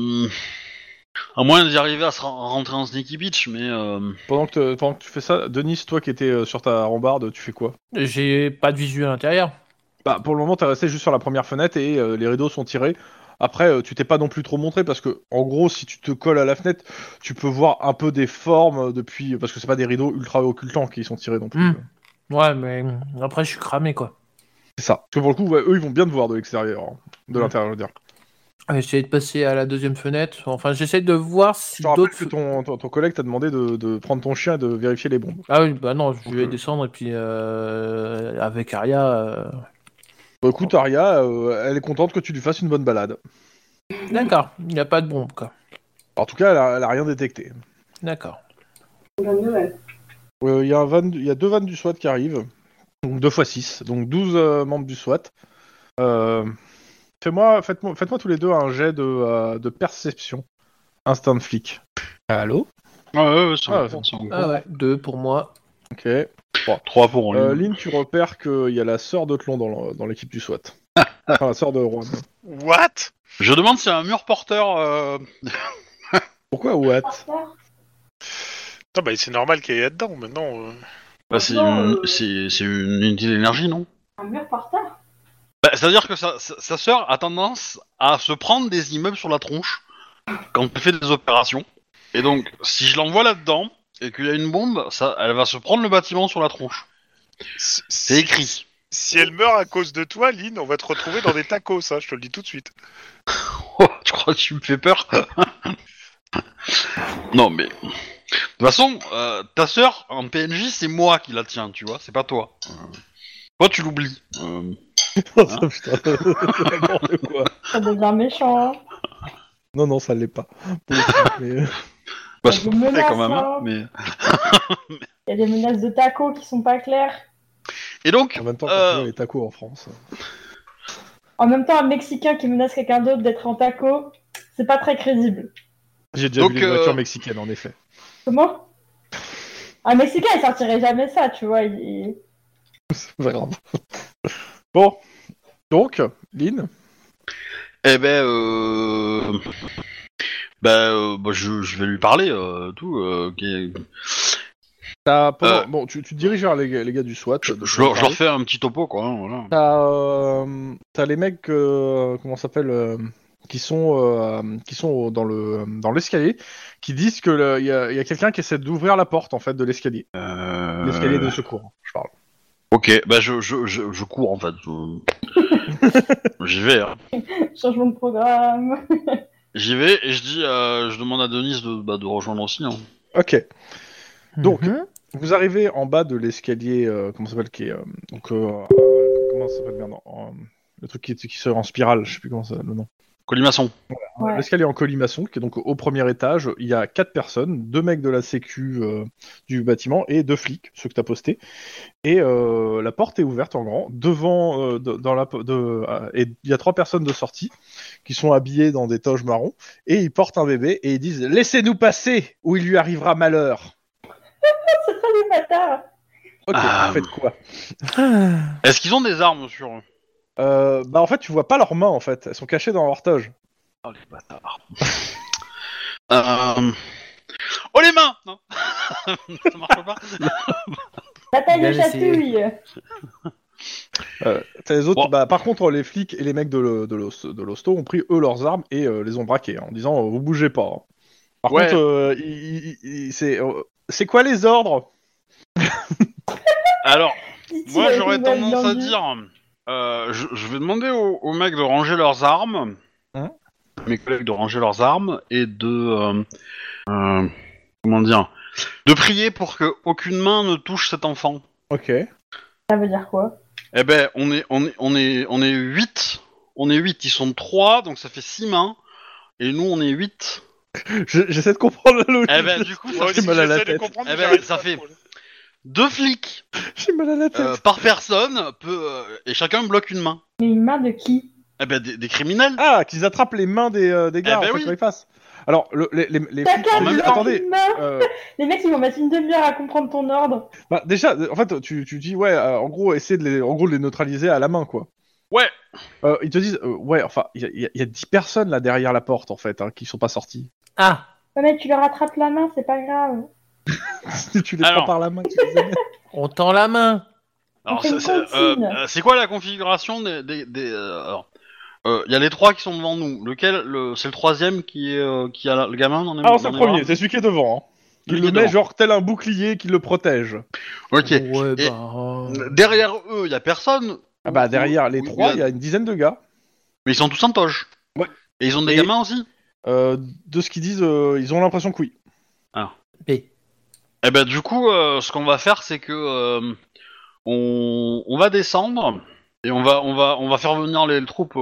à moins d'y arriver à se rentrer en sneaky bitch, mais Pendant que tu fais ça, Denis, toi qui étais sur ta rambarde, tu fais quoi? J'ai pas de visu à l'intérieur. Bah, pour le moment, t'es resté juste sur la première fenêtre et les rideaux sont tirés. Après, tu t'es pas non plus trop montré parce que, en gros, si tu te colles à la fenêtre, tu peux voir un peu des formes depuis. Parce que c'est pas des rideaux ultra occultants qui sont tirés non plus. Ouais, mais après, je suis cramé, quoi. C'est ça. Parce que pour le coup, ouais, eux, ils vont bien te voir de l'extérieur. Hein. De l'intérieur, je veux dire. J'essaie de passer à la deuxième fenêtre. Enfin, j'essaie de voir si Je te rappelle d'autres. que ton collègue t'a demandé de prendre ton chien et de vérifier les bombes. Ah oui, bah non, je Donc, vais descendre et puis avec Aria. Bah, écoute, Aria, elle est contente que tu lui fasses une bonne balade. D'accord, il n'y a pas de bombe, quoi. En tout cas, elle a rien détecté. D'accord. Bonne nouvelle. Il y a 2 vannes du SWAT qui arrivent. Donc 2 x 6, donc 12 membres du SWAT. Faites-moi tous les deux un jet de perception. Instinct de flic. Allô? ouais, c'est Ah, bon, c'est bon. Ah ouais, 2 pour moi. Ok. 3 pour lui. Lynn, tu repères qu'il y a la sœur de Tlon dans l'équipe du SWAT. Enfin, la sœur de Juan. What? Je demande s'il y a un mur porteur. Pourquoi what? Porteur? Non, bah, c'est normal qu'il y ait là-dedans, maintenant. C'est Non, une unité d'énergie, non? Un mur porteur? C'est-à-dire que sa sœur a tendance à se prendre des immeubles sur la tronche quand elle fait des opérations. Et donc, si je l'envoie là-dedans et qu'il y a une bombe, elle va se prendre le bâtiment sur la tronche. C'est écrit. Si elle meurt à cause de toi, Lynn, on va te retrouver dans des tacos, ça, je te le dis tout de suite. Oh, tu crois que tu me fais peur? Non, mais... De toute façon, ta sœur, en PNJ, c'est moi qui la tiens, tu vois, c'est pas toi. Toi, tu l'oublies. Putain, n'importe quoi. Ça devient méchant. Hein. Non, ça l'est pas. Mais, Bah, Il y a c'est des menaces, quand même, hein, hein. mais... Il y a des menaces de tacos qui sont pas claires. Et donc... en même temps, quand tu vois les tacos en France. En même temps, un Mexicain qui menace quelqu'un d'autre d'être en taco, c'est pas très crédible. J'ai déjà Donc, vu des voitures mexicaines, en effet. Comment? Un Mexicain, il sortirait jamais ça, tu vois. C'est pas grave. Bon. Donc, Lynn? Eh ben, je vais lui parler, tout. Bon, tu te diriges vers les gars du SWAT. Je leur fais un petit topo, quoi. Hein, voilà. T'as les mecs, comment ça s'appelle, qui sont dans l'escalier, qui disent que il y a quelqu'un qui essaie d'ouvrir la porte en fait de l'escalier. L'escalier de secours, je parle. Ok, je cours en fait. J'y vais. Hein. Changement de programme. J'y vais et je dis, je demande à Denise de rejoindre aussi. Hein. Ok. Donc, Mhm. vous arrivez en bas de l'escalier, comment ça s'appelle, qui est, comment ça s'appelle, merde, le truc qui se en spirale, je sais plus comment ça le nom. Colimaçon. Ouais. L'escalier en colimaçon, qui est donc au premier étage, il y a 4 personnes, 2 mecs de la sécu du bâtiment et 2 flics, ceux que t'as postés. Et la porte est ouverte en grand. Devant, et il y a 3 personnes de sortie qui sont habillées dans des toges marrons et ils portent un bébé et ils disent laissez-nous passer ou il lui arrivera malheur. C'est trop des bâtards. Ok, Ah. vous faites quoi? Est-ce qu'ils ont des armes sur eux? Bah en fait tu vois pas leurs mains en fait, elles sont cachées dans leur toge. Oh les bâtards. Oh les mains. Non. Ça marche pas. Bataille de Bien essayé. chatouille. T'as les autres, Bon. bah, par contre les flics et les mecs de l'hosto ont pris eux leurs armes et les ont braqués en disant vous bougez pas. Hein. Par Ouais. contre c'est quoi les ordres? Alors, Dit-il moi avec j'aurais une voix tendance à tendue. dire, je vais demander aux mecs de ranger leurs armes, Hein mes collègues de ranger leurs armes et de comment dire, de prier pour que aucune main ne touche cet enfant. Ok. Ça veut dire quoi? Eh ben, on est 8. On est 8, ils sont 3, donc ça fait 6 mains. Et nous, on est 8. J'essaie de comprendre la logique. Eh ben, du coup, ça Moi fait aussi, mal à la j'essaie de tête. comprendre, Eh mais ben, j'arrive ça pas fait- trop. 2 flics J'ai mal à la tête. par personne, et chacun bloque une main. Mais une main de qui? Eh ben, des criminels. Ah, qu'ils attrapent les mains des gars Eh ben en fait, oui. quand ils passent. Alors, les T'as flics, qu'à en même bloquer temps, attendez, une main. les Les mecs ils vont mettre une demi-heure à comprendre ton ordre. bah, déjà, en fait, tu dis, ouais, en gros, essaie de les neutraliser à la main, quoi. Ouais. Ils te disent, ouais, enfin, il y a 10 personnes là derrière la porte, en fait, hein, qui sont pas sorties. Ah, Ouais, mais tu leur attrapes la main, c'est pas grave. Si tu les Alors. prends par la main, tu les amènes. on tend la main. Alors, fait une consigne. c'est quoi la configuration des alors, il y a les 3 qui sont devant nous. C'est le troisième qui a le gamin dans les Alors, c'est dans le les premier, bras c'est celui qui est devant. Hein. Il Celui le qui est met devant. genre tel un bouclier qui le protège. Ok. Ouais, Et bah. derrière eux, il y a personne. Ah bah, derrière les Oui, 3, il y a une dizaine de gars. Mais ils sont tous en toge. Ouais. Et ils ont des Et- gamins aussi. De ce qu'ils disent, ils ont l'impression que oui. B. Eh ben du coup, ce qu'on va faire, c'est que on va descendre et on va faire venir les troupes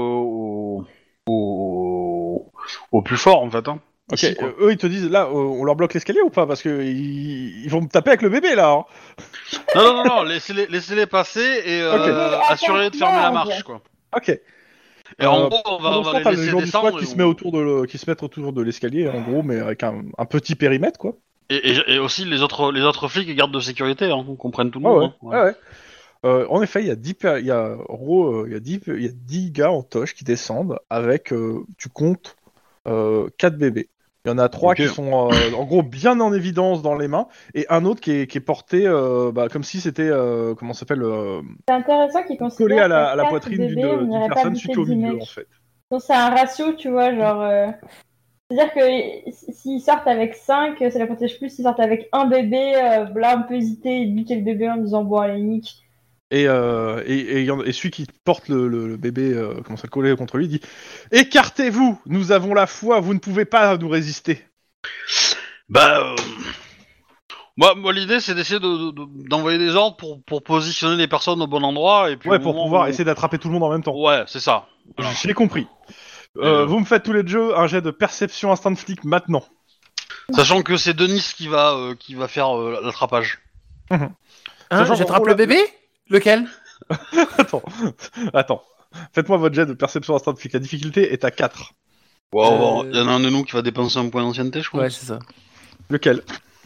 au plus fort en fait. Hein. Ok, Ici, quoi. eux ils te disent là, on leur bloque l'escalier ou pas? Parce que ils vont me taper avec le bébé là. Hein. Non, laissez-les passer et Ok. assurez de fermer la marche quoi. Ok. Et en gros, on Pendant ce va temps, les t'as le laisser joueur du descendre. squad qui se met qui se mettent autour de l'escalier en gros, mais avec un petit périmètre quoi. Et aussi les autres flics et gardes de sécurité, hein, qu'on prenne tout le Ah monde. ouais. Hein, ouais. Ouais. En effet, il y a 10 il y a en gros, il y a 10 gars en toche qui descendent avec tu comptes 4 bébés. Il y en a 3 Ok. qui sont en gros bien en évidence dans les mains et un autre qui est porté comme si c'était comment ça s'appelle C'est intéressant qu'ils considèrent collé à la que quatre poitrine bébés, on d'une n'irait pas personne buter située au 10 milieu mecs. en fait. Donc c'est un ratio, tu vois, genre... C'est-à-dire que s'ils sortent avec 5, ça la protège plus. S'ils sortent avec un bébé, là on peut hésiter et buter le bébé en disant bon allez nique. Et celui qui porte le bébé, comment ça collé contre lui, dit écartez-vous, nous avons la foi, vous ne pouvez pas nous résister. Bah, moi l'idée c'est d'essayer d'envoyer des ordres pour positionner les personnes au bon endroit et puis Ouais, au pour moment pouvoir où- essayer d'attraper tout le monde en même temps. Ouais, c'est ça. Voilà. J'ai compris. Vous me faites tous les deux un jet de perception instinct de flic maintenant. Sachant que c'est Denis qui va faire l'attrapage. Hein, Sachant j'attrape qu'en gros, le bébé. Lequel? Attends. Faites-moi votre jet de perception instinct de flic. La difficulté est à 4. Wow, il y en a un de nous qui va dépenser un point d'ancienneté, je crois. Ouais, c'est ça. Lequel?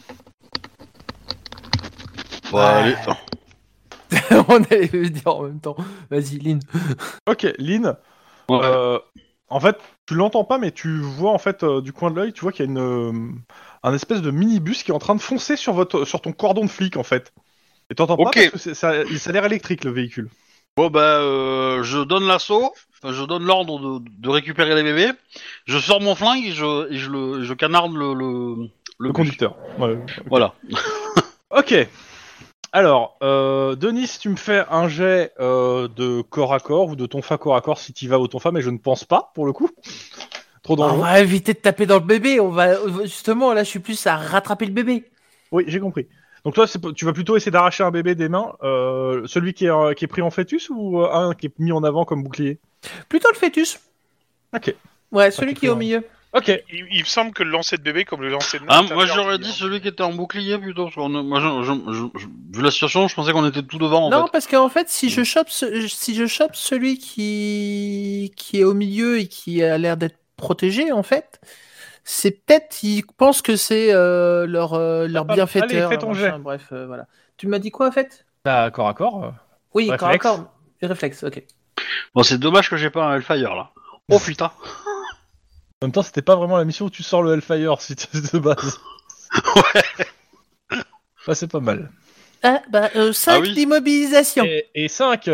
Bon, allez. On allait le dire en même temps. Vas-y, Lynn. Ok, Lynn. Ouais. En fait, tu l'entends pas, mais tu vois en fait du coin de l'œil, tu vois qu'il y a un espèce de minibus qui est en train de foncer sur ton cordon de flic en fait. Et t'entends pas Ok. parce que ça a l'air électrique le véhicule. Bon bah, je donne l'assaut, enfin, je donne l'ordre de récupérer les bébés, je sors mon flingue et je canarde le Le bus. conducteur. Ouais. Voilà. Ok. Alors, Denis, tu me fais un jet de corps à corps ou de tonfa corps à corps si t'y vas au tonfa, mais je ne pense pas pour le coup. Trop On dangereux. va éviter de taper dans le bébé. On va justement là, je suis plus à rattraper le bébé. Oui, j'ai compris. Donc toi, tu vas plutôt essayer d'arracher un bébé des mains, celui qui est pris en fœtus ou un qui est mis en avant comme bouclier? Plutôt le fœtus. Ok. Ouais, celui qui est au milieu. Ok. Il me semble que le lancer de bébé, comme le lancer de main. Ah, est moi j'aurais interdit, dit hein. celui qui était en bouclier plutôt, parce que moi, vu la situation, je pensais qu'on était tout devant en Non, fait. parce qu'en fait, si je chope celui qui est au milieu et qui a l'air d'être protégé, en fait, c'est peut-être ils pensent que c'est leur bienfaiteur. Allez, fais ton machin, jet. bref, voilà. Tu m'as dit quoi en fait? Bah, corps à corps. Oui, Réflexe. corps à corps. Réflexe, ok. Bon, c'est dommage que j'ai pas un Hellfire là. Oh putain. En même temps, c'était pas vraiment la mission où tu sors le Hellfire si tu de base. Ouais. Bah, c'est pas mal. Ah, bah, 5 oui. d'immobilisation. Et 5.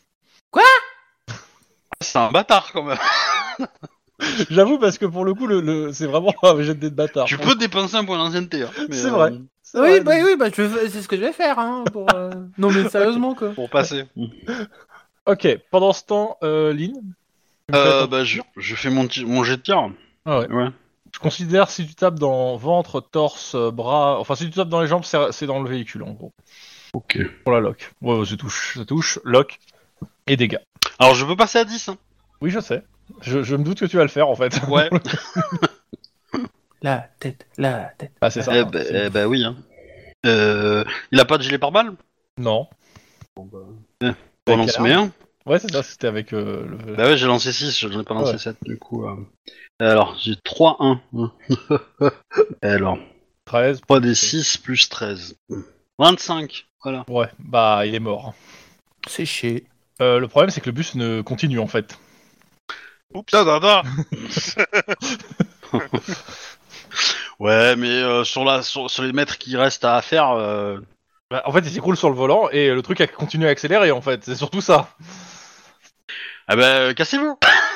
C'est un bâtard quand même. J'avoue, parce que pour le coup, c'est vraiment un jet de bâtard. Tu peux dépenser un point d'ancienneté. Hein, mais, C'est vrai. C'est Oui, vrai. oui, bah, c'est ce que je vais faire, hein, pour... Non, mais sérieusement, quoi. Pour passer. Ok, pendant ce temps, Lynn tu me fais ton Bah, tir. je fais mon jet de tir. Ah ouais. Ouais. Je considère si tu tapes dans ventre, torse, bras, enfin si tu tapes dans les jambes, c'est dans le véhicule en gros. Ok. Pour la lock. Ouais, ça touche, lock et dégâts. Alors je peux passer à 10. Hein. Oui, je sais. Je me doute que tu vas le faire en fait. Ouais. La tête. Ah, c'est ça. bah oui. Hein. Il a pas de gilet pare-balles? Non. On en se met un. Ouais, c'est ça, c'était avec Bah ouais, j'ai lancé 6, j'en ai pas lancé 7 du coup. Alors, j'ai 3-1. Alors, 13. 3 des 6 plus 13. 25, voilà. Ouais, bah il est mort. C'est chier. Le problème c'est que le bus ne continue en fait. Oups. Ouais, mais sur les mètres qui restent à faire, Bah, en fait, il s'écroule sur le volant et le truc a continué à accélérer en fait, c'est surtout ça. ah bah cassez-vous.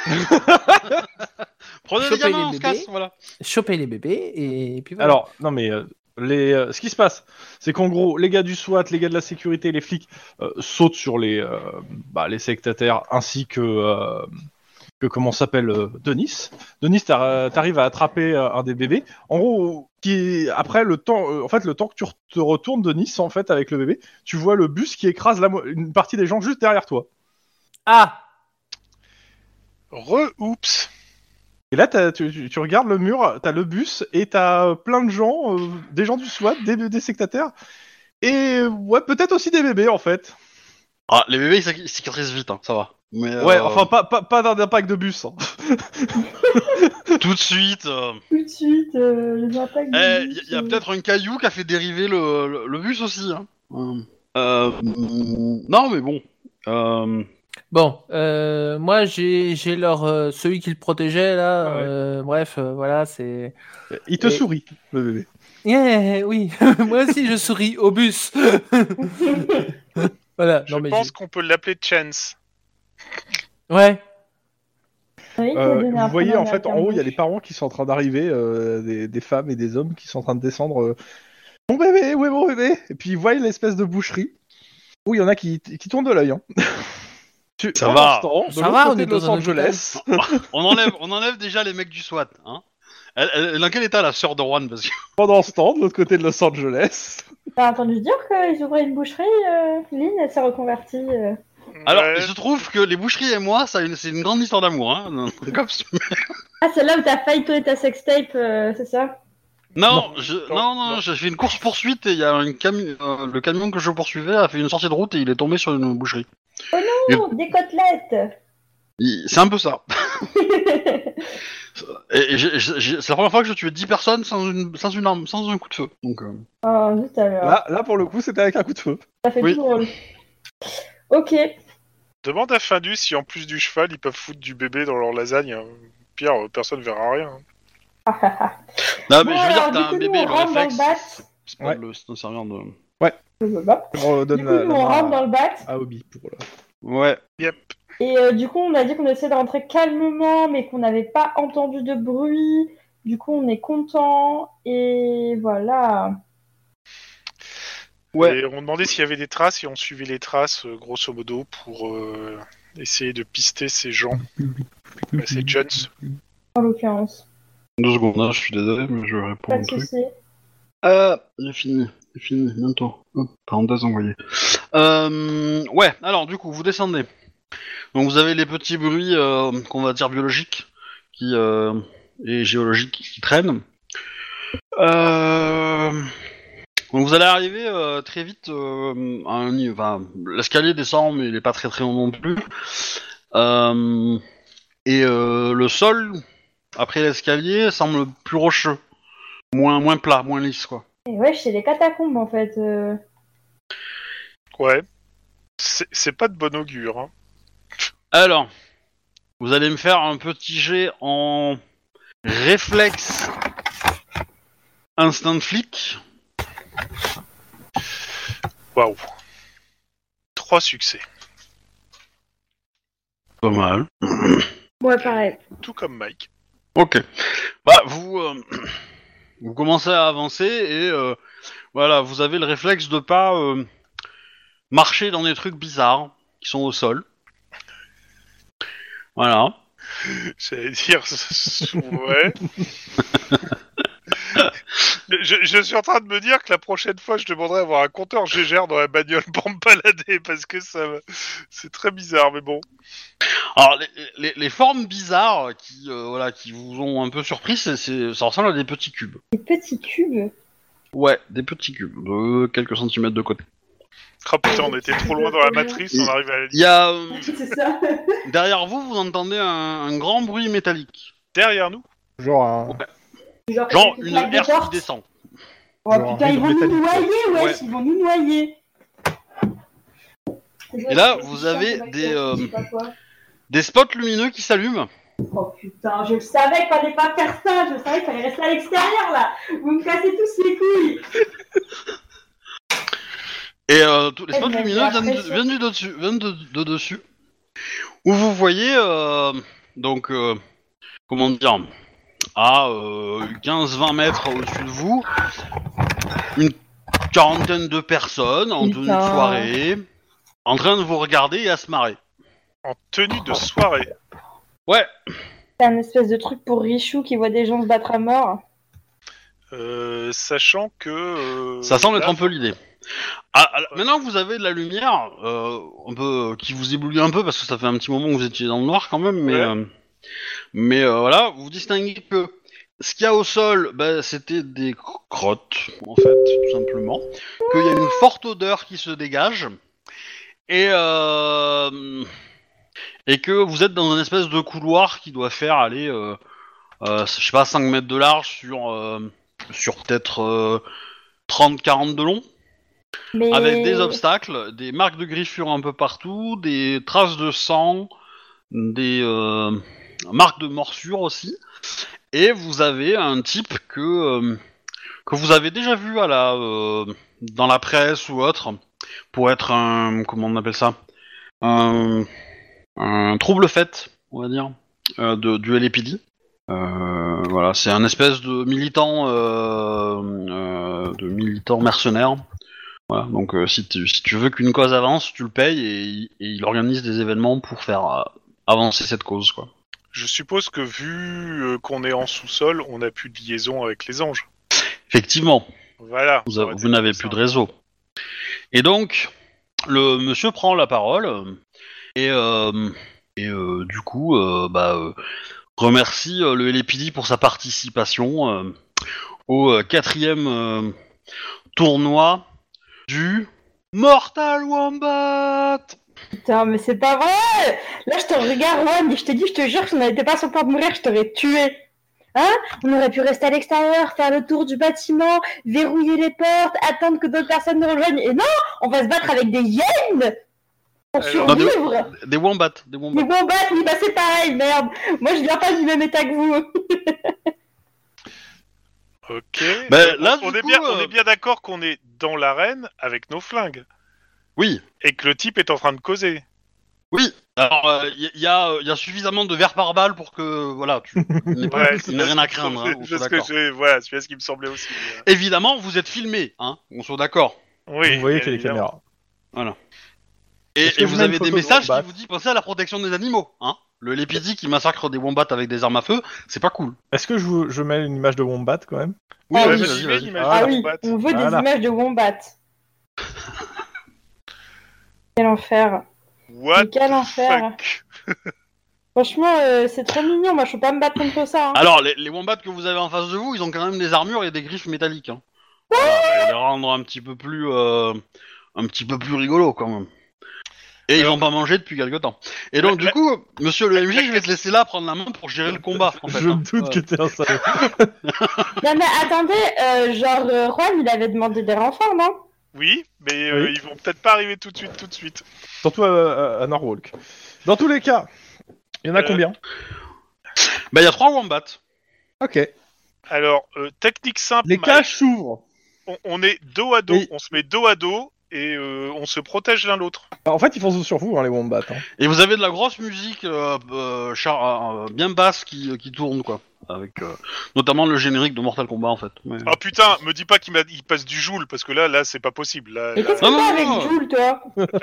Prenez les Chopez gamins, les on se bébés. casse, voilà. Choper les bébés et puis voilà. Alors, non mais ce qui se passe, c'est qu'en gros, les gars du SWAT, les gars de la sécurité, les flics sautent sur les sectataires ainsi que comment s'appelle Denis. Denis, t'arrives à attraper un des bébés. En gros, après le temps, le temps que tu te retournes, Denis, en fait, avec le bébé, tu vois le bus qui écrase une partie des gens juste derrière toi. Ah, Oups. Et là, tu regardes le mur, t'as le bus et t'as plein de gens, des gens du SWAT, des sectataires, et ouais, peut-être aussi des bébés en fait. Ah, les bébés ils cicatrisent vite, hein, ça va. Mais, Ouais, enfin pas d'impact de bus. Hein. tout de suite. Tout de suite, les attaques. Il y a peut-être un caillou qui a fait dériver le bus aussi. Hein. Non, mais bon. bon, moi j'ai celui qui le protégeait là. Ouais. Bref, voilà, c'est. Il te sourit, le bébé. Yeah, oui, moi aussi je souris au bus. Voilà. Je Non mais pense qu'on peut l'appeler Chance. ouais. Vous voyez en fait en haut, il y a les parents qui sont en train d'arriver, des femmes et des hommes qui sont en train de descendre. Mon bébé, où est mon bébé? Et puis ils voient l'espèce de boucherie où il y en a qui tournent de l'œil. Hein. Ça va. De Ça l'autre va, on côté est de Los dans un Angeles. on enlève déjà les mecs du SWAT. Hein. Elle est dans quel état la sœur de Juan parce que... Pendant ce temps, de l'autre côté de Los Angeles. T'as entendu dire qu'ils ouvraient une boucherie, Lynn, elle s'est reconvertie. Alors, Ouais. il se trouve que les boucheries et moi, c'est une grande histoire d'amour. Hein. Ah, c'est là où t'as failli tourner ta sextape, c'est ça? Non, Non. j'ai fait une course poursuite et il y a le camion que je poursuivais a fait une sortie de route et il est tombé sur une boucherie. Oh, des côtelettes. C'est un peu ça. Et c'est la première fois que je tuais 10 personnes sans une arme, sans un coup de feu. Donc, Oh, zut alors. Là, pour le coup, c'était avec un coup de feu. Ça fait oui. tout drôle. Ok. Demande à Findus si en plus du cheval, ils peuvent foutre du bébé dans leur lasagne. Hein. Pire, personne verra rien. Hein. Non, mais Bon, je veux dire, alors, t'as du un coup, bébé, nous, le on rentre dans réflexe, le bat. c'est pas Ouais. c'est un servir de... On donne Du coup, nous, on rentre dans le bat. à Obi pour le... Ouais. Yep. Et du coup, on a dit qu'on essayait de rentrer calmement, mais qu'on n'avait pas entendu de bruit. Du coup, on est content. Et voilà. Ouais. Et on demandait s'il y avait des traces et on suivait les traces, grosso modo, pour essayer de pister ces gens, ces Jones. En l'occurrence. 2 secondes, hein, je suis désolé, mais je réponds Pas au de truc. soucis. J'ai fini. C'est fini, bientôt. Hop, parenthèse envoyée. Ouais, alors du coup, vous descendez. Donc vous avez les petits bruits, qu'on va dire biologiques, et géologiques qui traînent. Donc vous allez arriver très vite à un niveau. Enfin, l'escalier descend, mais il est pas très haut non plus. Et le sol, après l'escalier, semble plus rocheux. Moins plat, moins lisse, quoi. Et ouais, c'est les catacombes en fait. Ouais. C'est pas de bon augure. Hein. Alors, vous allez me faire un petit jet en réflexe instant flic. Waouh. 3 succès. Pas mal. Ouais, pareil. Tout comme Mike. Ok. Bah, vous commencez à avancer et voilà, vous avez le réflexe de pas marcher dans des trucs bizarres qui sont au sol. Voilà. J'allais dire... ouais. Je suis en train de me dire que la prochaine fois, je demanderai d'avoir un compteur GGR dans la bagnole pour me balader, parce que c'est très bizarre, mais bon. Alors, les formes bizarres qui vous ont un peu surpris, ça ressemble à des petits cubes. Des petits cubes. Ouais, des petits cubes de quelques centimètres de côté. Oh putain, on était trop loin dans la matrice, on arrive à la ligne. Il y a C'est ça. derrière vous, vous entendez un grand bruit métallique. Derrière nous. Genre un... Genre une herse qui descend. Oh Genre putain, un ils vont nous métallique, noyer, ouais. wesh, ils vont nous noyer. Et là, vous avez des spots lumineux qui s'allument. Oh putain, je le savais qu'il fallait pas faire ça, je savais qu'il fallait rester à l'extérieur là. Vous me cassez tous les couilles. Et tous les spots mais lumineux la viennent de dessus. Où vous voyez, donc, comment dire, à 15-20 mètres au-dessus de vous, une quarantaine de personnes en tenue de Putain. soirée, en train de vous regarder et à se marrer. En tenue de soirée. Ouais, C'est un espèce de truc pour Richou qui voit des gens se battre à mort. Sachant que... ça semble être là, un peu l'idée. Ah, alors, maintenant que vous avez de la lumière, un peu qui vous éblouit un peu parce que ça fait un petit moment que vous étiez dans le noir quand même, mais voilà, vous distinguez que ce qu'il y a au sol, bah, c'était des crottes en fait, tout simplement. Qu'il y a une forte odeur qui se dégage et que vous êtes dans une espèce de couloir qui doit faire aller, je sais pas, 5 mètres de large sur peut-être 30-40 de long. Mais... Avec des obstacles, des marques de griffures un peu partout, des traces de sang, des marques de morsure aussi. Et vous avez un type que vous avez déjà vu dans la presse ou autre, pour être un... comment on appelle ça, un trouble-fête, on va dire, du LAPD. Voilà, c'est un espèce de militant mercenaire. Voilà, donc si tu veux qu'une cause avance, tu le payes et il organise des événements pour faire avancer cette cause, quoi. Je suppose que vu qu'on est en sous-sol, on n'a plus de liaison avec les anges. Effectivement, Voilà. vous n'avez plus de réseau. Et donc, le monsieur prend la parole et du coup, remercie le LAPD pour sa participation au 4e tournoi du Mortal Wombat. Putain, mais c'est pas vrai. Là, je te regarde, Juan, et je te dis, je te jure que si on n'était pas sur le point de mourir, je t'aurais tué. Hein? On aurait pu rester à l'extérieur, faire le tour du bâtiment, verrouiller les portes, attendre que d'autres personnes nous rejoignent. Et non, on va se battre avec des hyènes pour survivre. Des wombats. Les wombats, oui, bah c'est pareil, merde. Moi, je viens pas du même état que vous. Ok. Ben, là, on du est coup, bien, on est bien d'accord qu'on est dans l'arène avec nos flingues. Oui. Et que le type est en train de causer. Oui. Alors, il y a suffisamment de verre par balle pour que voilà, tu n'aies rien à craindre. Hein, on soit d'accord. Voilà, c'est ce qui me semblait aussi. Évidemment, vous êtes filmé, hein. On soit d'accord. Oui. Vous voyez qu'il y a des évidemment. caméras. Voilà. Est-ce que Et je vous mets avez une des photo de messages qui Wombat vous disent pensez à la protection des animaux, hein. Le Lépidi qui massacre des wombats avec des armes à feu, c'est pas cool. Est-ce que je mets une image de Wombat quand même? Oui, Ah vas-y, oui. vas-y, mets vas-y. l'image Ah de Ah oui, Wombat. on veut Voilà. des images de Wombat. Quel enfer. What Mais quel the enfer. fuck. Franchement, c'est trop mignon. Moi, je peux pas me battre contre ça. Hein. Alors, les wombats que vous avez en face de vous, ils ont quand même des armures et des griffes métalliques. Hein. Voilà, pour les rendre un petit peu plus rigolo quand même. Et ils ont pas mangé depuis quelque temps. Et donc, du coup, monsieur le MJ, je vais te laisser là prendre la main pour gérer le combat, en fait. Je hein. me doute que t'es un salaud. Non, mais attendez, Juan, il avait demandé des renforts, non? Oui, mais Oui. ils vont peut-être pas arriver tout de suite. Surtout à Norwalk. Dans tous les cas, il y en a combien? Bah, il y a 3 wombats. Ok. Alors, technique simple, Les Mike, caches s'ouvrent. on est dos à dos, Oui. on se met dos à dos et on se protège l'un l'autre. En fait, ils foncent sur vous, hein, les Wombats. Hein. Et vous avez de la grosse musique bien basse qui tourne, quoi. Avec notamment le générique de Mortal Kombat, en fait. Mais... Ah putain, me dis pas qu'il passe du Joule, parce que là c'est pas possible. Mais qu'est-ce que Non, t'as non, avec non. Jules, toi?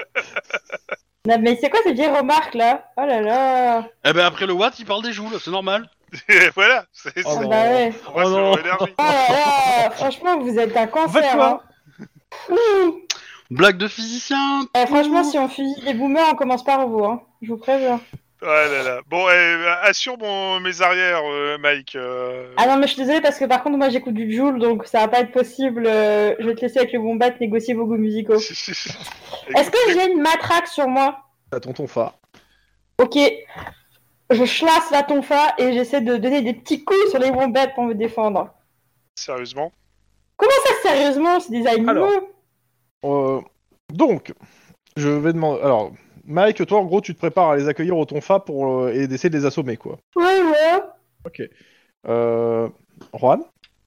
Non, mais c'est quoi cette vieille remarque, là? Oh là là. Eh ben, après le Watt, il parle des joules, c'est normal. Voilà, c'est Oh Ah non. bah ouais. on reste Oh sur non. l'énergie. Oh là là. Franchement, vous êtes un cancer, En fait, toi- hein. Ouh. Blague de physicien. Franchement, si on fusille des boomers, on commence par vous, hein. Je vous préviens. Ouais là là. Bon, assure mes arrières, Mike. Ah non, mais je suis désolée parce que par contre, moi j'écoute du Joule, donc ça va pas être possible. Je vais te laisser avec le Wombat négocier vos goûts musicaux. Est-ce que j'ai une matraque sur moi? T'as tonton Fa. Ok. Je chlasse la tonfa et j'essaie de donner des petits coups sur les Wombats pour me défendre. Sérieusement? Comment ça, sérieusement? C'est des animaux. Alors. Donc, je vais demander. Alors, Mike, toi, en gros, tu te prépares à les accueillir au tonfa pour et d'essayer de les assommer, quoi. Ouais. Juan.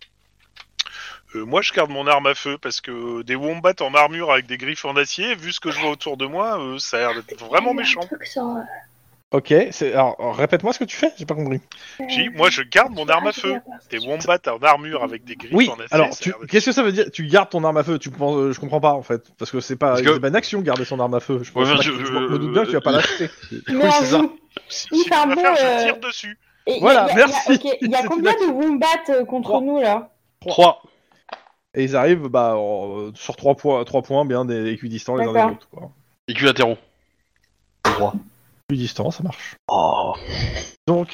Moi, je garde mon arme à feu parce que des wombats en armure avec des griffes en acier, vu ce que je vois autour de moi, ça a l'air d'être vraiment méchant. Ok. Alors, répète-moi ce que tu fais. J'ai pas compris. Moi, je garde mon arme à feu. Des wombats en armure avec des griffes Oui. en acier. Alors, ça a l'air d'être- qu'est-ce que ça veut dire? Tu gardes ton arme à feu. Tu penses, je comprends pas en fait, parce que c'est pas, Parce que- c'est pas une action garder son arme à feu. Je pense Ouais, pas je- que- je me doute bien que tu vas pas l'acheter. Mais Oui, en c'est ça. vous. Si Oui, tu c'est un préfères, bon, je tire dessus. Et Voilà, y a- merci. ok, il y a C'est combien une de Wombats contre 3. nous là? 3. Et ils arrivent sur 3 points bien équidistants les uns des D'accord. autres. Quoi. Équilatéraux. 3. Équidistants, ça marche. Oh. Donc,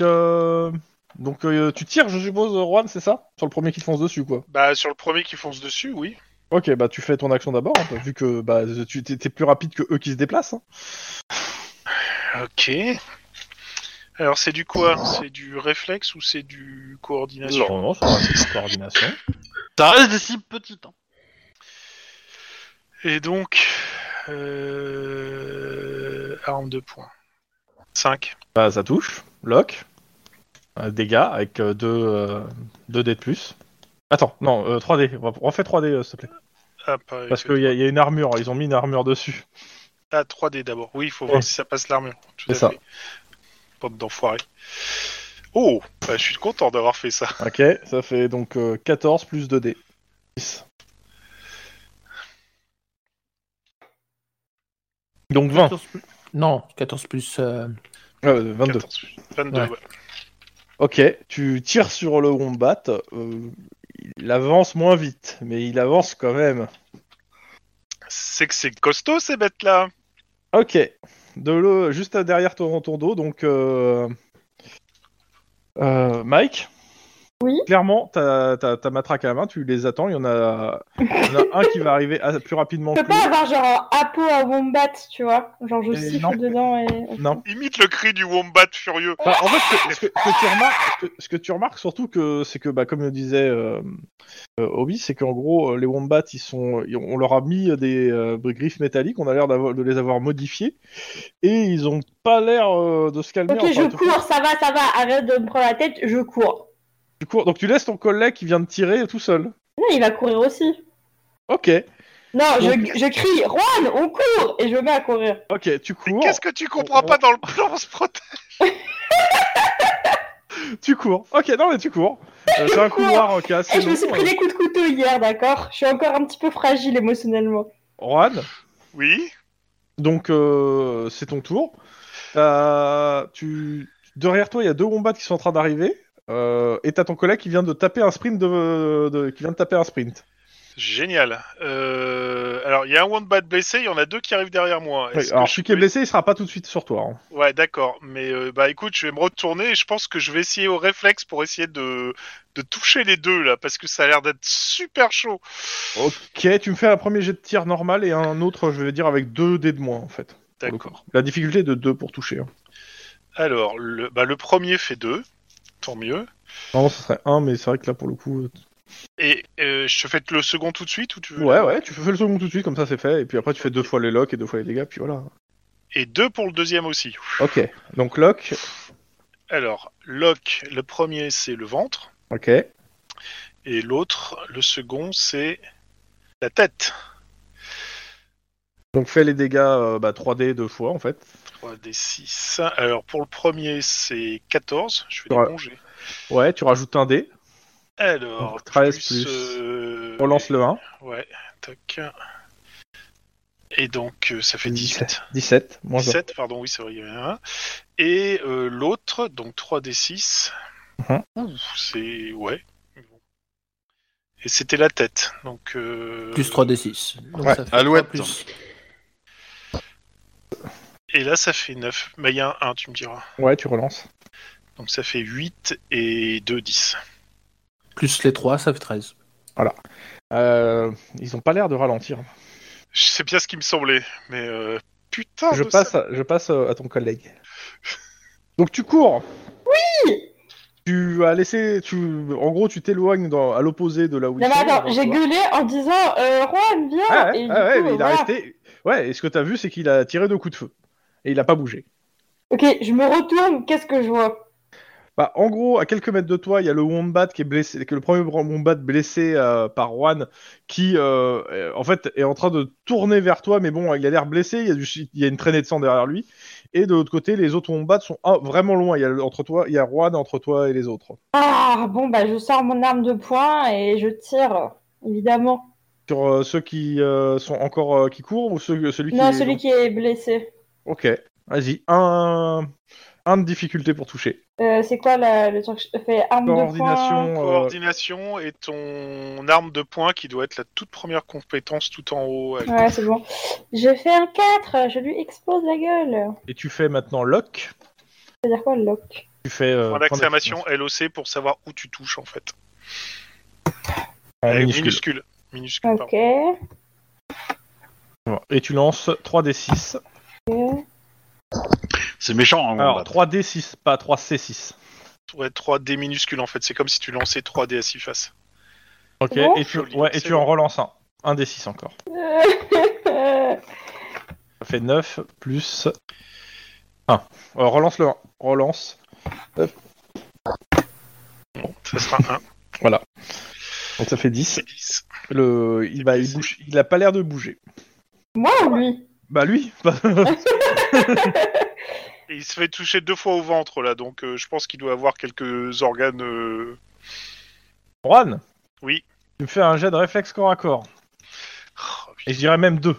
tu tires, je suppose, Juan, c'est ça? Sur le premier qui te fonce dessus, quoi. Bah, sur le premier qui fonce dessus, oui. Ok, bah tu fais ton action d'abord, hein, vu que bah, t'es plus rapide que eux qui se déplacent. Hein. Ok. Alors, c'est du quoi? C'est du réflexe ou c'est du coordination? Non, ça reste coordination. Ça reste des cibles petites. Hein. Et donc... arme de poing. 5. Bah, ça touche. Lock. Dégâts avec 2 dés de plus. Attends, non, 3D. Refais 3D, s'il te plaît. Ah, pas Parce qu'il y a une armure, ils ont mis une armure dessus. Ah, 3D d'abord. Oui, il faut Ouais. voir si ça passe l'armure. Tout C'est à ça. fait. Bande d'enfoirés. Oh, bah, je suis content d'avoir fait ça. Ok, ça fait donc 14 plus 2D. 10. Donc 20. 14 plus... Non, 14 plus... 22. 14, 22, Ouais. ouais. Ok, tu tires sur le Wombat. Il avance moins vite, mais il avance quand même. C'est que c'est costaud ces bêtes-là. Ok, juste derrière ton dos, donc Mike. Oui. Clairement, ta matraque à la main, tu les attends. Il y en a un qui va arriver plus rapidement Je que peux pas l'autre. avoir genre un pot à Wombat, tu vois? Genre je Et siffle non. dedans et. Non. Imite le cri du wombat furieux. Bah, en fait, ce que tu remarques surtout, c'est que, bah, comme le disait Obi, c'est qu'en gros, les wombats, on leur a mis des griffes métalliques, on a l'air de les avoir modifiés, et ils ont pas l'air de se calmer. Ok, Enfin, je cours, ça va, arrête de me prendre la tête, je cours. Tu cours. Donc tu laisses ton collègue qui vient de tirer tout seul. Non, il va courir aussi. Ok, Non, Donc- je crie, Juan, on court! Et je me mets à courir. ok, tu Mais cours. qu'est-ce que tu comprends pas dans le plan, on se protège? Tu cours. Ok, non mais tu cours. C'est un cours. couloir qui est assez Et je me long. suis pris des coups de couteau hier, d'accord? Je suis encore un petit peu fragile émotionnellement. Juan, Oui. donc c'est ton tour. Derrière toi, il y a 2 wombats qui sont en train d'arriver. Et t'as ton collègue qui vient de taper un sprint qui vient de taper un sprint. Génial. Alors, il y a un Wombat blessé, il y en a 2 qui arrivent derrière moi. Oui, Est-ce alors que je celui qui est peux- blessé, il sera pas tout de suite sur toi. Hein. Ouais, d'accord. Mais bah écoute, je vais me retourner et je pense que je vais essayer au réflexe pour essayer de toucher les 2 là, parce que ça a l'air d'être super chaud. Ok, tu me fais un premier jet de tir normal et un autre, je vais dire, avec 2 dés de moins en fait. pour le D'accord. coup. La difficulté est de 2 pour toucher. Hein. Alors, le premier fait 2, tant mieux. Non, ce serait 1, mais c'est vrai que là pour le coup. Et je te fais le second tout de suite ou tu veux Ouais, tu fais le second tout de suite, comme ça c'est fait. Et puis après, tu fais 2 fois les locks et 2 fois les dégâts, puis voilà. Et 2 pour le deuxième aussi. Ok, donc lock. Alors, lock, le premier c'est le ventre. Ok. Et l'autre, le second, c'est la tête. Donc fais les dégâts 3D 2 fois en fait. 3d6. Alors, pour le premier, c'est 14. Je fais des Ouais. bons jets. Ouais, tu rajoutes un dé. Alors, Donc, 13 plus. Relance le 1. Ouais, tac. Et donc, ça fait 18. 17. Moins 17, pardon, oui, c'est vrai, il y avait un. Et l'autre, donc 3d6. Mhm. Ouh, c'est... Ouais. Bon. Et c'était la tête, donc... Plus 3d6. Donc Ouais, ça fait Alouette. 3 plus. Et là, ça fait 9. Bah, il y a un 1, tu me diras. Ouais, tu relances. Donc ça fait 8 et 2, 10. Plus les 3, ça fait 13. Ils ont pas l'air de ralentir. C'est bien ce qui me semblait, mais putain Je de passe, ça. à ton collègue. Donc tu cours. Oui. Tu as laissé, en gros, tu t'éloignes à l'opposé de là où Non, ils mais sont. attends, j'ai gueulé en disant Juan, viens Ah ouais, Et du ah ouais, coup, mais il a voilà. resté. Ouais, et ce que t'as vu, c'est qu'il a tiré 2 coups de feu et il a pas bougé. Ok, je me retourne, qu'est-ce que je vois? Bah, en gros, à quelques mètres de toi, il y a le Wombat qui est blessé, que le premier Wombat blessé par Juan, qui en fait est en train de tourner vers toi, mais bon, il a l'air blessé, il y a une traînée de sang derrière lui. Et de l'autre côté, les autres Wombats sont vraiment loin. Il y a Juan entre toi et les autres. Ah, bon, bah je sors mon arme de poing et je tire, évidemment. Sur ceux qui sont encore qui courent ou celui qui Non, est celui qui est blessé. Ok, vas-y, un de difficulté pour toucher. C'est quoi le truc? Je fais arme de poing. Coordination. Coordination et ton arme de poing qui doit être la toute première compétence tout en haut. Ouais, c'est bon. Je fais un 4, je lui explose la gueule. Et tu fais maintenant lock. C'est-à-dire quoi, le lock? Tu fais Point d'exclamation LOC pour savoir où tu touches en fait. en Avec minuscule. Minuscule, Ok. pardon. Et tu lances 3d6. Ok. C'est méchant, hein, Alors Wombat. 3d6, pas 3c6. Ouais, 3D minuscule en fait. C'est comme si tu lançais 3D à 6 faces. Ok, Bon. et Joli, et c'est tu en bon. relances un d6 encore. Ça fait 9 plus 1. Relance le 1. Relance. Ça sera 1. Voilà. Donc ça fait 10. C'est 10. Il a pas l'air de bouger. Moi ou lui? Bah lui. Et il se fait toucher 2 fois au ventre là, donc je pense qu'il doit avoir quelques organes. Juan. Oui. Tu me fais un jet de réflexe corps à corps. Oh, Et je dirais même 2.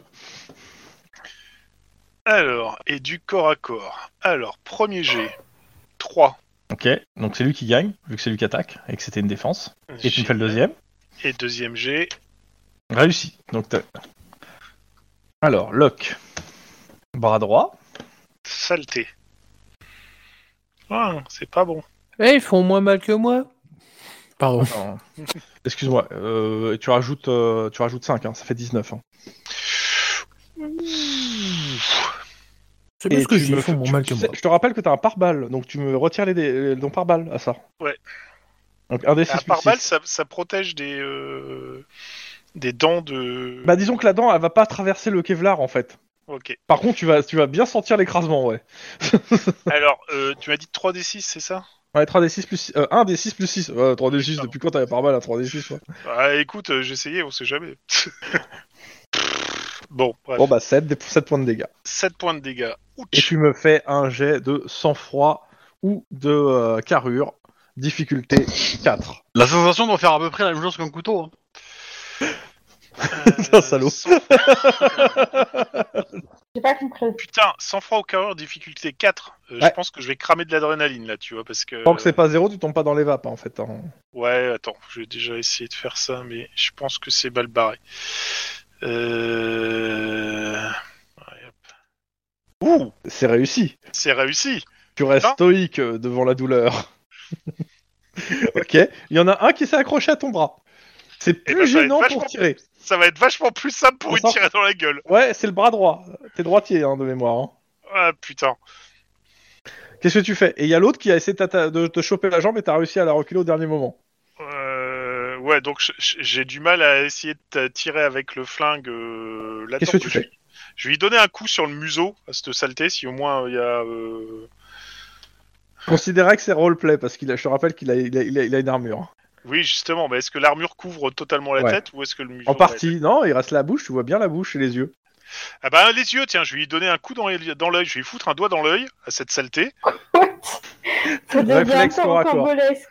Alors, et du corps à corps. Alors, premier jet. 3. Ok, donc c'est lui qui gagne, vu que c'est lui qui attaque, et que c'était une défense. Et tu me fais le deuxième. Et deuxième jet. Réussi. Donc alors, lock. Bras droit. Saleté. Ah, c'est pas bon. Eh, ils font moins mal que moi. Pardon. Non. Excuse-moi, tu rajoutes 5, hein, ça fait 19. Hein. C'est bien ce que je dis, me ils font fais- moins tu- mal tu que sais- moi. Je te rappelle que t'as un pare-balles, donc tu me retires les dons pare-balles à ça. Ouais. Donc un des 6 À plus part balle, 6. ça protège des dents de. Bah disons que la dent, elle va pas traverser le Kevlar en fait. Ok. Par contre, tu vas bien sentir l'écrasement, ouais. Alors, tu m'as dit 3d6, c'est ça? Ouais, 3d6 plus 1 des 6 plus 6. 3d6, Putain. depuis quand t'avais pare-balles à 3d6, ouais. Ah, écoute, j'ai essayé, on sait jamais. Bon, bref. Bon bah 7 points de dégâts. 7 points de dégâts. Ouch. Et tu me fais un jet de sang-froid ou de carrure, difficulté 4. La sensation doit faire à peu près la même chose qu'un couteau. Hein. C'est un salaud. J'ai pas compris. Putain, sang-froid au carreur, difficulté 4. Je Ouais. pense que je vais cramer de l'adrénaline là, tu vois, parce que... Tant que c'est pas 0, tu tombes pas dans les vapes, en fait. Hein. Ouais, attends, je vais déjà essayer de faire ça, mais je pense que c'est mal barré. Ouais, hop. Ouh, C'est réussi. c'est réussi. Tu restes Non. stoïque devant la douleur. Ok, il y en a un qui s'est accroché à ton bras. C'est plus ben, ça va être gênant vachement pour tirer. Ça va être vachement plus simple pour On lui s'en- tirer dans la gueule. Ouais, c'est le bras droit. T'es droitier, hein, de mémoire. Hein. Ah putain. Qu'est-ce que tu fais? Et il y a l'autre qui a essayé de te choper la jambe et t'as réussi à la reculer au dernier moment. Ouais, donc j'ai du mal à essayer de tirer avec le flingue là-dedans. Qu'est-ce que tu fais? Je vais lui donner un coup sur le museau à cette saleté, si au moins il y a... Considérez que c'est roleplay, parce je te rappelle qu'il a une armure. Oui, justement, mais est-ce que l'armure couvre totalement la Ouais. tête ou est-ce que le museau... En partie, non, il reste la bouche, tu vois bien la bouche et les yeux. Ah bah les yeux, tiens, je vais lui donner un coup dans l'œil, je vais lui foutre un doigt dans l'œil à cette saleté. What? Ça devient Réflexe corps à corps. rocambolesque.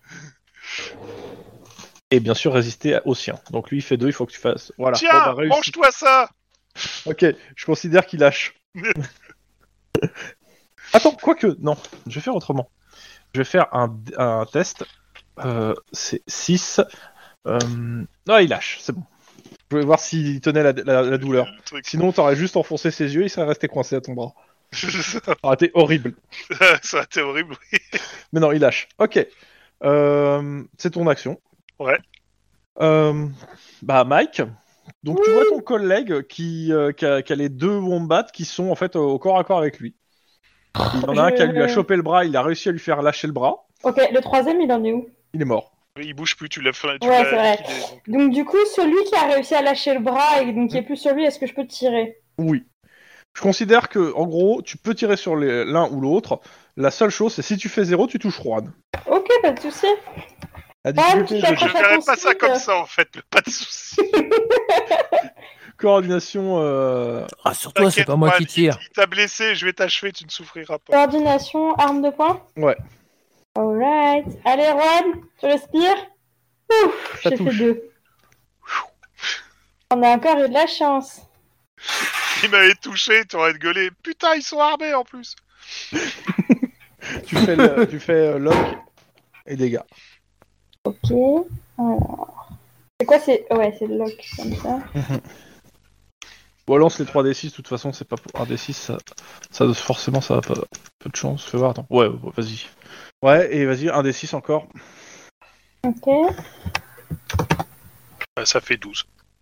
Et bien sûr résister au sien. Donc lui il fait 2, il faut que tu fasses... Voilà. Tiens, Bon, bah, réussi. mange-toi ça. Ok, je considère qu'il lâche. Attends, quoique, non, je vais faire autrement. Je vais faire un test. C'est 6. Non, il lâche, c'est bon. Je vais voir s'il tenait la douleur. Le truc. Sinon, t'aurais juste enfoncé ses yeux, il serait resté coincé à ton bras. Ça aurait été horrible. Ça a été horrible, oui. Mais non, il lâche. Ok. C'est ton action. Ouais. Bah, Mike. Donc, tu vois ton collègue qui a les 2 wombats qui sont en fait au corps à corps avec lui. Il y en a un qui lui a chopé le bras, il a réussi à lui faire lâcher le bras. Ok, le troisième, il en est où? Il est mort. Il bouge plus, tu l'as fait. Ouais, c'est vrai. liquidé, donc. Donc du coup, celui qui a réussi à lâcher le bras et donc qui est plus sur lui, est-ce que je peux tirer? Oui. Je considère que, en gros, tu peux tirer sur l'un ou l'autre. La seule chose, c'est si tu fais 0, tu touches Juan. Ok, pas de souci. La difficulté tu de t'accroches Je à verrais ton pas ça slip. comme ça, en fait, pas de soucis. coordination. Rassure-toi, c'est pas moi Juan, qui tire. Il t'a blessé, je vais t'achever, tu ne souffriras pas. Coordination, arme de poing. Ouais. Alright. Allez, Juan, tu respires. Ouf, Ça j'ai fait touche. 2. On a encore eu de la chance. Il m'avait touché, tu aurais gueulé. Putain, ils sont armés en plus. Tu fais lock et dégâts. Ok. Alors. C'est quoi, c'est... Ouais, c'est le lock, comme ça. Bon, lance les 3d6, de toute façon, c'est pas pour un d6, ça forcément, ça a pas peu de chance. Fais voir, attends. Ouais, vas-y. Ouais, et vas-y, un d6 encore. Ok. Ça fait 12.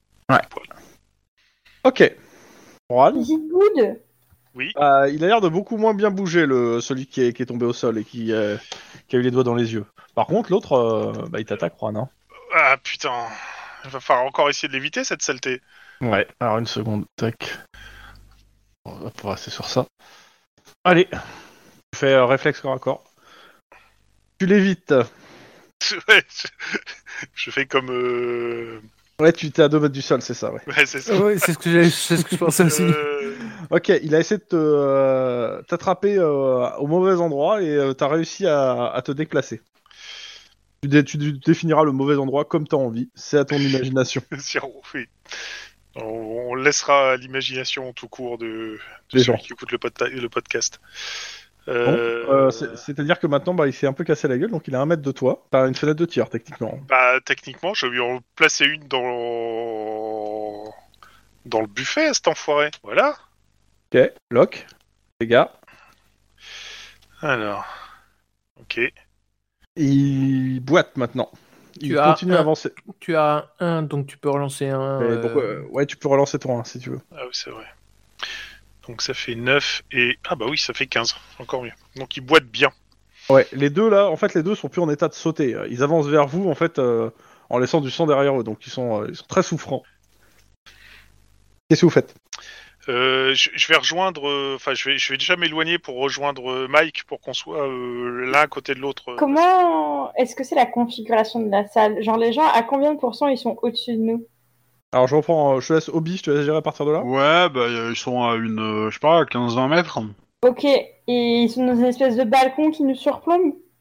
Ok. Juan, Is it good? il a l'air de beaucoup moins bien bouger, celui qui est tombé au sol et qui a eu les doigts dans les yeux. Par contre, l'autre, il t'attaque, Juan, hein. Ah putain. Il va falloir encore essayer de l'éviter, cette saleté. Ouais, alors une seconde, tac. On va pouvoir rester sur ça. Allez, tu fais réflexe corps à corps. Tu l'évites. Ouais, je fais comme... Ouais, tu t'es à 2 mètres du sol, c'est ça, ouais. Ouais, c'est ça. Ouais, c'est ce que je pensais aussi. Ok, il a essayé de t'attraper au mauvais endroit et t'as réussi à te déplacer. Tu définiras le mauvais endroit comme t'as envie, c'est à ton imagination. Oui. On laissera à l'imagination tout court de Les celui gens. qui écoute le podcast. Bon, c'est-à-dire que maintenant, il s'est un peu cassé la gueule, donc il est à 1 mètre de toi. T'as une fenêtre de tir, techniquement. Bah, techniquement, je vais lui en placer une dans le buffet, cet enfoiré. Voilà. Ok, lock, dégâts. Alors. Ok. Il boite maintenant. Il Tu as continue à avancer. Tu as un, donc tu peux relancer un. Mais donc, ouais, tu peux relancer ton 1 si tu veux. Ah oui, c'est vrai. Donc ça fait 9 et... Ah bah oui, ça fait 15. Encore mieux. Donc il boite bien. Ouais, les deux là, en fait, les deux sont plus en état de sauter. Ils avancent vers vous, en fait, en laissant du sang derrière eux, donc ils sont très souffrants. Qu'est-ce que vous faites? Je vais rejoindre... Enfin, je vais déjà m'éloigner pour rejoindre Mike pour qu'on soit l'un à côté de l'autre. Comment est-ce que c'est la configuration de la salle? Genre les gens, à combien de pourcents ils sont au-dessus de nous? Alors je reprends, je te laisse Obi, je te laisse gérer à partir de là. Ouais, bah ils sont à une, je sais pas, 15-20 mètres. Ok, et ils sont dans une espèce de balcon qui nous surplombe?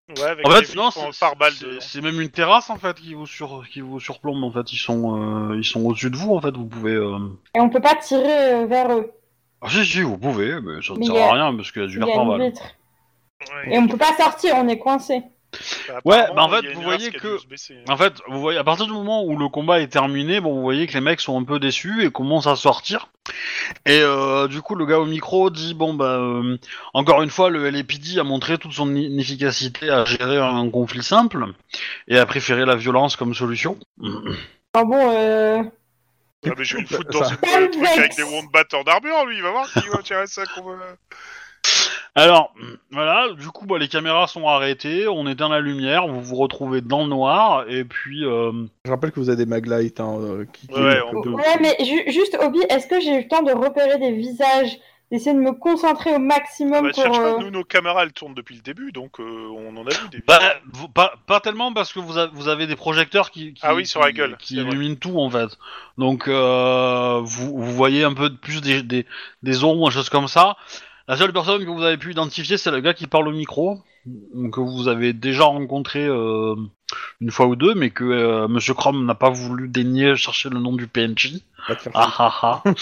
Ouais, avec En des fait, non, vitres par balle dedans. c'est même une terrasse en fait qui vous surplombe en fait. Ils sont au-dessus de vous en fait. Vous pouvez. Et on peut pas tirer vers eux. Ah si, vous pouvez, mais ça ne Mais sert il y a- à rien parce qu'il y a du Il y verre a par une balle. vitre. Ouais, Et on peut pas sortir, on est coincé. Ouais, apparemment, bah en fait, il y a une vous race voyez qui a que- dû se baisser. En fait, vous voyez, à partir du moment où le combat est terminé, bon, vous voyez que les mecs sont un peu déçus et commencent à sortir. Et du coup, le gars au micro dit bon bah encore une fois, le LAPD a montré toute son inefficacité à gérer un conflit simple et a préféré la violence comme solution. Ah bon, Ah, mais je vais le foutre Ça- dans une truc Vex. avec des wombats en armure, lui, il va voir qui va tirer ça qu'on va... Alors voilà, du coup, bah, les caméras sont arrêtées, on éteint la lumière, vous vous retrouvez dans le noir et puis. Je rappelle que vous avez des maglights qui Ouais, donc, on- de- ouais, mais juste, Obi, est-ce que j'ai eu le temps de repérer des visages, d'essayer de me concentrer au maximum Bah, pour... cherche pas, nous, nos caméras, elles tournent depuis le début, donc on en a vu des Bah, vidéos. pas tellement parce que vous avez des projecteurs qui Ah oui, sur la gueule, qui c'est vrai. illuminent tout en fait. Donc vous voyez un peu plus des ombres, des choses comme ça. La seule personne que vous avez pu identifier, c'est le gars qui parle au micro, que vous avez déjà rencontré une fois ou deux, mais que Monsieur Chrome n'a pas voulu daigner chercher le nom du PNJ. va te faire Ah ah ah.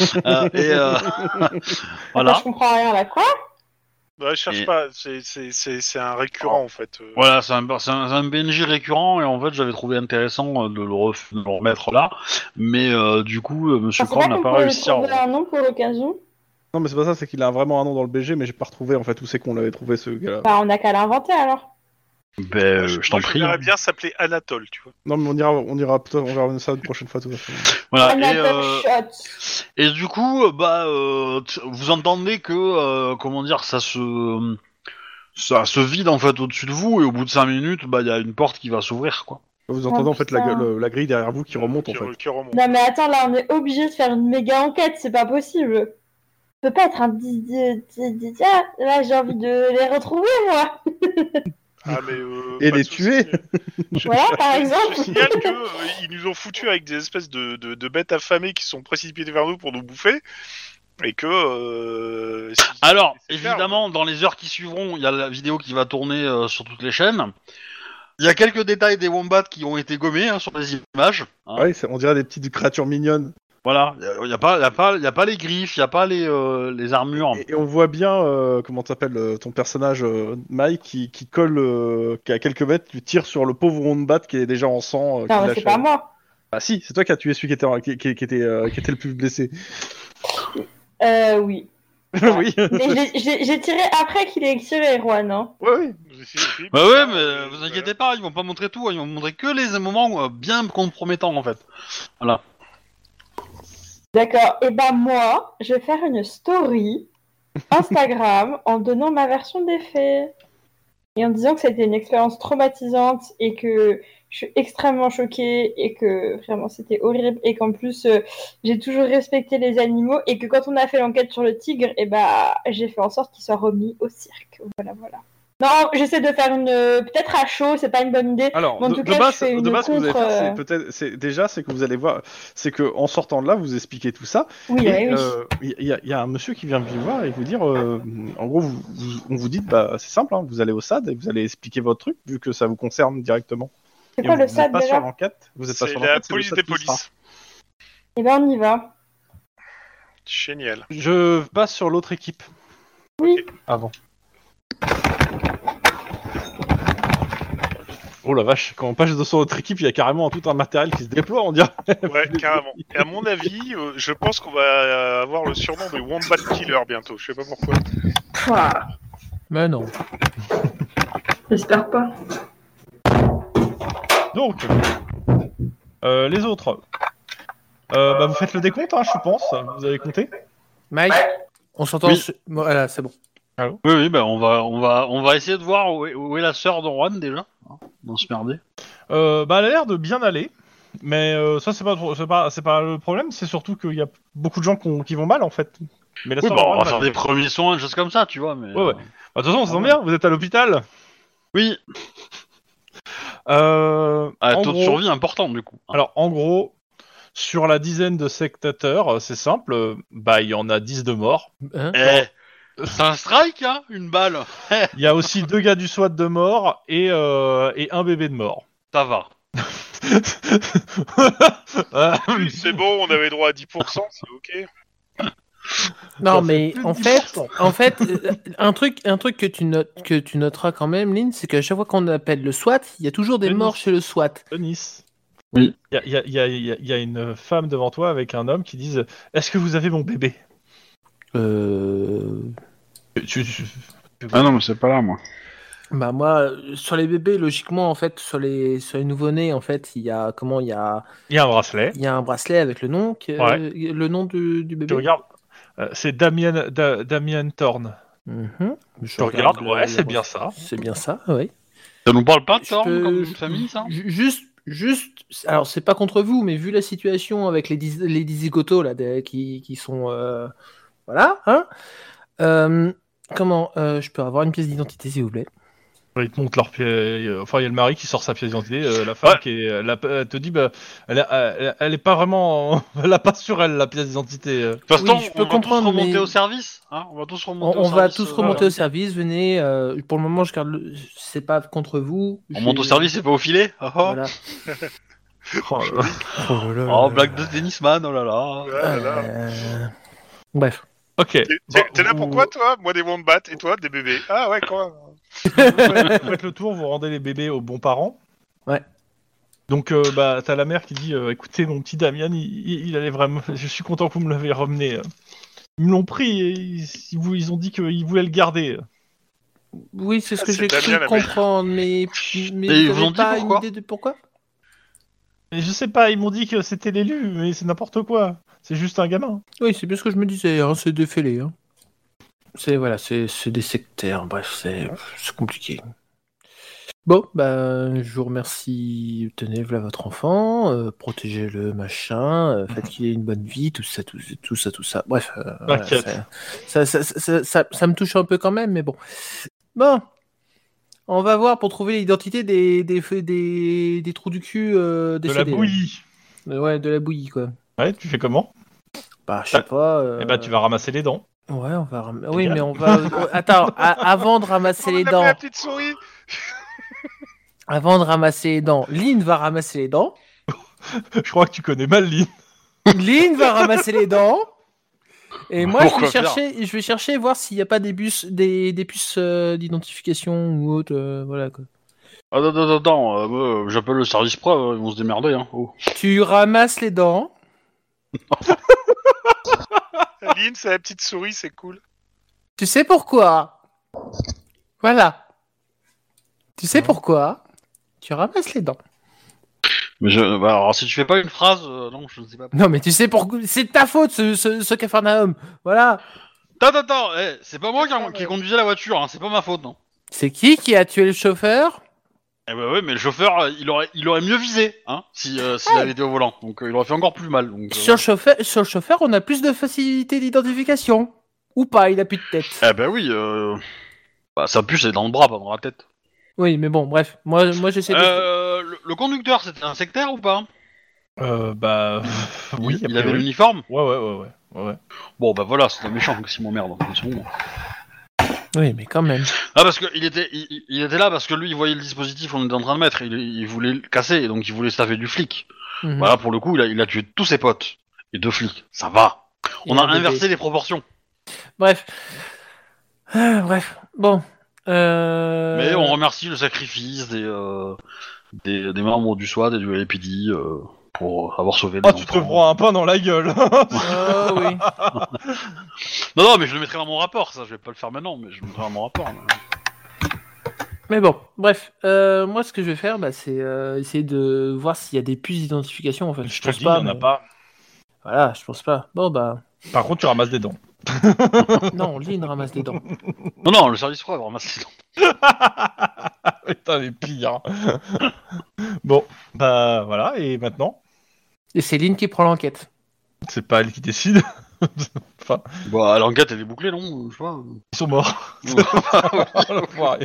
Voilà. Attends, je comprends rien là, quoi? Bah, cherche Et- pas, c'est un récurrent, en fait. Voilà, c'est un PNJ récurrent et en fait j'avais trouvé intéressant de le remettre là, mais du coup Monsieur Je pensais Chrome n'a qu'on pas pouvait réussi à. trouver un nom pour l'occasion. Non, mais c'est pas ça, c'est qu'il a vraiment un nom dans le BG, mais j'ai pas retrouvé en fait où c'est qu'on l'avait trouvé ce gars-là. Bah, on a qu'à l'inventer alors. Ben, je t'en prie. J'aimerais bien s'appeler Anatole, tu vois. Non, mais on verra ça une prochaine fois, de toute façon. Voilà. Anatole Shot. Et du coup, vous entendez que comment dire, ça se vide en fait au-dessus de vous et au bout de 5 minutes, bah il y a une porte qui va s'ouvrir quoi. Vous entendez en fait putain. la grille derrière vous qui remonte en fait. Qui remonte. Non mais attends, là on est obligé de faire une méga enquête, c'est pas possible. Ça peut pas être un tiens, là j'ai envie de les retrouver moi. Ah, mais, Et pas les de soucis. tuer. Voilà par exemple. Je signale que ils nous ont foutus avec des espèces de bêtes affamées qui sont précipitées vers nous pour nous bouffer, et que... Alors c'est clair, évidemment, dans les heures qui suivront, il y a la vidéo qui va tourner sur toutes les chaînes. Il y a quelques détails des wombats qui ont été gommés sur les images. Hein. Ouais, on dirait des petites créatures mignonnes. Voilà, il y a pas les griffes, il y a pas les armures. Et on voit bien, comment t'appelles, ton personnage, Mike, qui colle, qui à quelques mètres, lui tire sur le pauvre Wombat qui est déjà en sang. qui Non mais lâche- c'est pas moi. Ah si, c'est toi qui as tué celui qui était le plus blessé. Oui. Oui. Mais j'ai tiré après qu'il ait tiré, Juan. Hein. Ouais. Bah ouais, mais vous inquiétez pas, ils vont pas montrer tout, ils vont montrer que les moments bien compromettants en fait. Voilà. D'accord. Et ben moi, je vais faire une story Instagram en donnant ma version des faits. Et en disant que c'était une expérience traumatisante et que je suis extrêmement choquée et que vraiment c'était horrible et qu'en plus j'ai toujours respecté les animaux et que quand on a fait l'enquête sur le tigre, et bah j'ai fait en sorte qu'il soit remis au cirque. Voilà, voilà. Non, j'essaie de faire une peut-être à chaud, c'est pas une bonne idée. Alors, Mais en de tout cas, base, je fais une ce que vous allez contre, faire, c'est que vous allez voir, c'est que en sortant de là, vous expliquez tout ça. Oui, Et, oui. il y a un monsieur qui vient vous voir et vous dire, en gros, on vous dit, bah, c'est simple, hein, vous allez au SAD et vous allez expliquer votre truc, vu que ça vous concerne directement. C'est Et quoi vous le n'êtes SAD pas déjà sur l'enquête, vous êtes pas C'est sur la l'enquête, c'est le police SAD des qui sera. polices. Et ben on y va. Génial. Je passe sur l'autre équipe. Oui. Avant. Oh la vache, quand on passe sur l'autre équipe, il y a carrément tout un matériel qui se déploie, on dirait. Ouais, carrément. Et à mon avis, je pense qu'on va avoir le surnom de Wombat Killer bientôt. Je sais pas pourquoi. Pouah, Mais non. j'espère pas. Donc, les autres. Bah, vous faites le décompte, hein, je pense. Vous avez compté. Mike, on s'entend. Oui. Voilà, c'est bon. Oui, bah on va essayer de voir où est la sœur de Juan déjà, hein, dans ce merdier. Bah, elle a l'air de bien aller. Mais ça, c'est pas le problème. C'est surtout qu'il y a beaucoup de gens qui vont mal, en fait. Mais la Oui, sœur bah de on Juan va faire va- des premiers soins, des choses comme ça, tu vois. Mais, Ouais, ouais. Bah, de toute façon, on s'entend bien. Vous êtes à l'hôpital. Oui, En taux de gros- survie important du coup. Alors, en gros, sur la dizaine de sectateurs, c'est simple, bah, il y en a 10 de morts. Hein Eh, C'est un strike, hein, une balle. Il y a aussi 2 gars du SWAT de mort et un bébé de mort. Ça va. Oui, c'est bon, on avait droit à 10%, c'est ok. Non, Ça mais fait en plus de fait, 10%. un truc que tu noteras quand même, Lynn, c'est qu'à chaque fois qu'on appelle le SWAT, il y a toujours des Denis. morts chez le SWAT. Denis. Oui. Il y a une femme devant toi avec un homme qui disent est-ce que vous avez mon bébé Ah non, mais c'est pas là, moi. Bah moi, sur les bébés, logiquement, en fait, sur les nouveau-nés, en fait, il y a Il y a un bracelet. il y a un bracelet avec le nom, Ouais. le nom du bébé. Tu regardes, c'est Damien Thorne. Mhm. Tu regardes, le- ouais, le c'est bien bracelet. ça. C'est bien ça, oui. Ça nous parle pas de Je Thorne peux- comme nom de famille, ça Juste, alors c'est pas contre vous, mais vu la situation avec les zigotos là, qui sont, voilà, hein. Comment, je peux avoir une pièce d'identité, s'il vous plaît? Ils te montrent leur pied. Enfin, il y a le mari qui sort sa pièce d'identité. La femme Ouais. qui est, elle te dit, bah, elle est pas vraiment, elle a pas sur elle la pièce d'identité. De toute façon, Oui, je peux on va tous comprendre, remonter mais- au service. Hein, on va tous remonter au On va service. tous remonter au service. service. Venez. Pour le moment, je garde. C'est pas contre vous. On monte au service, c'est pas au filet. Oh, oh. Voilà. Oh là là. Oh là là. Oh, blague de tennisman, oh là là. Ah, là. Bref. Ok. T'es là pourquoi, toi? Moi, des wombats, et toi, des bébés. Ah ouais, quoi. Vous faites le tour, vous rendez les bébés aux bons parents. Ouais. Donc, bah, t'as la mère qui dit, écoutez, mon petit Damien, il allait vraiment. Je suis content que vous me l'avez ramené. Ils me l'ont pris et ils ont dit qu'ils voulaient le garder. Oui, c'est ce Ah, que c'est j'ai Damien, cru la mère. comprendre, mais Et ils vous avez ont dit pas pourquoi une idée de pourquoi? Et je sais pas, ils m'ont dit que c'était l'élu, mais c'est n'importe quoi. C'est juste un gamin. Oui, c'est bien ce que je me disais. Hein, c'est défilé. Hein. C'est voilà, c'est des sectaires. Bref, c'est compliqué. Bon, bah, je vous remercie. Tenez, voilà votre enfant. Protégez-le, machin. Faites qu'il ait une bonne vie, tout ça. Bref, voilà, T'inquiète. ça me touche un peu quand même, mais bon. Bon, on va voir pour trouver l'identité des trous du cul De décédés. la là. bouillie. Ouais, de la bouillie, quoi. Ouais, tu fais comment? Bah, je sais pas. Eh bah, tu vas ramasser les dents. Ouais, on va. Oui, mais on va. Attends, avant de ramasser On les appelle dents. la petite souris. Avant de ramasser les dents, Lynn va ramasser les dents. Je crois que tu connais mal Lynn. Lynn va ramasser les dents. Et moi, Pourquoi je vais chercher voir s'il n'y a pas des puces d'identification ou autre. Voilà quoi. Attends, moi, j'appelle le service preuve, ils vont se démerder. Hein. Oh. Tu ramasses les dents. Lynn, c'est la petite souris, c'est cool. Tu sais pourquoi? Voilà. Tu sais pourquoi? Tu ramasses les dents. Mais bah, alors, si tu fais pas une phrase, non, je ne sais pas. Non, mais tu sais pourquoi? C'est de ta faute, ce Capharnaüm. Voilà. Attends, c'est pas moi qui conduisais la voiture, hein, c'est pas ma faute, non. C'est qui a tué le chauffeur? Eh bah ouais, mais le chauffeur, il aurait mieux visé, hein, s'il avait été au volant. Donc il aurait fait encore plus mal. Donc, Sur le chauffeur, on a plus de facilité d'identification. Ou pas, il a plus de tête. Eh bah oui, bah, sa puce est dans le bras, pas dans la tête. Oui, mais bon, bref. Moi j'essaie de... Le conducteur, c'était un sectaire ou pas? Bah. Oui, il a avait priori. l'uniforme. Ouais. Bon, bah voilà, c'est un méchant qui m'emmerde. Oui, mais quand même. Ah, parce que il était là parce que lui, il voyait le dispositif qu'on était en train de mettre. Il voulait le casser, et donc il voulait staffer du flic. Mhm. Voilà, pour le coup, il a tué tous ses potes. Et 2 flics. Ça va. On Et a un bébé. inversé les proportions. Bref. Bref. Bon. Mais on remercie le sacrifice des membres du SWAT et du LAPD pour avoir sauvé des Ah, tu te enfants. prends un pain dans la gueule. Oui. Non, mais je le mettrai dans mon rapport, ça. Je vais pas le faire maintenant, mais je le mettrai dans mon rapport. Mais bon, bref. Moi, ce que je vais faire, bah, c'est essayer de voir s'il y a des puces d'identification. En fait, Je te pense dis, il y en mais- a pas. Voilà, je pense pas. Bon, bah... Par contre, tu ramasses des dents. Non, Lynn ramasse des dents. Non, le service froid ramasse les dents. Putain, les pires. Bon, bah voilà, et maintenant, Et c'est Lynn qui prend l'enquête. c'est pas elle qui décide. Enfin, Bah, l'enquête, elle est bouclée, non? Je sais pas. ils sont morts. L'enfoiré.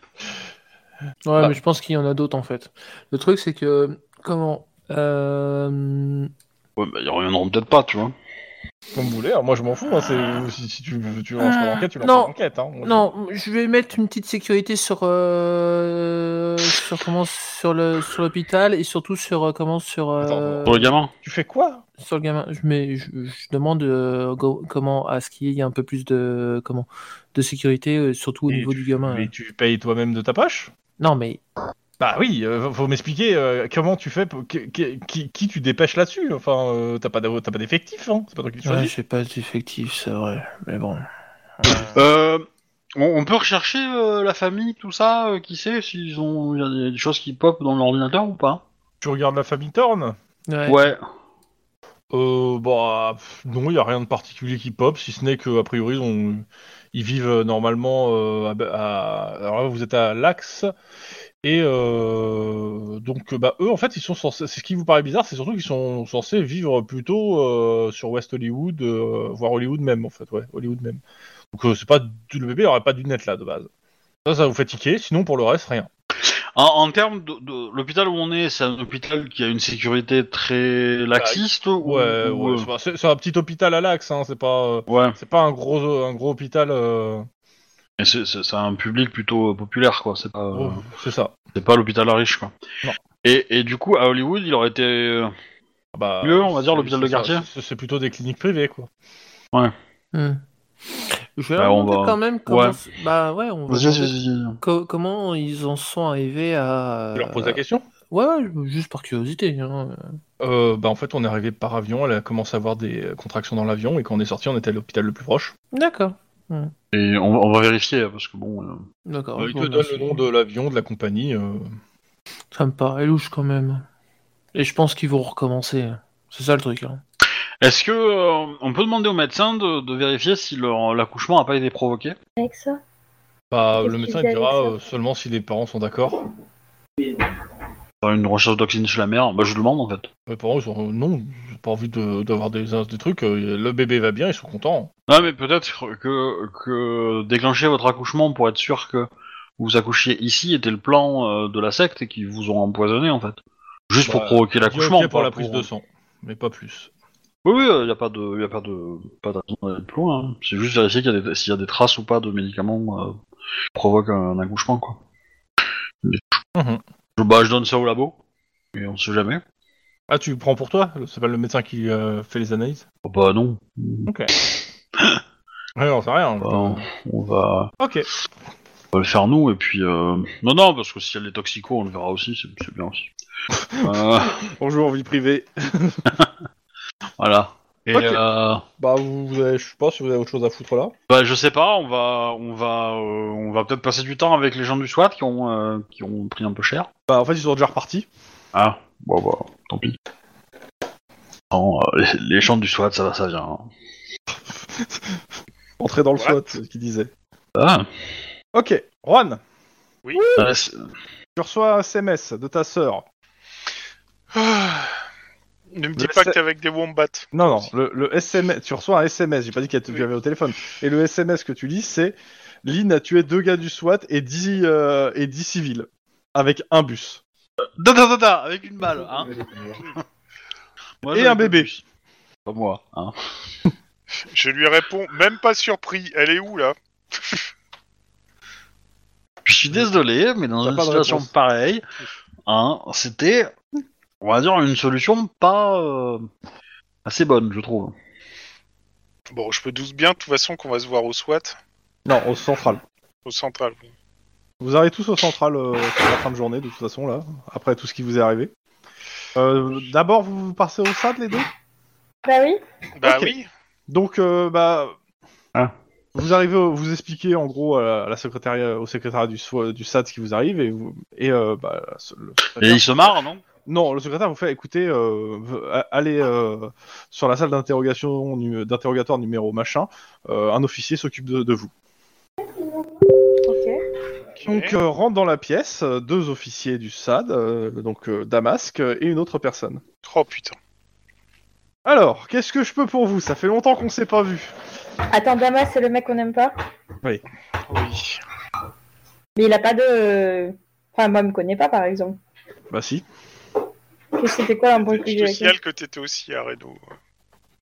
Ouais, mais je pense qu'il y en a d'autres, en fait. Le truc, c'est que... Comment Ouais, bah, ils reviendront peut-être pas, tu vois. Comme vous voulez, hein, moi je m'en fous, hein, si tu lances ton enquête, tu lances non. ton enquête. Hein. Moi, Non, je vais mettre une petite sécurité sur sur l'hôpital et surtout sur Attends, Pour le gamin. Tu fais quoi? sur le gamin. Je demande comment à ce qu'il y ait un peu plus de sécurité, surtout au Et niveau du gamin. Mais tu payes toi-même de ta poche? Non, mais Bah oui, faut m'expliquer comment tu fais, qui tu dépêches là-dessus. Enfin, t'as pas d'effectif, hein. C'est pas toi qui le ouais, choisis. j'ai pas d'effectif, c'est vrai. Mais bon. On peut rechercher la famille, tout ça, qui sait s'ils ont, il y a des choses qui pop dans l'ordinateur ou pas? Tu regardes la famille Thorne? Ouais. Bah non, il y a rien de particulier qui pop, si ce n'est que a priori ils vivent normalement alors là, vous êtes à l'Axe. Et donc, bah, eux, en fait, ils sont censés. C'est ce qui vous paraît bizarre, c'est surtout qu'ils sont censés vivre plutôt sur West Hollywood, voire Hollywood même, en fait, ouais, Hollywood même. Donc, c'est pas le bébé, il aurait pas dû naître là de base. Ça vous fait tiquer. Sinon, pour le reste, rien. En termes de l'hôpital où on est, c'est un hôpital qui a une sécurité très laxiste ou, Ouais, ou, ouais. C'est un petit hôpital à l'Axe, hein. ouais. C'est pas un gros hôpital. Et c'est un public plutôt populaire, quoi. C'est pas, C'est ça. c'est pas l'hôpital à riche, quoi. Non. Et du coup, à Hollywood, il aurait été Bah, mieux, on va dire, l'hôpital de quartier. C'est plutôt des cliniques privées, quoi. Je vais Bah, leur on demander va- quand même comment. Ouais. Bah ouais, on va Vas-y, demander vas-y. comment ils en sont arrivés à. Tu leur poses la question? Ouais, juste par curiosité. Hein. Bah en fait on est arrivé par avion, elle a commencé à avoir des contractions dans l'avion et quand on est sorti on était à l'hôpital le plus proche. D'accord. Et on va vérifier, parce que bon... D'accord. Il je te vous donne remercie. le nom de l'avion, de la compagnie. Ça me paraît louche quand même. Et je pense qu'ils vont recommencer. C'est ça le truc. Hein. Est-ce que on peut demander au médecin de vérifier si l'accouchement n'a pas été provoqué? Avec ça. Bah Qu'est-ce le médecin qu'il il dit dira avec ça seulement si les parents sont d'accord. Faire une recherche d'oxyne chez la mère? Bah, je demande, en fait. Les parents ils ont non, j'ai pas envie d'avoir des trucs, le bébé va bien, ils sont contents. Non, mais peut-être que déclencher votre accouchement pour être sûr que vous accouchiez ici était le plan de la secte et qu'ils vous ont empoisonné, en fait. Juste pour Bah, provoquer il dit l'accouchement. ok pour pas la prise de sang, mais pas plus. Oui, il y a pas de raison d'aller plus loin. Hein. C'est juste vérifier s'il y a des traces ou pas de médicaments qui provoquent un accouchement, quoi. Mais- Mhm. je donne ça au labo. Et on sait jamais. Ah tu le prends pour toi? C'est pas le médecin qui fait les analyses? Oh, bah non. Ok. Ouais non c'est rien. Bah, on va Ok. le faire nous et puis non parce que si elle est toxico on le verra aussi, c'est bien aussi. Bonjour vie privée. Voilà. Et Ok. Bah vous avez, je sais pas si vous avez autre chose à foutre là. bah je sais pas, on va peut-être passer du temps avec les gens du SWAT qui ont pris un peu cher. Bah en fait ils sont déjà repartis. Ah bon bah tant pis. Non, les gens du SWAT ça vient. Hein. Entrer dans le What SWAT, c'est ce qu'il disait. Ah, Ok, Juan, c'est- tu reçois un SMS de ta sœur. Ne me dis Le pas S- que t'es avec des wombats. Non, le SMS, tu reçois un SMS, j'ai pas dit que tu Oui. avais au téléphone. Et le SMS que tu lis, c'est Lynn a tué 2 gars du SWAT et 10 civils. Avec un bus. avec une balle, hein. Moi, Et j'avais un pas bébé. vu. Pas moi, hein. Je lui réponds, même pas surpris. Elle est où là? Je suis désolé, mais dans T'as une pas de situation réponse. pareille, hein, c'était, on va dire, une solution pas assez bonne, je trouve. Bon, je me doute bien de toute façon qu'on va se voir au SWAT, Non, au central. au central. Vous arrivez tous au central sur la fin de journée, de toute façon, là, après tout ce qui vous est arrivé. D'abord, vous passez au SAD, les deux? Bah oui. Bah Ok. oui. Donc, bah... Ah. Vous arrivez, vous expliquez en gros à la secrétariat, au secrétariat du SAD ce qui vous arrive et bah, Et il se marre, non? non, le secrétaire vous fait écoutez, allez sur la salle d'interrogatoire numéro machin, un officier s'occupe de vous. Ok. Donc rentre dans la pièce 2 officiers du SAD, donc Damasque et une autre personne. Oh putain. Alors, qu'est-ce que je peux pour vous? Ça fait longtemps qu'on s'est pas vu. Attends, Damas, c'est le mec qu'on aime pas. Oui. Mais il a pas de. Enfin, moi, il me connaît pas, par exemple. Bah si. C'était quoi l'embrouille que Je j'ai te avec lui? signale que t'étais aussi à Reno.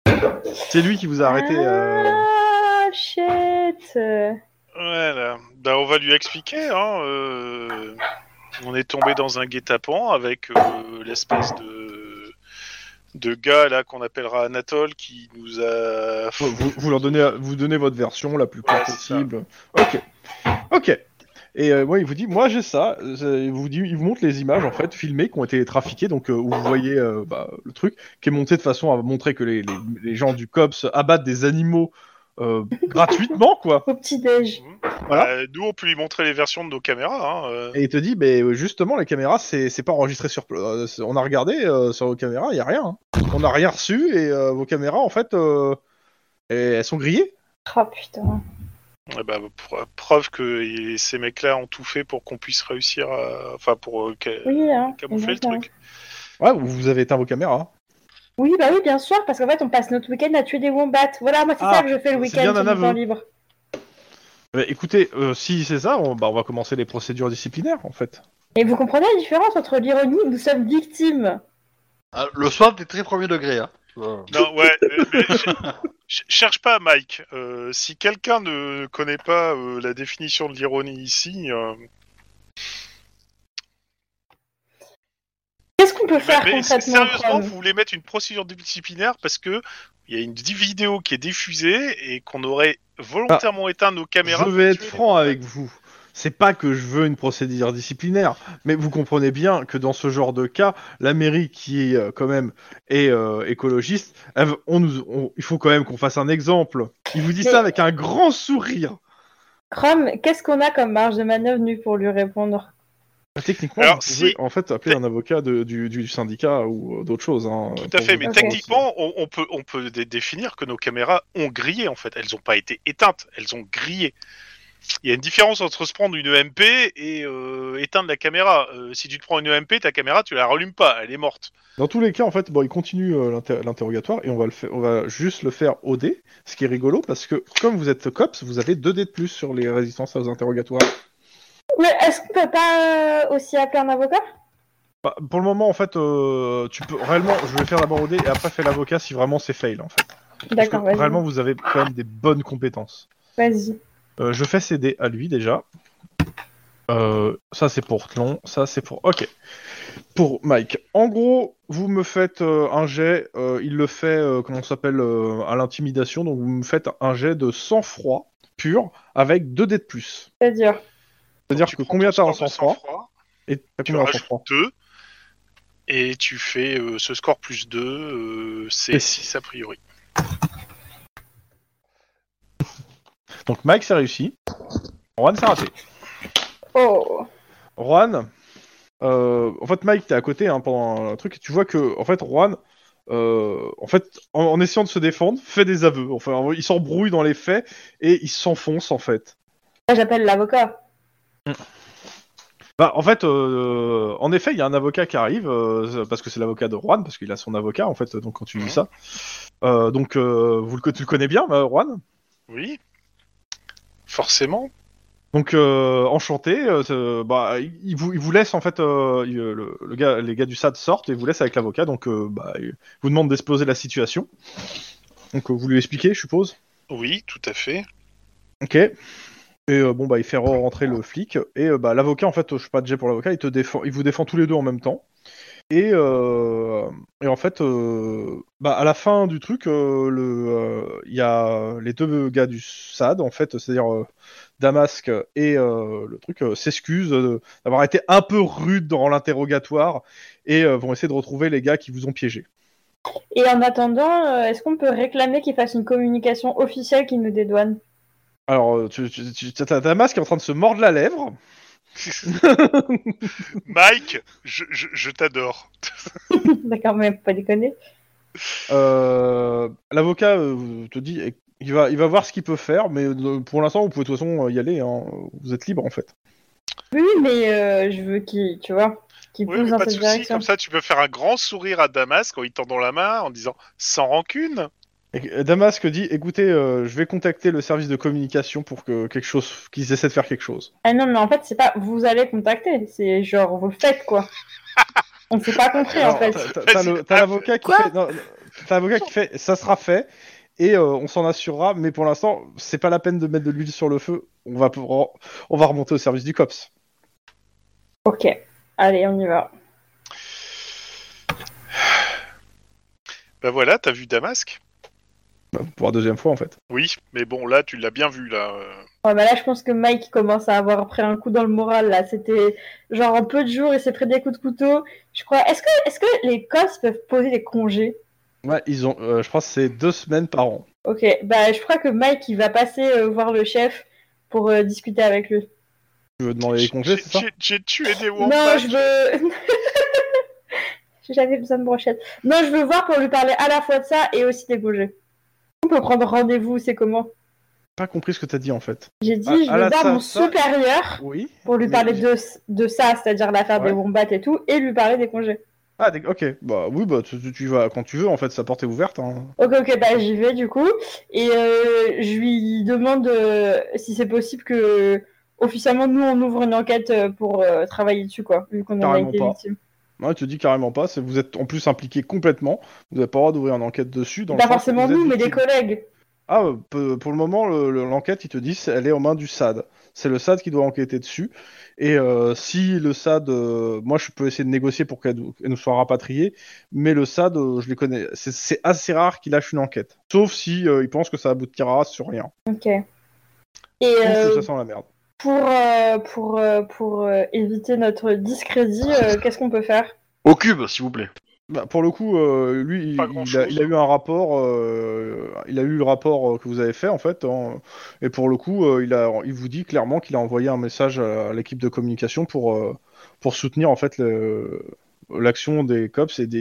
C'est lui qui vous a arrêté. Ah, shit. Voilà. Ben, on va lui expliquer. On est tombé dans un guet-apens avec l'espèce de gars là qu'on appellera Anatole qui nous a. Vous donnez votre version la plus courte Ouais, c'est ça. possible. Ok. Et il vous dit, moi j'ai ça. Il vous montre les images en fait filmées qui ont été trafiquées, donc où vous voyez le truc qui est monté de façon à montrer que les gens du COPS abattent des animaux gratuitement quoi. Au petit-déj. Voilà. Nous, on peut lui montrer les versions de nos caméras. Et il te dit, justement les caméras c'est pas enregistré sur. On a regardé sur vos caméras, il y a rien. Hein. On n'a rien reçu et vos caméras en fait elles sont grillées. Oh putain. Preuve que ces mecs-là ont tout fait pour qu'on puisse réussir à. Enfin, pour Oui, hein. camoufler le exactement. truc. Ouais, vous avez éteint vos caméras. Oui, bah oui, bien sûr, parce qu'en fait, on passe notre week-end à tuer des wombats. Voilà, moi, c'est Ah, ça que je fais le c'est bien week-end sur un mon temps aveu. libre. Écoutez, si c'est ça, on va commencer les procédures disciplinaires en fait. Et vous comprenez la différence entre l'ironie et nous sommes victimes? Le SWAT est très premier degré. Hein. Non, ouais. mais cherche pas, Mike. Si quelqu'un ne connaît pas la définition de l'ironie ici. Qu'est-ce qu'on peut faire Mais concrètement, sérieusement, Chrome vous voulez mettre une procédure disciplinaire parce que il y a une vidéo qui est diffusée et qu'on aurait volontairement éteint nos caméras. Je vais pour être tuer franc les- avec vous. C'est pas que je veux une procédure disciplinaire, mais vous comprenez bien que dans ce genre de cas, la mairie qui est quand même écologiste, il faut quand même qu'on fasse un exemple. Il vous dit Mais- ça avec un grand sourire. Chrome, qu'est-ce qu'on a comme marge de manœuvre nu pour lui répondre? Techniquement, Alors, vous pouvez si- en fait appeler un avocat du syndicat ou d'autres choses. Hein, Tout à pour fait, vous mais Ok. répondre. techniquement, on peut définir que nos caméras ont grillé en fait. Elles n'ont pas été éteintes, elles ont grillé. Il y a une différence entre se prendre une EMP et éteindre la caméra. Si tu te prends une EMP, ta caméra, tu la rallumes pas, elle est morte. Dans tous les cas, en fait, il continue l'interrogatoire et on va juste le faire au dé, ce qui est rigolo parce que comme vous êtes cops, vous avez 2 dés de plus sur les résistances aux interrogatoires. Mais est-ce qu'on peut pas aussi appeler un avocat? Bah, pour le moment, en fait, tu peux réellement, je vais faire d'abord au dé et après faire l'avocat si vraiment c'est fail, en fait. Parce que D'accord, vas-y. réellement, vous avez quand même des bonnes compétences. Vas-y. Je fais ces dés à lui déjà. Ça c'est pour Tlon, ça c'est pour... Ok. Pour Mike. En gros, vous me faites un jet, il le fait, comment ça s'appelle, à l'intimidation, donc vous me faites un jet de sang-froid pur avec 2 dés de plus. C'est dur. C'est-à-dire Tu que prends combien ton t'as en score de sang-froid et t'as tu combien en rajoutes sang-froid 2 et tu fais ce score plus 2, c'est Et 6 a priori. Donc Mike c'est réussi, Juan c'est raté. Oh. Juan, en fait Mike t'es à côté hein, pendant un truc et tu vois que en fait Juan, en fait en essayant de se défendre, fait des aveux. Enfin il s'embrouille dans les faits et il s'enfonce en fait. Là, j'appelle l'avocat. Bah, en fait, en effet, il y a un avocat qui arrive, parce que c'est l'avocat de Juan, parce qu'il a son avocat, en fait, donc quand tu dis ça. Tu le connais bien, Juan. Oui, forcément. Donc, enchanté, il vous laisse, en fait, les gars du SAD sortent et vous laissent avec l'avocat, donc il vous demande d'exposer la situation. Donc, vous lui expliquez, je suppose. Oui, tout à fait. Ok. Et il fait rentrer le flic et l'avocat en fait je suis pas déjà pour l'avocat, il vous défend tous les deux en même temps et en fait à la fin du truc il y a les deux gars du SAD en fait, c'est-à-dire Damasque et le truc s'excusent d'avoir été un peu rude dans l'interrogatoire et vont essayer de retrouver les gars qui vous ont piégé. Et en attendant, est-ce qu'on peut réclamer qu'il fasse une communication officielle qui nous dédouane? Alors t'as Damasque qui est en train de se mordre la lèvre. Mike, je t'adore. D'accord, mais faut pas déconner. L'avocat te dit il va voir ce qu'il peut faire, mais pour l'instant vous pouvez de toute façon y aller, hein. Vous êtes libre en fait. Oui, mais je veux qu'il, tu vois, qu'il Oui, pousse mais dans pas de cette soucis, direction. comme ça tu peux faire un grand sourire à Damas quand il tend dans la main en disant sans rancune. Et Damasque dit écoutez, je vais contacter le service de communication pour que qu'ils essaient de faire quelque chose. Ah non, mais en fait, c'est pas vous allez contacter, c'est genre vous le faites quoi. On s'est pas compris en Alors, fait. t'as l'avocat qui Quoi fait. Non, t'as l'avocat qui fait, ça sera fait, et on s'en assurera, mais pour l'instant, c'est pas la peine de mettre de l'huile sur le feu, on va remonter au service du COPS. Ok, allez, on y va. Bah voilà, t'as vu Damasque? Pour la deuxième fois, en fait. Oui, mais bon, là, tu l'as bien vu, là. Ouais, bah là, je pense que Mike commence à avoir pris un coup dans le moral, là. C'était genre en peu de jours, il s'est pris des coups de couteau. Je crois. Est-ce que les COS peuvent poser des congés? Ouais, ils ont, je crois que c'est 2 semaines par an. Ok, bah je crois que Mike, il va passer voir le chef pour discuter avec lui. Tu veux demander les congés, c'est ça? J'ai tué des Non, wombats. je veux... J'avais besoin de brochettes. Non, je veux voir pour lui parler à la fois de ça et aussi des congés. On peut prendre rendez-vous, c'est comment? Pas compris ce que t'as dit, en fait. J'ai dit, je veux voir mon supérieur Oui. pour lui parler de ça, c'est-à-dire l'affaire des wombats et tout, et lui parler des congés. Ah, ok. Bah oui, bah tu vas quand tu veux, en fait, sa porte est ouverte. Hein. Ok, bah j'y vais du coup. Et je lui demande si c'est possible que, officiellement, nous, on ouvre une enquête pour travailler dessus, quoi, vu qu'on en a été victime. Ouais, tu dis carrément pas, vous êtes en plus impliqué complètement, vous n'avez pas le droit d'ouvrir une enquête dessus. Pas forcément nous, mais des collègues. Ah, pour le moment, l'enquête, il te dit, elle est aux mains du SAD. C'est le SAD qui doit enquêter dessus. Et si le SAD, moi je peux essayer de négocier pour qu'elle nous soit rapatriée, mais le SAD, je les connais, c'est assez rare qu'il lâche une enquête. Sauf si il pense que ça aboutira sur rien. Ok. Et ça sent la merde. Pour éviter notre discrédit, qu'est-ce qu'on peut faire? Au cube, s'il vous plaît. Bah, pour le coup, lui, il a eu un rapport, il a eu le rapport que vous avez fait en fait, hein, et pour le coup, il vous dit clairement qu'il a envoyé un message à l'équipe de communication pour soutenir en fait l'action des cops et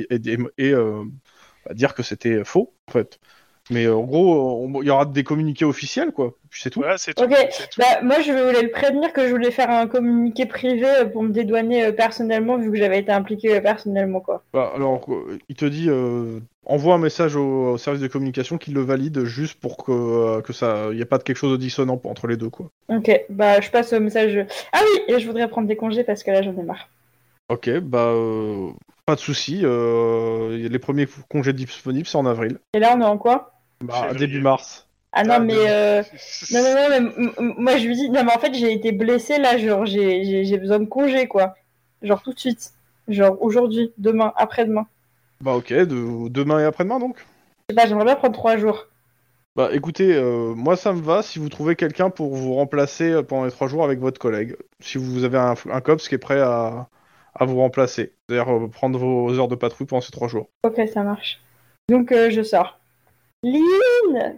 dire que c'était faux en fait. Mais en gros, il y aura des communiqués officiels quoi, puis c'est tout. Ouais, c'est tout. Ok, bah, moi je voulais le prévenir que je voulais faire un communiqué privé pour me dédouaner personnellement vu que j'avais été impliqué personnellement quoi. Bah, alors, il te dit envoie un message au service de communication qu'il le valide juste pour que ça, il y ait pas de quelque chose de dissonant entre les deux quoi. Ok, bah je passe au message. Ah oui, et je voudrais prendre des congés parce que là j'en ai marre. Ok, bah pas de souci. Les premiers congés disponibles c'est en avril. Et là on est en quoi? Bah, début mars. Ah non mais non mais moi je lui dis non mais en fait j'ai été blessée là genre j'ai besoin de congés quoi. Genre tout de suite. Genre aujourd'hui, demain, après-demain. Bah ok, demain et après-demain donc. Je sais pas, j'aimerais bien prendre 3 jours. Bah écoutez, moi ça me va si vous trouvez quelqu'un pour vous remplacer pendant les 3 jours avec votre collègue. Si vous avez un cops qui est prêt à vous remplacer. C'est-à-dire prendre vos heures de patrouille pendant ces 3 jours. Ok, ça marche. Donc je sors. Lynn!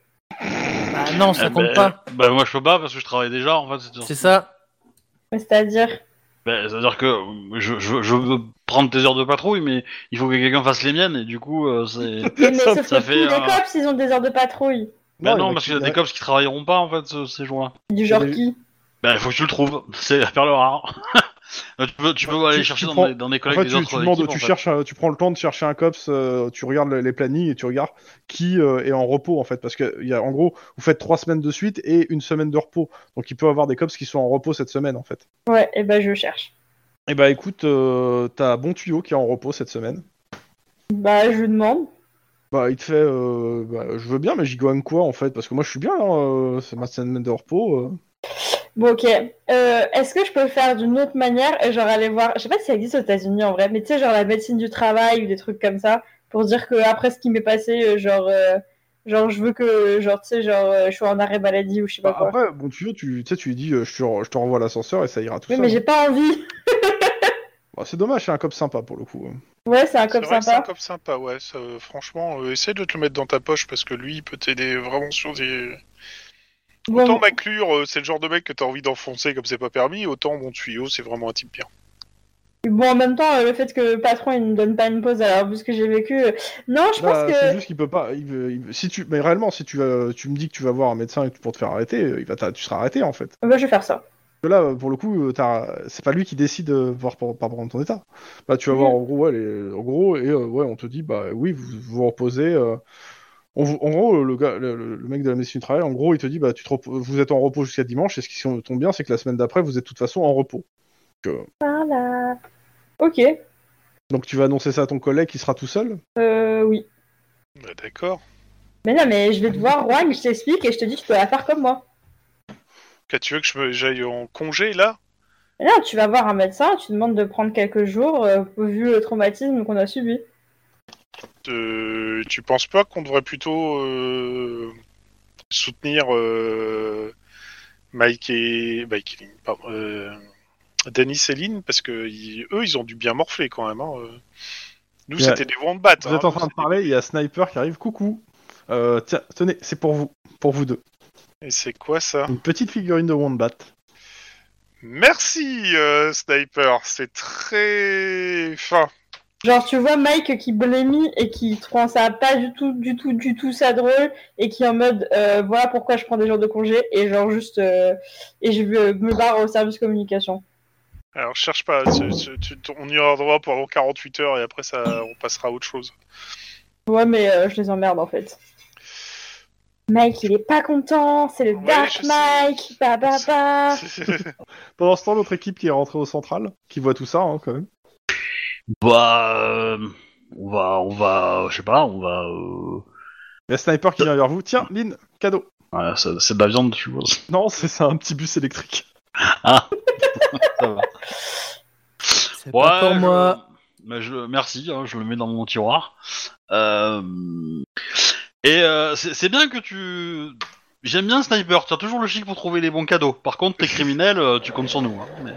Ah non, ça compte pas. Bah moi je peux pas parce que je travaille déjà en fait. C'est ça. C'est-à-dire? Bah, c'est-à-dire que je veux prendre tes heures de patrouille, mais il faut que quelqu'un fasse les miennes et du coup c'est. Mais sauf que ça fait, tous les cops ils ont des heures de patrouille. Bah non, parce qu'il y a des cops qui travailleront pas en fait ces jours-là. Du genre qui? Bah il faut que tu le trouves, c'est la perle rare. tu peux aller chercher dans des collègues des autres équipes, tu prends le temps de chercher un cops, tu regardes les plannings et tu regardes qui est en repos en fait, parce que en gros vous faites 3 semaines de suite et 1 semaine de repos, donc il peut y avoir des cops qui sont en repos cette semaine en fait. Ouais, et bah je cherche. Et bah écoute, t'as Bon Tuyau qui est en repos cette semaine. Bah je lui demande. Bah il te fait, je veux bien mais j'y gagne quoi en fait, parce que moi je suis bien là, c'est ma semaine de repos. Bon, ok. Est-ce que je peux le faire d'une autre manière? Genre aller voir, je sais pas si ça existe aux États-Unis en vrai, mais tu sais, genre la médecine du travail ou des trucs comme ça, pour dire que après ce qui m'est passé, genre je veux que, genre, tu sais, je suis en arrêt maladie ou je sais pas quoi. Après, Bon Tuyau, tu lui dis, je te renvoie à l'ascenseur et ça ira tout Oui, seul. mais j'ai pas envie. Bah, c'est dommage, c'est un cop sympa pour le coup. Ouais, c'est un cop sympa. C'est un cop sympa, ouais. Ça, franchement, essaie de te le mettre dans ta poche parce que lui, il peut t'aider vraiment sur des. Bon, Autant McClure, c'est le genre de mec que t'as envie d'enfoncer comme c'est pas permis, autant Bon Tuyau, c'est vraiment un type bien. bon, en même temps, le fait que le patron il ne donne pas une pause, alors vu ce que j'ai vécu, non, je pense que. C'est juste qu'il peut pas. Mais réellement, si tu me dis que tu vas voir un médecin pour te faire arrêter, tu seras arrêté en fait. Bah, je vais faire ça. Là, pour le coup, c'est pas lui qui décide par rapport à ton état. Bah, tu vas voir en gros, on te dit, bah oui, vous vous reposez. En gros, le mec de la médecine du travail, en gros, il te dit, bah vous êtes en repos jusqu'à dimanche, et ce qui tombe bien, c'est que la semaine d'après, vous êtes de toute façon en repos. Voilà. Ok. Donc tu vas annoncer ça à ton collègue qui sera tout seul? Oui. Bah, d'accord. Mais non, mais je vais te voir, Juan, je t'explique et je te dis que tu dois la faire comme moi. Tu veux que j'aille en congé, là? Mais non, tu vas voir un médecin, tu demandes de prendre quelques jours vu le traumatisme qu'on a subi. Tu penses pas qu'on devrait plutôt soutenir Mike et Denis et Lynn, parce que eux, ils ont dû bien morfler quand même. Hein. Nous, Yeah. c'était des wombats. Vous êtes en train de parler, il y a Sniper qui arrive. Coucou. Tiens, tenez, c'est pour vous deux. Et c'est quoi ça? Une petite figurine de Wombat. Merci, Sniper. C'est très fin. Genre, tu vois Mike qui blémit et qui trouve ça pas du tout ça drôle et qui est en mode voilà pourquoi je prends des jours de congé et genre juste et je me barre au service communication. Alors, cherche pas. On y aura droit pendant 48 heures et après, on passera à autre chose. Ouais, mais je les emmerde en fait. Mike, il est pas content, c'est le Ouais, Dark je Mike, bah. Pendant ce temps, l'autre équipe qui est rentrée au central, qui voit tout ça, hein, quand même. Bah, on va, je sais pas, on va. Il y a Sniper qui vient vers vous. Tiens, Lynn, cadeau. Ouais, c'est de la viande, tu vois. Non, c'est un petit bus électrique. Ah, ça va. C'est pas pour moi. Merci, hein, je le mets dans mon tiroir. C'est bien que tu. J'aime bien Sniper, tu as toujours le chic pour trouver les bons cadeaux. Par contre, t'es criminel, tu comptes sur nous. Hein, mais...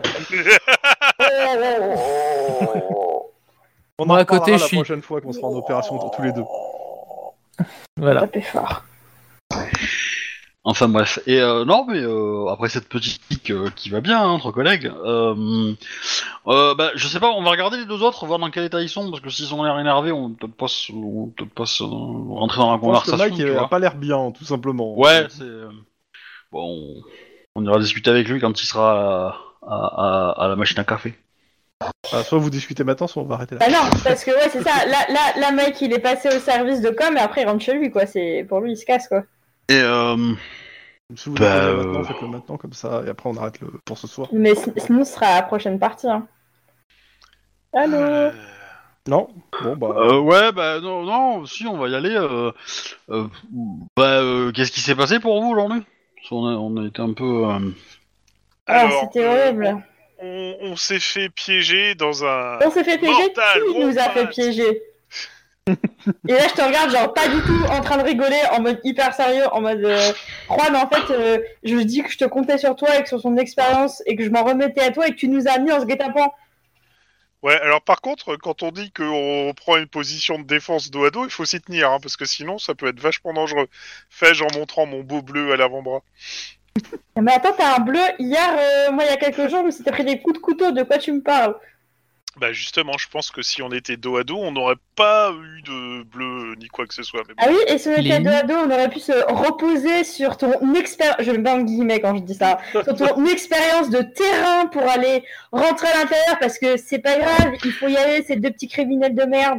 On Moi, en à côté, reparlera je la suis- prochaine fois qu'on sera en opération tous les deux. Voilà. Tapez fort. Enfin bref. Et non, mais après cette petite pique qui va bien hein, entre collègues, bah, je sais pas, on va regarder les deux autres, voir dans quel état ils sont, parce que s'ils ont l'air énervés, on peut pas rentrer dans la Je pense que conversation. Mike tu a vois. pas l'air bien, tout simplement. Ouais, c'est bon. On ira discuter avec lui quand il sera à la machine à café. Soit vous discutez maintenant, soit on va arrêter là. Bah non, parce que ouais, c'est ça. Là, Mike, il est passé au service de com et après il rentre chez lui, quoi. C'est pour lui, il se casse, quoi. Et Si vous Bah, le posez maintenant, faites-le maintenant, comme ça, et après on arrête pour ce soir. Mais sinon, ce sera la prochaine partie. Hein. Allô. Non. Bon, bah... ouais, bah non, si on va y aller. Qu'est-ce qui s'est passé pour vous aujourd'hui? Parce qu'on on a été un peu. C'était horrible. On s'est fait piéger dans un... On s'est fait piéger. Mortal Qui nous a Kombat. fait piéger? Et là, je te regarde, genre, pas du tout en train de rigoler, en mode hyper sérieux, en mode Juan, en fait, je dis que je te comptais sur toi et que sur son expérience et que je m'en remettais à toi et que tu nous as mis en se guet-apens. Ouais, alors par contre, quand on dit qu'on prend une position de défense dos à dos, il faut s'y tenir, hein, parce que sinon ça peut être vachement dangereux. Fais-je en montrant mon beau bleu à l'avant-bras. Mais attends, t'as un bleu. Hier, moi, il y a quelques jours, je me suis pris des coups de couteau. De quoi tu me parles? Bah justement, je pense que si on était dos à dos, on n'aurait pas eu de bleu ni quoi que ce soit. Mais bon. Ah oui, et si on était Lynn. dos à dos, on aurait pu se reposer sur ton expérience. Je mets pas en guillemets quand je dis ça. Sur ton expérience de terrain pour aller rentrer à l'intérieur parce que c'est pas grave, il faut y aller, ces deux petits criminels de merde.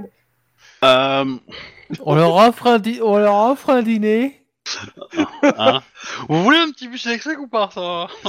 On leur offre un dîner. Hein vous voulez un petit bus électrique ou pas ça? Non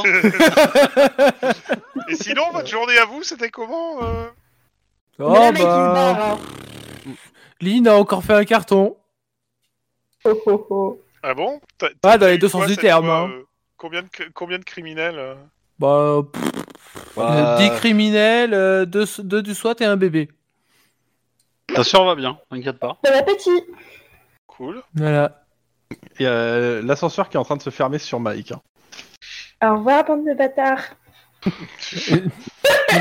Et sinon, votre journée à vous, c'était comment Oh Mais le mec, il se bah. barre. Hein. Lynn a encore fait un carton. Oh, oh, oh. Ah bon Ah, dans les eu deux quoi, sens du cette terme, fois, hein. Combien de criminels Bah. Bah, 10 criminels, 2 du SWAT et un bébé. ta soeur va bien, t'inquiète pas. Bon appétit. Cool. Voilà. Il y a l'ascenseur qui est en train de se fermer sur Mike. Hein. Au revoir, bande de bâtards. Mais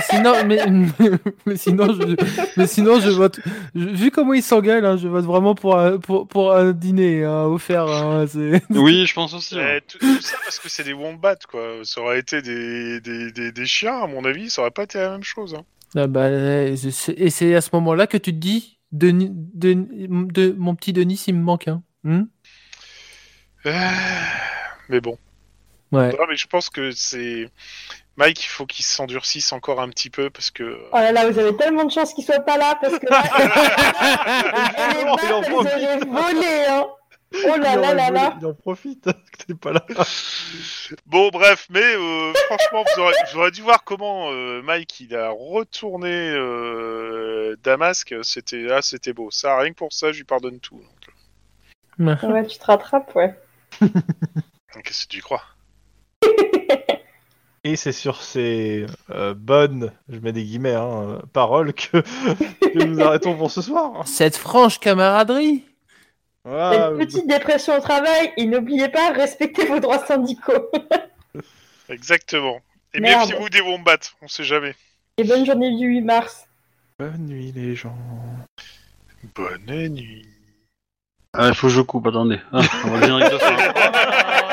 sinon, je vote. Vu comment ils s'engueulent, hein, je vote vraiment pour un dîner hein, offert. Hein, Oui, je pense aussi. Ouais. Tout ça parce que c'est des wombats, quoi. Ça aurait été des chiens, à mon avis, ça aurait pas été la même chose. Hein. Ah bah, et c'est à ce moment-là que tu te dis, de mon petit Denis, il me manque. Hein. Mais bon. Ouais. Non, mais je pense que c'est... Mike, il faut qu'il s'endurcisse encore un petit peu parce que... Oh là là, vous avez tellement de chance qu'il soit pas là parce que là, les Non, il en baffes, elles profite. auraient volé, hein. Oh là là là là. Il en profite que t'es pas là. Bon, bref, mais franchement, vous aurez dû voir comment Mike, il a retourné Damasque. C'était beau. Ça, rien que pour ça, je lui pardonne tout. Donc. Ouais, tu te rattrapes, ouais. Qu'est-ce que tu crois? Et c'est sur ces bonnes, je mets des guillemets, paroles que nous arrêtons pour ce soir. Cette franche camaraderie. Voilà. Une petite dépression au travail, et n'oubliez pas, respectez vos droits syndicaux. Exactement. Et Merde. méfiez-vous des wombats, on sait jamais. Et bonne journée du 8 mars. Bonne nuit les gens. Bonne nuit. Il faut que je coupe, attendez. On va le générique de fin.